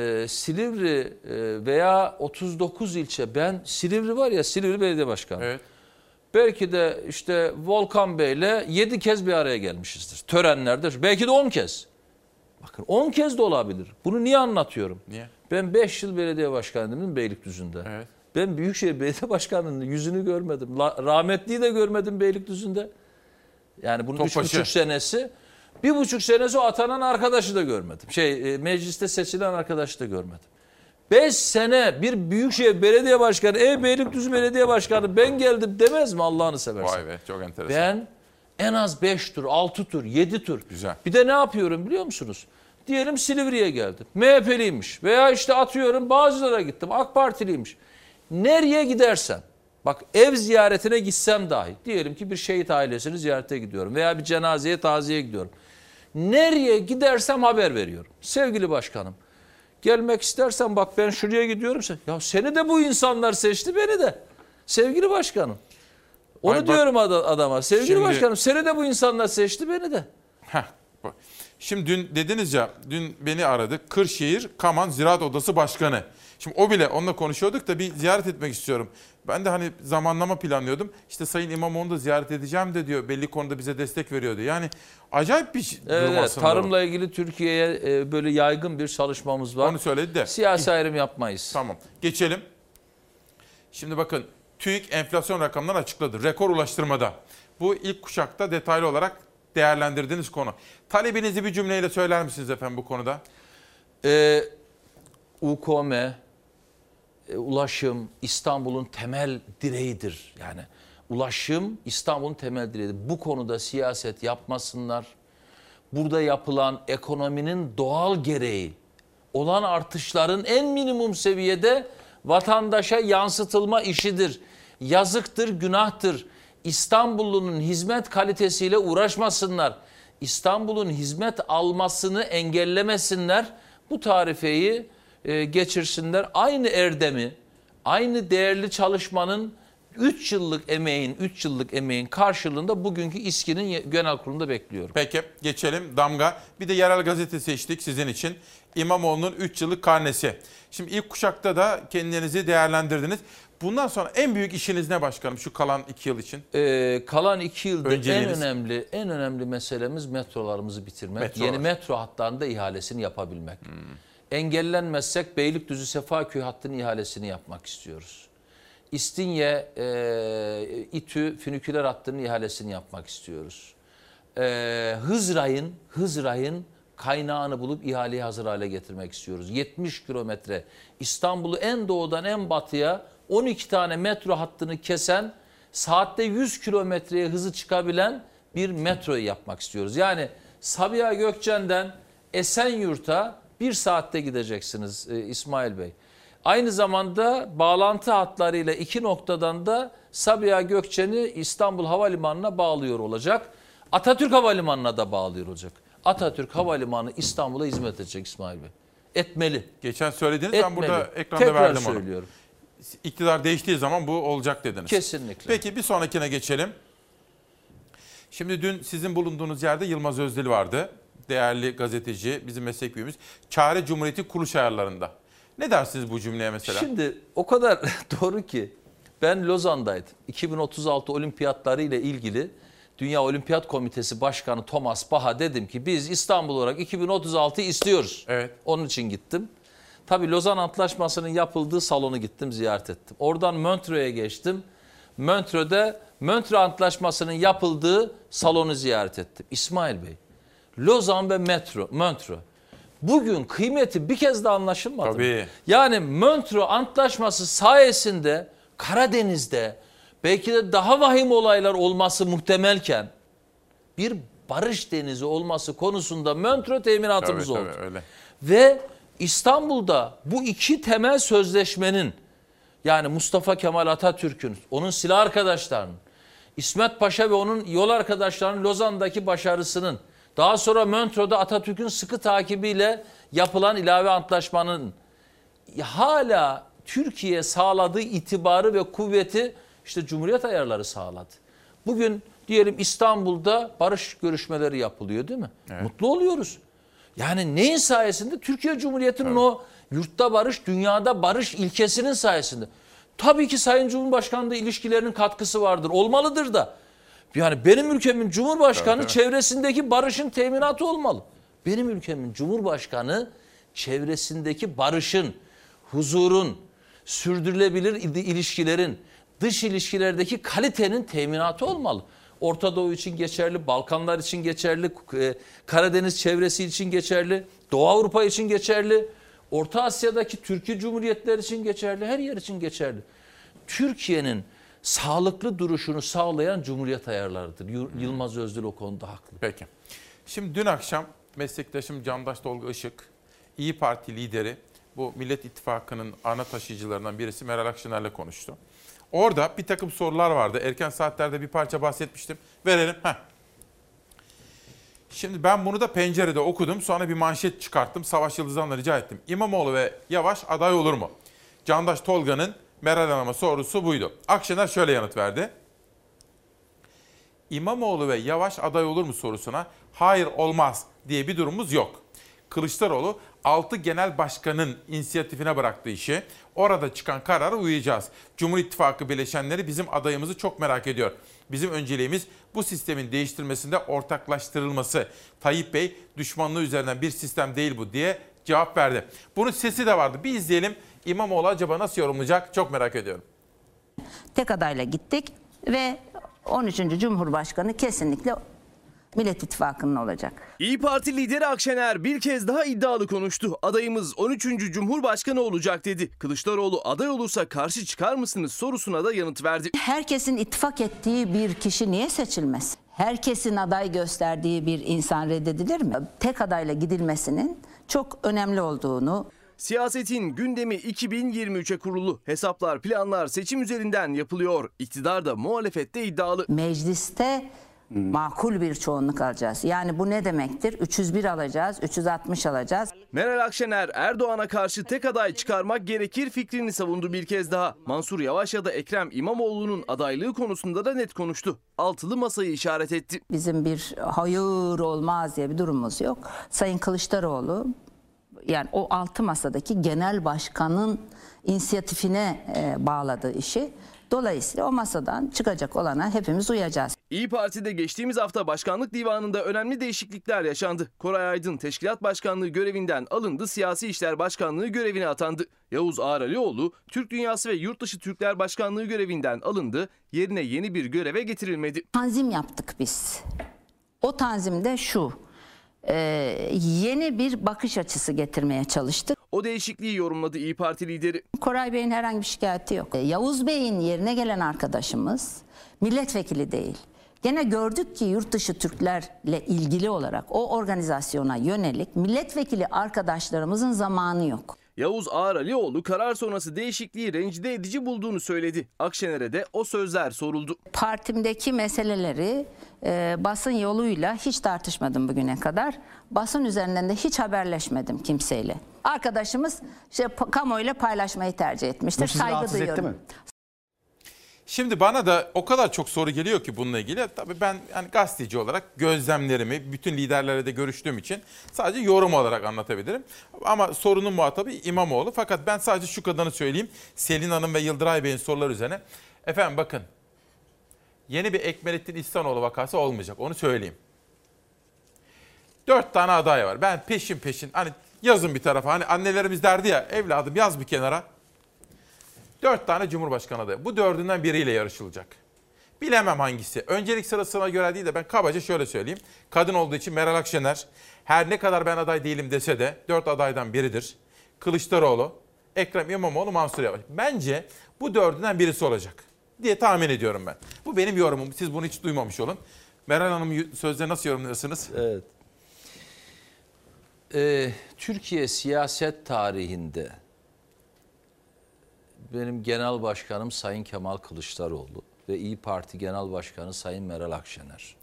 Silivri veya 39 ilçe, ben Silivri var ya, Silivri Belediye Başkanı. Evet. Belki de işte Volkan Bey'le 7 kez bir araya gelmişizdir. Törenlerde belki de 10 kez. Bakın 10 kez de olabilir. Bunu niye anlatıyorum? Niye? Ben 5 yıl belediye başkanıydım Beylikdüzü'nde. Evet. Ben Büyükşehir Belediye Başkanı'nın yüzünü görmedim. Rahmetliyi de görmedim Beylikdüzü'nde. Yani bunun 3,5 senesi. 1,5 senesi o atanan arkadaşı da görmedim. Mecliste seçilen arkadaşı da görmedim. 5 sene bir Büyükşehir Belediye Başkanı, Beylikdüzü Belediye Başkanı ben geldim demez mi Allah'ını seversen? Vay be, çok enteresan. Ben en az 5 tur, 6 tur, 7 tur. Güzel. Bir de ne yapıyorum biliyor musunuz? Diyelim Silivri'ye geldim. MHP'liymiş veya işte atıyorum Bağcılar'a gittim. AK Partiliymiş. Nereye gidersem, bak ev ziyaretine gitsem dahi, diyelim ki bir şehit ailesini ziyarete gidiyorum veya bir cenazeye, taziyeye gidiyorum. Nereye gidersem haber veriyorum. Sevgili başkanım, gelmek istersen bak ben şuraya gidiyorum. Ya seni de bu insanlar seçti, beni de. Sevgili başkanım. Onu diyorum adama. Sevgili başkanım, seni de bu insanlar seçti, beni de. Şimdi dün dediniz ya, dün beni aradı. Kırşehir Kaman Ziraat Odası Başkanı. Şimdi o bile, onunla konuşuyorduk da bir ziyaret etmek istiyorum. Ben de hani zamanlama planlıyordum. İşte Sayın İmamoğlu'nu da ziyaret edeceğim de diyor. Belli konuda bize destek veriyordu. Yani acayip bir durum aslında. Tarımla ilgili Türkiye'ye böyle yaygın bir çalışmamız var. Onu söyledi de. Siyasi ayrım yapmayız. Tamam. Geçelim. Şimdi bakın, TÜİK enflasyon rakamlarını açıkladı. Rekor ulaştırmada. Bu ilk kuşakta detaylı olarak değerlendirdiğiniz konu. Talebinizi bir cümleyle söyler misiniz efendim bu konuda? UKM, ulaşım İstanbul'un temel direğidir. Yani ulaşım İstanbul'un temel direğidir. Bu konuda siyaset yapmasınlar. Burada yapılan ekonominin doğal gereği olan artışların en minimum seviyede vatandaşa yansıtılma işidir. Yazıktır, günahtır. İstanbullunun hizmet kalitesiyle uğraşmasınlar. İstanbul'un hizmet almasını engellemesinler. Bu tarifeyi geçirsinler. Aynı erdemi, aynı değerli çalışmanın 3 yıllık emeğin karşılığında bugünkü İSKİ'nin genel kurulunda bekliyorum. Peki geçelim damga. Bir de yerel gazete seçtik sizin için. İmamoğlu'nun 3 yıllık karnesi. Şimdi ilk kuşakta da kendinizi değerlendirdiniz. Bundan sonra en büyük işiniz ne başkanım şu kalan 2 yıl için? Kalan 2 yılda en önemli meselemiz metrolarımızı bitirmek. Yeni metro hatlarında ihalesini yapabilmek. Engellenmezsek Beylikdüzü Sefaköy hattının ihalesini yapmak istiyoruz. İstinye, İTÜ, Füniküler hattının ihalesini yapmak istiyoruz. Hızray'ın kaynağını bulup ihaleyi hazır hale getirmek istiyoruz. 70 kilometre İstanbul'u en doğudan en batıya 12 tane metro hattını kesen, saatte 100 kilometreye hızı çıkabilen bir metroyu yapmak istiyoruz. Yani Sabiha Gökçen'den Esenyurt'a 1 saatte gideceksiniz İsmail Bey. Aynı zamanda bağlantı hatlarıyla 2 noktadan da Sabiha Gökçen'i İstanbul Havalimanı'na bağlıyor olacak. Atatürk Havalimanı'na da bağlıyor olacak. Atatürk Havalimanı İstanbul'a hizmet edecek İsmail Bey. Etmeli. Geçen söylediniz, Etmeli. ben burada ekranda Tekrar verdim onu. söylüyorum. İktidar değiştiği zaman bu olacak dediniz. Kesinlikle. Peki bir sonrakine geçelim. Şimdi dün sizin bulunduğunuz yerde Yılmaz Özdil vardı. Değerli gazeteci, bizim meslek büyüğümüz. Çare Cumhuriyeti kuruluş ayarlarında. Ne dersiniz bu cümleye mesela? Şimdi o kadar doğru ki ben Lozan'daydım. 2036 olimpiyatları ile ilgili Dünya Olimpiyat Komitesi Başkanı Thomas Bach'a dedim ki biz İstanbul olarak 2036'yı istiyoruz. Evet. Onun için gittim. Tabii Lozan Antlaşması'nın yapıldığı salonu gittim, ziyaret ettim. Oradan Montreux'e geçtim. Montreux'de Montreux Antlaşması'nın yapıldığı salonu ziyaret ettim. İsmail Bey, Lozan ve Montreux. Bugün kıymeti bir kez daha anlaşılmadı. Tabii. Yani Montreux Antlaşması sayesinde Karadeniz'de belki de daha vahim olaylar olması muhtemelken bir barış denizi olması konusunda Montreux teminatımız oldu. Tabii, öyle. Ve İstanbul'da bu iki temel sözleşmenin, yani Mustafa Kemal Atatürk'ün, onun silah arkadaşlarının, İsmet Paşa ve onun yol arkadaşlarının Lozan'daki başarısının, daha sonra Montreux'da Atatürk'ün sıkı takibiyle yapılan ilave antlaşmanın hala Türkiye sağladığı itibarı ve kuvveti işte Cumhuriyet ayarları sağladı. Bugün diyelim İstanbul'da barış görüşmeleri yapılıyor, değil mi? Evet. Mutlu oluyoruz. Yani neyin sayesinde? Türkiye Cumhuriyeti'nin o yurtta barış, dünyada barış ilkesinin sayesinde. Tabii ki Sayın Cumhurbaşkanı da ilişkilerinin katkısı vardır. Olmalıdır da. Yani benim ülkemin Cumhurbaşkanı çevresindeki barışın teminatı olmalı. Benim ülkemin Cumhurbaşkanı çevresindeki barışın, huzurun, sürdürülebilir ilişkilerin, dış ilişkilerdeki kalitenin teminatı olmalı. Orta Doğu için geçerli, Balkanlar için geçerli, Karadeniz çevresi için geçerli, Doğu Avrupa için geçerli, Orta Asya'daki Türkiye Cumhuriyetleri için geçerli, her yer için geçerli. Türkiye'nin sağlıklı duruşunu sağlayan Cumhuriyet ayarlarıdır. Yılmaz Özdil o konuda haklı. Peki. Şimdi dün akşam meslektaşım Candaş Tolga Işık, İYİ Parti lideri, bu Millet İttifakı'nın ana taşıyıcılarından birisi Meral Akşener'le konuştu. Orada bir takım sorular vardı. Erken saatlerde bir parça bahsetmiştim. Verelim. Şimdi ben bunu da pencerede okudum. Sonra bir manşet çıkarttım. Savaş Yıldız'dan rica ettim. İmamoğlu ve Yavaş aday olur mu? Candaş Tolga'nın Meral Hanım'a sorusu buydu. Akşener şöyle yanıt verdi. İmamoğlu ve Yavaş aday olur mu sorusuna hayır olmaz diye bir durumumuz yok. Kılıçdaroğlu 6 genel başkanın inisiyatifine bıraktığı işi, orada çıkan karara uyacağız. Cumhur İttifakı bileşenleri bizim adayımızı çok merak ediyor. Bizim önceliğimiz bu sistemin değiştirilmesinde ortaklaştırılması. Tayyip Bey düşmanlığı üzerinden bir sistem değil bu diye cevap verdi. Bunun sesi de vardı. Bir izleyelim. İmamoğlu acaba nasıl yorumlayacak? Çok merak ediyorum. Tek adayla gittik ve 13. Cumhurbaşkanı kesinlikle Millet İttifakı'nın olacak. İYİ Parti lideri Akşener bir kez daha iddialı konuştu. Adayımız 13. Cumhurbaşkanı olacak dedi. Kılıçdaroğlu aday olursa karşı çıkar mısınız sorusuna da yanıt verdi. Herkesin ittifak ettiği bir kişi niye seçilmez? Herkesin aday gösterdiği bir insan reddedilir mi? Tek adayla gidilmesinin çok önemli olduğunu... Siyasetin gündemi 2023'e kurulu. Hesaplar, planlar seçim üzerinden yapılıyor. İktidar da muhalefette iddialı. Mecliste makul bir çoğunluk alacağız. Yani bu ne demektir? 301 alacağız, 360 alacağız. Meral Akşener Erdoğan'a karşı tek aday çıkarmak gerekir fikrini savundu bir kez daha. Mansur Yavaş ya da Ekrem İmamoğlu'nun adaylığı konusunda da net konuştu. Altılı masayı işaret etti. Bizim bir hayır olmaz diye bir durumumuz yok. Sayın Kılıçdaroğlu, yani o altı masadaki genel başkanın inisiyatifine bağladığı işi. Dolayısıyla o masadan çıkacak olana hepimiz uyacağız. İYİ Parti'de geçtiğimiz hafta başkanlık divanında önemli değişiklikler yaşandı. Koray Aydın teşkilat başkanlığı görevinden alındı, siyasi işler başkanlığı görevine atandı. Yavuz Ağralioğlu Türk Dünyası ve Yurtdışı Türkler Başkanlığı görevinden alındı, yerine yeni bir göreve getirilmedi. Tanzim yaptık biz. O tanzimde şu, yeni bir bakış açısı getirmeye çalıştık. O değişikliği yorumladı İYİ Parti lideri. Koray Bey'in herhangi bir şikayeti yok. Yavuz Bey'in yerine gelen arkadaşımız milletvekili değil. Gene gördük ki yurt dışı Türklerle ilgili olarak o organizasyona yönelik milletvekili arkadaşlarımızın zamanı yok. Yavuz Ağralioğlu karar sonrası değişikliği rencide edici bulduğunu söyledi. Akşener'e de o sözler soruldu. Partimdeki meseleleri basın yoluyla hiç tartışmadım bugüne kadar. Basın üzerinden de hiç haberleşmedim kimseyle. Arkadaşımız kamuoyuyla paylaşmayı tercih etmiştir. Saygı duyuyorum. Şimdi bana da o kadar çok soru geliyor ki bununla ilgili. Tabii ben yani gazeteci olarak gözlemlerimi bütün liderlerle de görüştüğüm için sadece yorum olarak anlatabilirim. Ama sorunun muhatabı İmamoğlu. Fakat ben sadece şu kadarını söyleyeyim. Selin Hanım ve Yıldıray Bey'in soruları üzerine. Efendim bakın, yeni bir Ekmelettin İhsanoğlu vakası olmayacak, onu söyleyeyim. 4 tane aday var. Ben peşin hani yazın bir tarafa, hani annelerimiz derdi ya, evladım yaz bir kenara. 4 tane Cumhurbaşkanı adayı. Bu 4'ünden biriyle yarışılacak. Bilemem hangisi. Öncelik sırasına göre değil de ben kabaca şöyle söyleyeyim. Kadın olduğu için Meral Akşener, her ne kadar ben aday değilim dese de 4 adaydan biridir. Kılıçdaroğlu, Ekrem İmamoğlu, Mansur Yavaş. Bence bu 4'ünden birisi olacak diye tahmin ediyorum ben. Bu benim yorumum. Siz bunu hiç duymamış olun. Meral Hanım sözleri nasıl yorumluyorsunuz? Evet. Türkiye siyaset tarihinde benim genel başkanım Sayın Kemal Kılıçdaroğlu ve İYİ Parti Genel Başkanı Sayın Meral Akşener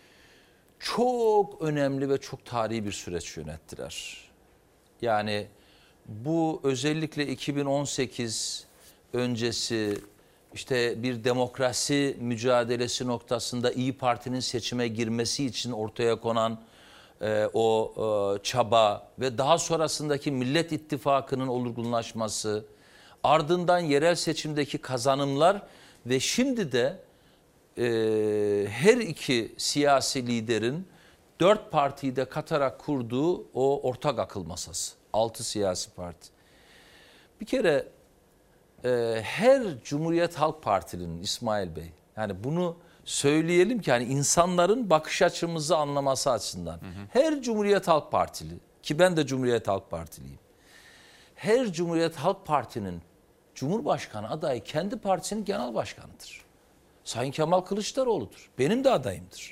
çok önemli ve çok tarihi bir süreç yönettiler. Yani bu özellikle 2018 öncesi işte bir demokrasi mücadelesi noktasında İYİ Parti'nin seçime girmesi için ortaya konan çaba ve daha sonrasındaki Millet İttifakı'nın olgunlaşması, ardından yerel seçimdeki kazanımlar ve şimdi de her iki siyasi liderin 4 partiyi de katarak kurduğu o ortak akıl masası. 6 siyasi parti. Bir kere her Cumhuriyet Halk Partili'nin, İsmail Bey, yani bunu söyleyelim ki hani insanların bakış açımızı anlaması açısından. Her Cumhuriyet Halk Partili, ki ben de Cumhuriyet Halk Partiliyim. Her Cumhuriyet Halk Parti'nin Cumhurbaşkanı adayı kendi partisinin genel başkanıdır. Sayın Kemal Kılıçdaroğlu'dur. Benim de adayımdır.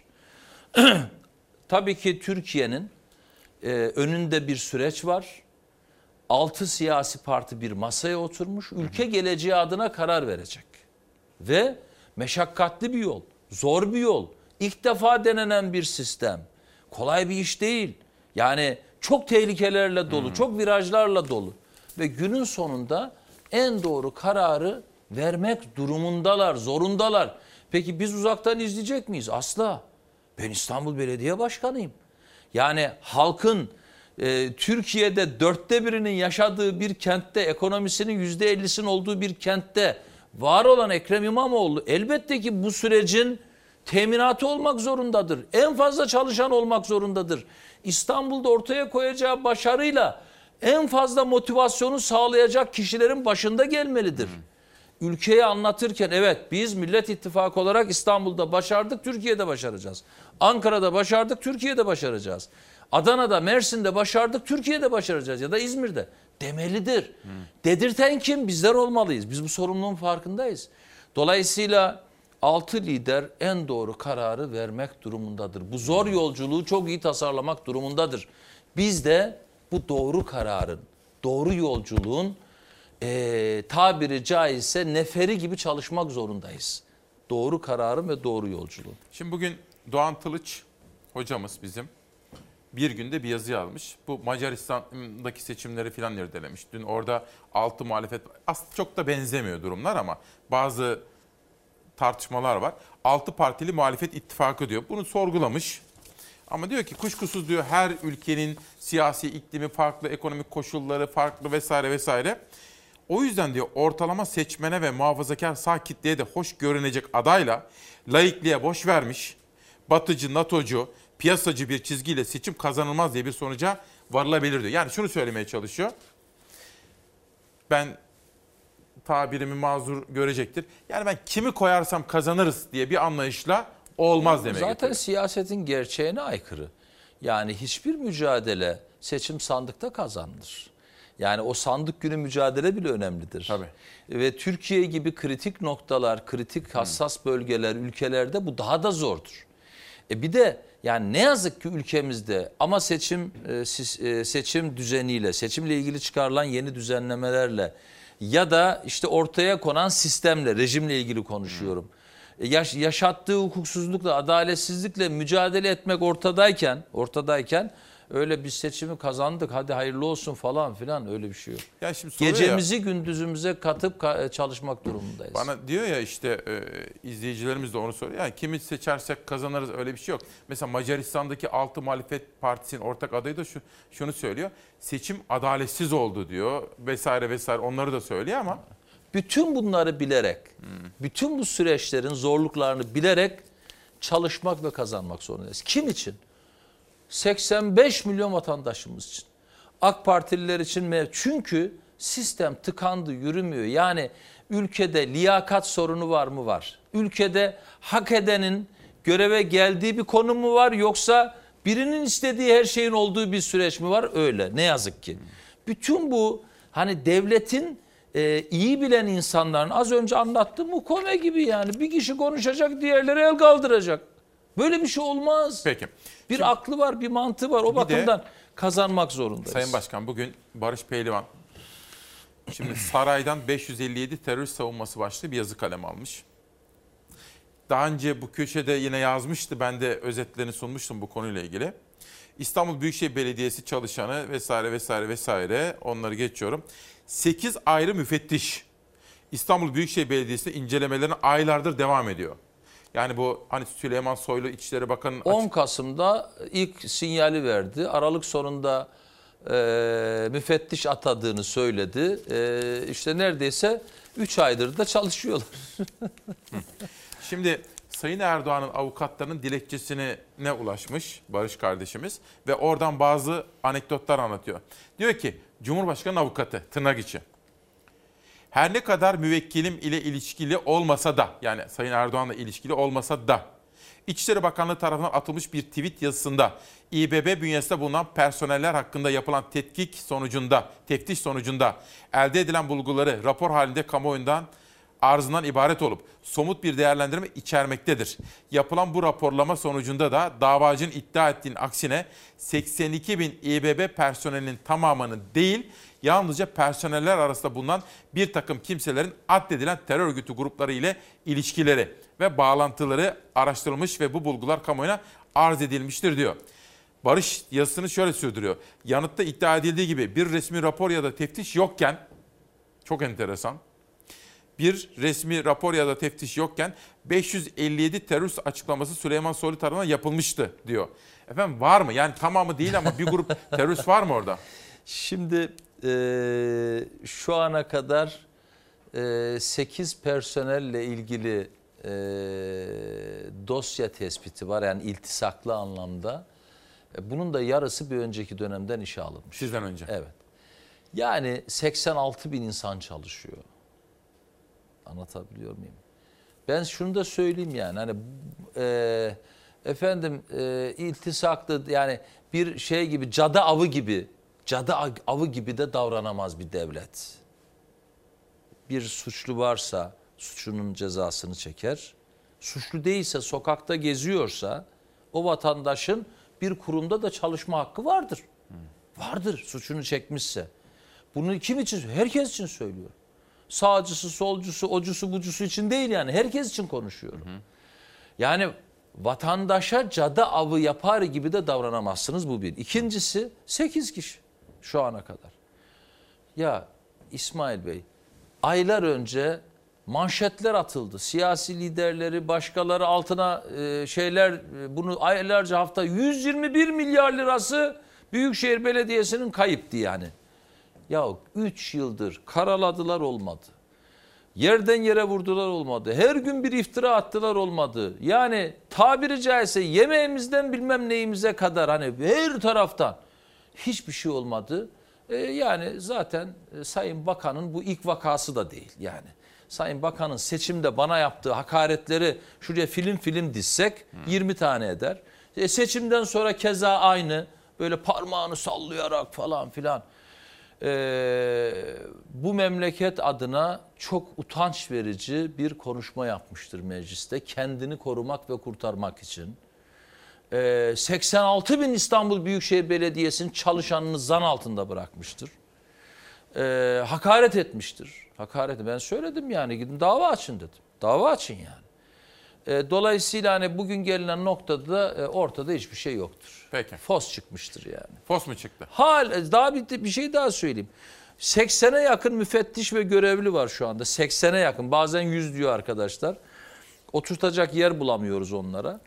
Tabii ki Türkiye'nin önünde bir süreç var. 6 siyasi parti bir masaya oturmuş. Ülke geleceği adına karar verecek. Ve meşakkatli bir yol, zor bir yol. İlk defa denenen bir sistem. Kolay bir iş değil. Yani çok tehlikelerle dolu, çok virajlarla dolu. Ve günün sonunda en doğru kararı vermek durumundalar, zorundalar. Peki biz uzaktan izleyecek miyiz? Asla. Ben İstanbul Belediye Başkanıyım. Yani halkın Türkiye'de 1/4'inin yaşadığı bir kentte, ekonomisinin %50'sinin olduğu bir kentte var olan Ekrem İmamoğlu elbette ki bu sürecin teminatı olmak zorundadır. En fazla çalışan olmak zorundadır. İstanbul'da ortaya koyacağı başarıyla en fazla motivasyonu sağlayacak kişilerin başında gelmelidir. Ülkeye anlatırken evet biz Millet İttifakı olarak İstanbul'da başardık, Türkiye'de başaracağız. Ankara'da başardık, Türkiye'de başaracağız. Adana'da, Mersin'de başardık, Türkiye'de başaracağız ya da İzmir'de demelidir. Dedirten kim? Bizler olmalıyız. Biz bu sorumluluğun farkındayız. Dolayısıyla 6 lider en doğru kararı vermek durumundadır. Bu zor yolculuğu çok iyi tasarlamak durumundadır. Biz de bu doğru kararın, doğru yolculuğun tabiri caizse neferi gibi çalışmak zorundayız. Doğru kararın ve doğru yolculuğun. Şimdi bugün Doğan Tılıç hocamız bizim bir günde bir yazı yazmış. Bu Macaristan'daki seçimleri falan irdelemiş. Dün orada 6 muhalefet, aslında çok da benzemiyor durumlar ama bazı tartışmalar var. 6 partili muhalefet ittifakı diyor. Bunu sorgulamış. Ama diyor ki kuşkusuz diyor her ülkenin siyasi iklimi farklı, ekonomik koşulları farklı vesaire vesaire. O yüzden diyor ortalama seçmene ve muhafazakar sağ kitleye de hoş görünecek adayla laikliğe boş vermiş, batıcı, NATO'cu, piyasacı bir çizgiyle seçim kazanılmaz diye bir sonuca varılabilir diyor. Yani şunu söylemeye çalışıyor. Ben tabirimi mazur görecektir. Yani ben kimi koyarsam kazanırız diye bir anlayışla olmaz demek. Zaten getiriyor. Siyasetin gerçeğine aykırı. Yani hiçbir mücadele seçim sandıkta kazanılır. Yani o sandık günü mücadele bile önemlidir. Tabii. Ve Türkiye gibi kritik noktalar, kritik hassas bölgeler, ülkelerde bu daha da zordur. Bir de yani ne yazık ki ülkemizde ama seçim düzeniyle, seçimle ilgili çıkarılan yeni düzenlemelerle ya da işte ortaya konan sistemle, rejimle ilgili konuşuyorum. Yaşattığı hukuksuzlukla, adaletsizlikle mücadele etmek ortadayken öyle biz seçimi kazandık hadi hayırlı olsun falan filan öyle bir şey yok. Ya şimdi gecemizi gündüzümüze katıp çalışmak durumundayız. Bana diyor ya işte izleyicilerimiz de onu soruyor. Yani kimi seçersek kazanırız öyle bir şey yok. Mesela Macaristan'daki 6 muhalefet partisinin ortak adayı da şunu söylüyor. Seçim adaletsiz oldu diyor vesaire vesaire onları da söylüyor ama. Bütün bunları bilerek, bütün bu süreçlerin zorluklarını bilerek çalışmak ve kazanmak zorundayız. Kim için? 85 milyon vatandaşımız için. AK Partililer için mi? Çünkü sistem tıkandı, yürümüyor. Yani ülkede liyakat sorunu var mı? Var. Ülkede hak edenin göreve geldiği bir konu mu var? Yoksa birinin istediği her şeyin olduğu bir süreç mi var? Öyle. Ne yazık ki. Bütün bu hani devletin iyi bilen insanların az önce anlattığım Ukome gibi yani bir kişi konuşacak diğerleri el kaldıracak. Böyle bir şey olmaz. Peki. Bir aklı var, bir mantığı var. O bakımdan kazanmak zorundayız. Sayın Başkan bugün Barış Pehlivan şimdi saraydan 557 terörist savunması başlığı bir yazı kalemi almış. Daha önce bu köşede yine yazmıştı. Ben de özetlerini sunmuştum bu konuyla ilgili. İstanbul Büyükşehir Belediyesi çalışanı vesaire vesaire vesaire onları geçiyorum. 8 ayrı müfettiş İstanbul Büyükşehir Belediyesi'nde incelemelerine aylardır devam ediyor. Yani bu hani Süleyman Soylu İçişleri Bakanı'nın... 10 Kasım'da ilk sinyali verdi. Aralık sonunda müfettiş atadığını söyledi. İşte neredeyse 3 aydır da çalışıyorlar. Şimdi Sayın Erdoğan'ın avukatlarının dilekçesine ulaşmış Barış kardeşimiz ve oradan bazı anekdotlar anlatıyor. Diyor ki Cumhurbaşkanı avukatı tırnak içi. Her ne kadar müvekkilim ile ilişkili olmasa da yani Sayın Erdoğan'la ilişkili olmasa da İçişleri Bakanlığı tarafından atılmış bir tweet yazısında İBB bünyesinde bulunan personeller hakkında yapılan teftiş sonucunda elde edilen bulguları rapor halinde kamuoyundan arzından ibaret olup somut bir değerlendirme içermektedir. Yapılan bu raporlama sonucunda da davacının iddia ettiğinin aksine 82 bin İBB personelinin tamamının değil, yalnızca personeller arasında bulunan bir takım kimselerin addedilen terör örgütü grupları ile ilişkileri ve bağlantıları araştırılmış ve bu bulgular kamuoyuna arz edilmiştir diyor. Barış yazısını şöyle sürdürüyor. Yanıtta iddia edildiği gibi bir resmi rapor ya da teftiş yokken, çok enteresan, bir resmi rapor ya da teftiş yokken 557 terörist açıklaması Süleyman Soylu tarafından yapılmıştı diyor. Efendim var mı? Yani tamamı değil ama bir grup terörist var mı orada? Şimdi şu ana kadar 8 personelle ilgili dosya tespiti var. Yani iltisaklı anlamda. Bunun da yarısı bir önceki dönemden işe alınmış. Sizden önce. Evet. Yani 86 bin insan çalışıyor. Anlatabiliyor muyum? Ben şunu da söyleyeyim yani hani iltisaklı yani bir şey gibi cadı avı gibi de davranamaz bir devlet. Bir suçlu varsa suçunun cezasını çeker. Suçlu değilse sokakta geziyorsa o vatandaşın bir kurumda da çalışma hakkı vardır. Vardır suçunu çekmişse. Bunu kim için? Herkes için söylüyor. Sağcısı, solcusu, ocusu, bucusu için değil yani. Herkes için konuşuyorum. Yani vatandaşa cadı avı yapar gibi de davranamazsınız, bu bir. İkincisi 8 kişi şu ana kadar. Ya İsmail Bey, aylar önce manşetler atıldı. Siyasi liderleri, başkaları altına bunu aylarca hafta 121 milyar lirası Büyükşehir Belediyesi'nin kayıptı yani. Ya 3 yıldır karaladılar olmadı. Yerden yere vurdular olmadı. Her gün bir iftira attılar olmadı. Yani tabiri caizse yemeğimizden bilmem neyimize kadar hani her taraftan hiçbir şey olmadı. Yani zaten Sayın Bakan'ın bu ilk vakası da değil yani. Sayın Bakan'ın seçimde bana yaptığı hakaretleri şuraya film dizsek 20 tane eder. Seçimden sonra keza aynı böyle parmağını sallayarak falan filan. bu memleket adına çok utanç verici bir konuşma yapmıştır mecliste. Kendini korumak ve kurtarmak için. 86 bin İstanbul Büyükşehir Belediyesi'nin çalışanını zan altında bırakmıştır. Hakaret etmiştir. Hakaret, ben söyledim yani, gidin dava açın dedim. Dava açın yani. Dolayısıyla hani bugün gelinen noktada da ortada hiçbir şey yoktur. Peki. Fos çıkmıştır yani. Fos mu çıktı? Daha bir şey daha söyleyeyim. 80'e yakın müfettiş ve görevli var şu anda. 80'e yakın. Bazen 100 diyor arkadaşlar. Oturtacak yer bulamıyoruz onlara.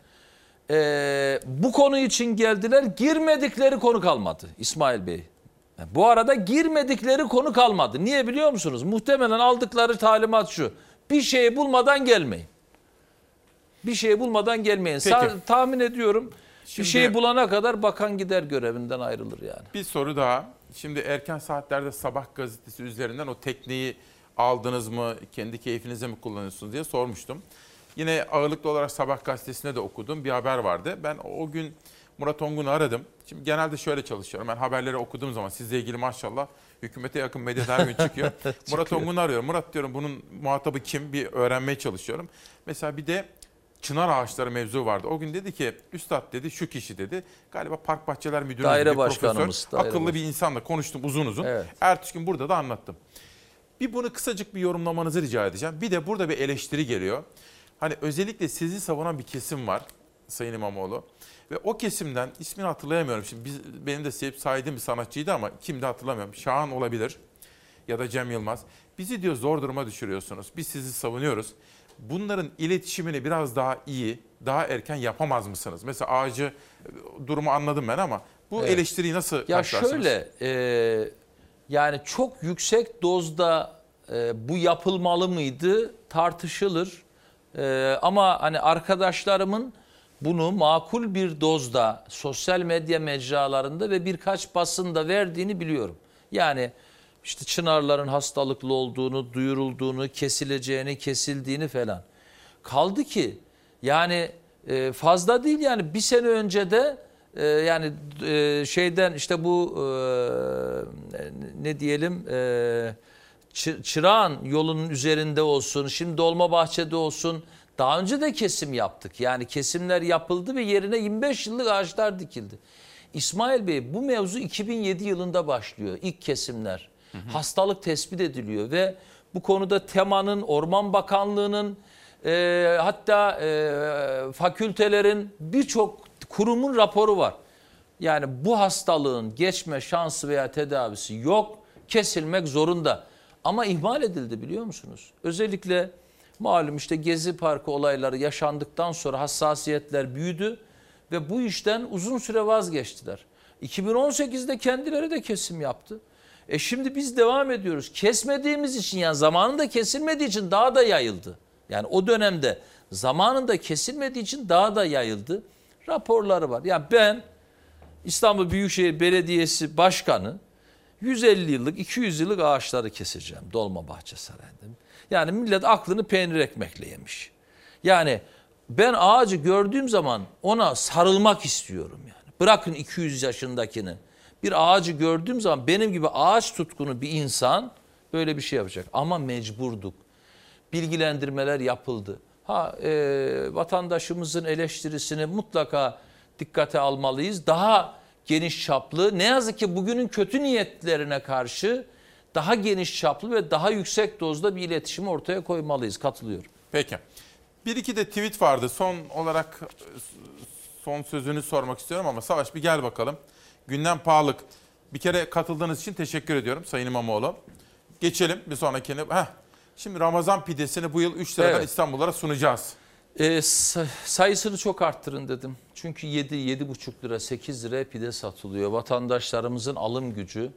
Bu konu için geldiler. Girmedikleri konu kalmadı İsmail Bey. Bu arada girmedikleri konu kalmadı. Niye biliyor musunuz? Muhtemelen aldıkları talimat şu: bir şeyi bulmadan gelmeyin. Bir şeyi bulmadan gelmeyin. Tahmin ediyorum bir şeyi bulana kadar bakan gider, görevinden ayrılır yani. Bir soru daha. Şimdi erken saatlerde Sabah gazetesi üzerinden o tekneyi aldınız mı, kendi keyfinize mi kullanıyorsunuz diye sormuştum. Yine ağırlıklı olarak Sabah gazetesinde de okuduğum bir haber vardı. Ben o gün Murat Ongun'u aradım. Şimdi genelde şöyle çalışıyorum. Ben haberleri okuduğum zaman sizle ilgili maşallah hükümete yakın medyada her gün çıkıyor. Murat Ongun'u arıyorum. Murat diyorum, bunun muhatabı kim? Bir öğrenmeye çalışıyorum. Mesela bir de çınar ağaçları mevzu vardı. O gün dedi ki üstad dedi şu kişi dedi. Galiba Park Bahçeler Müdürü, daire bir başkanımız, profesör. Akıllı bir insanla konuştum uzun uzun. Evet. Ertesi gün burada da anlattım. Bir bunu kısacık bir yorumlamanızı rica edeceğim. Bir de burada bir eleştiri geliyor. Hani özellikle sizi savunan bir kesim var Sayın İmamoğlu. Ve o kesimden ismini hatırlayamıyorum. Şimdi benim de sevip saydığım bir sanatçıydı ama kimdi hatırlamıyorum. Şahan olabilir ya da Cem Yılmaz. Bizi diyor zor duruma düşürüyorsunuz. Biz sizi savunuyoruz. Bunların iletişimini biraz daha iyi, daha erken yapamaz mısınız? Mesela ağacı durumu anladım ben ama bu eleştiriyi nasıl karşılarsınız? Ya şöyle, yani çok yüksek dozda bu yapılmalı mıydı tartışılır. Ama hani arkadaşlarımın bunu makul bir dozda sosyal medya mecralarında ve birkaç basında verdiğini biliyorum. Yani işte çınarların hastalıklı olduğunu, duyurulduğunu, kesileceğini, kesildiğini falan. Kaldı ki yani fazla değil yani, bir sene önce de yani şeyden işte bu ne diyelim Çırağan yolunun üzerinde olsun, şimdi Dolmabahçe'de olsun, daha önce de kesim yaptık. Yani kesimler yapıldı ve yerine 25 yıllık ağaçlar dikildi. İsmail Bey, bu mevzu 2007 yılında başlıyor ilk kesimler. Hastalık tespit ediliyor ve bu konuda TEMA'nın, Orman Bakanlığı'nın hatta fakültelerin, birçok kurumun raporu var. Yani bu hastalığın geçme şansı veya tedavisi yok, kesilmek zorunda. Ama ihmal edildi, biliyor musunuz? Özellikle malum işte Gezi Parkı olayları yaşandıktan sonra hassasiyetler büyüdü ve bu işten uzun süre vazgeçtiler. 2018'de kendileri de kesim yaptı. Şimdi biz devam ediyoruz. Kesmediğimiz için, yani zamanında kesilmediği için daha da yayıldı. Yani o dönemde zamanında kesilmediği için daha da yayıldı. Raporları var. Yani ben İstanbul Büyükşehir Belediyesi Başkanı 150 yıllık, 200 yıllık ağaçları keseceğim Dolmabahçe Sarayı'nda. Yani millet aklını peynir ekmekle yemiş. Yani ben ağacı gördüğüm zaman ona sarılmak istiyorum yani. Bırakın 200 yaşındakini. Bir ağacı gördüğüm zaman benim gibi ağaç tutkunu bir insan böyle bir şey yapacak. Ama mecburduk. Bilgilendirmeler yapıldı. Vatandaşımızın eleştirisini mutlaka dikkate almalıyız. Daha geniş çaplı, ne yazık ki bugünün kötü niyetlerine karşı daha geniş çaplı ve daha yüksek dozda bir iletişim ortaya koymalıyız. Katılıyorum. Peki. Bir iki de tweet vardı. Son olarak son sözünü sormak istiyorum ama Savaş bir gel bakalım. Gündem pahalılık. Bir kere katıldığınız için teşekkür ediyorum Sayın İmamoğlu. Geçelim bir sonrakine. Şimdi Ramazan pidesini bu yıl 3 liradan İstanbullulara sunacağız. Sayısını çok arttırın dedim. Çünkü 7,5 lira, 8 liraya pide satılıyor. Vatandaşlarımızın alım gücü,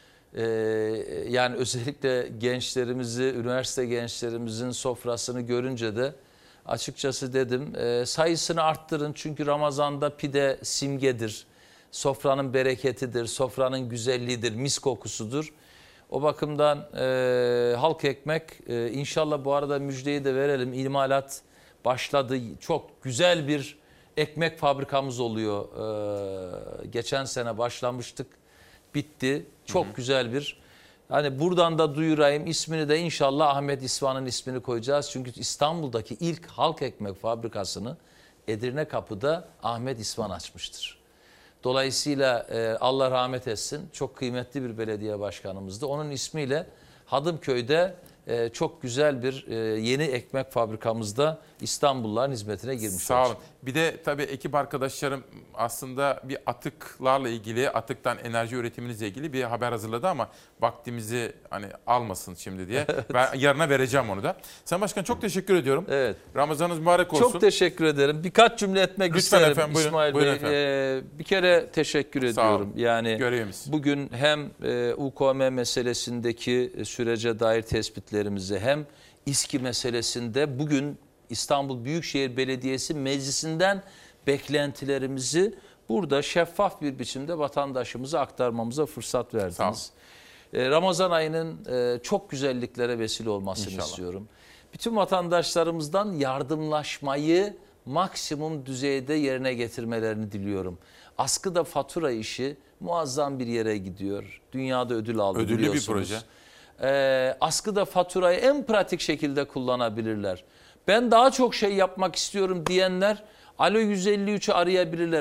yani özellikle gençlerimizi, üniversite gençlerimizin sofrasını görünce de açıkçası dedim sayısını arttırın. Çünkü Ramazan'da pide simgedir. Sofranın bereketidir, sofranın güzelliğidir, mis kokusudur. O bakımdan halk ekmek, inşallah bu arada müjdeyi de verelim, imalat başladı. Çok güzel bir ekmek fabrikamız oluyor. Geçen sene başlamıştık. bitti. Çok güzel bir, hani buradan da duyurayım, ismini de inşallah Ahmet İsvan'ın ismini koyacağız. Çünkü İstanbul'daki ilk halk ekmek fabrikasını Edirnekapı'da Ahmet İsvan açmıştır. Dolayısıyla Allah rahmet etsin, çok kıymetli bir belediye başkanımızdı. Onun ismiyle Hadımköy'de çok güzel bir yeni ekmek fabrikamızda İstanbulluların hizmetine girmiş. Sağ olun. Bir de tabii ekip arkadaşlarım aslında bir atıklarla ilgili, atıktan enerji üretiminizle ilgili bir haber hazırladı ama vaktimizi hani almasın şimdi diye. Ben yarına vereceğim onu da. Sayın Başkan çok teşekkür ediyorum. Evet. Ramazanınız mübarek olsun. Çok teşekkür ederim. Birkaç cümle etmek Lütfen isterim efendim, buyurun, İsmail buyurun Bey. efendim. Bir kere teşekkür ediyorum. Yani görevimiz. Bugün hem UKM meselesindeki sürece dair tespitlerimizi hem İSKİ meselesinde bugün İstanbul Büyükşehir Belediyesi Meclisi'nden beklentilerimizi burada şeffaf bir biçimde vatandaşımıza aktarmamıza fırsat verdiniz. Ramazan ayının çok güzelliklere vesile olmasını İnşallah istiyorum. Bütün vatandaşlarımızdan yardımlaşmayı maksimum düzeyde yerine getirmelerini diliyorum. Askıda fatura işi muazzam bir yere gidiyor. Dünyada ödül aldı, ödüllü biliyorsunuz. bir proje. Askıda faturayı en pratik şekilde kullanabilirler. Ben daha çok şey yapmak istiyorum diyenler Alo 153'ü arayabilirler.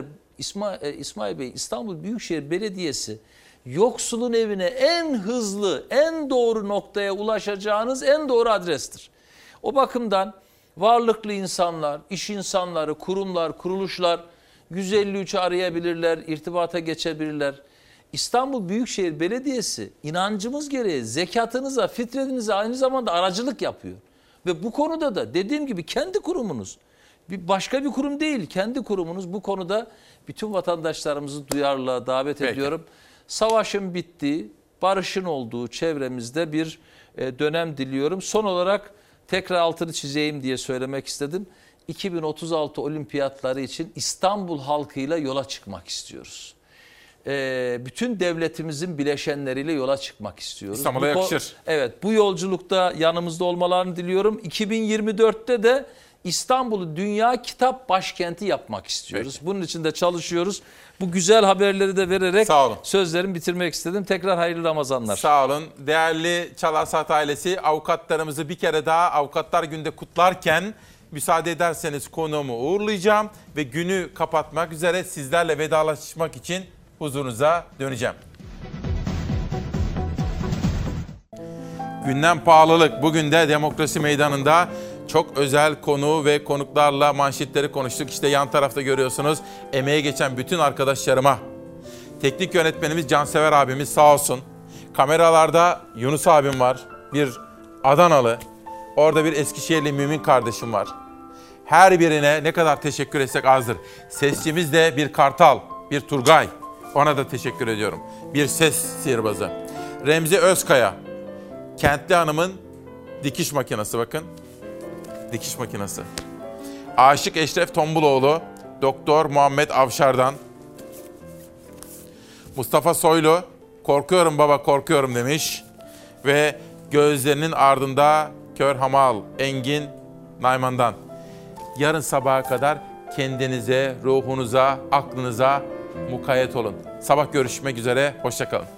İsmail Bey, İstanbul Büyükşehir Belediyesi yoksulun evine en hızlı, en doğru noktaya ulaşacağınız en doğru adrestir. O bakımdan varlıklı insanlar, iş insanları, kurumlar, kuruluşlar 153'ü arayabilirler, irtibata geçebilirler. İstanbul Büyükşehir Belediyesi inancımız gereği zekatınıza, fitretinize aynı zamanda aracılık yapıyor. Ve bu konuda da dediğim gibi kendi kurumunuz, başka bir kurum değil, kendi kurumunuz bu konuda bütün vatandaşlarımızı duyarlılığa davet ediyorum. Savaşın bittiği, barışın olduğu çevremizde bir dönem diliyorum. Son olarak tekrar altını çizeyim diye söylemek istedim. 2036 olimpiyatları için İstanbul halkıyla yola çıkmak istiyoruz. Bütün devletimizin bileşenleriyle yola çıkmak istiyoruz. İstanbul'a yakışır. Evet, bu yolculukta yanımızda olmalarını diliyorum. 2024'te de İstanbul'u dünya kitap başkenti yapmak istiyoruz. Peki. Bunun için de çalışıyoruz. Bu güzel haberleri de vererek sözlerimi bitirmek istedim. Tekrar hayırlı Ramazanlar. Sağ olun. Değerli Çalar Saat ailesi, avukatlarımızı bir kere daha Avukatlar Günü'nde kutlarken müsaade ederseniz konuğumu uğurlayacağım ve günü kapatmak üzere sizlerle vedalaşmak için huzurunuza döneceğim. Gündem pahalılık. Bugün de Demokrasi Meydanı'nda çok özel konu ve konuklarla manşetleri konuştuk. İşte yan tarafta görüyorsunuz emeğe geçen bütün arkadaşlarıma. Teknik yönetmenimiz Cansever abimiz sağ olsun. Kameralarda Yunus abim var. Bir Adanalı. Orada bir Eskişehirli Mümin kardeşim var. Her birine ne kadar teşekkür etsek azdır. Sesçimiz de bir Kartal, bir Turgay. Ona da teşekkür ediyorum. Bir ses sihirbazı. Remzi Özkaya. Kentli Hanım'ın dikiş makinesi bakın. Dikiş makinesi. Aşık Eşref Tombuloğlu, Doktor Muhammed Avşar'dan. Mustafa Soylu, korkuyorum baba korkuyorum demiş. Ve gözlerinin ardında Kör Hamal Engin Nayman'dan. Yarın sabaha kadar kendinize, ruhunuza, aklınıza mukayyet olun. Sabah görüşmek üzere, hoşça kalın.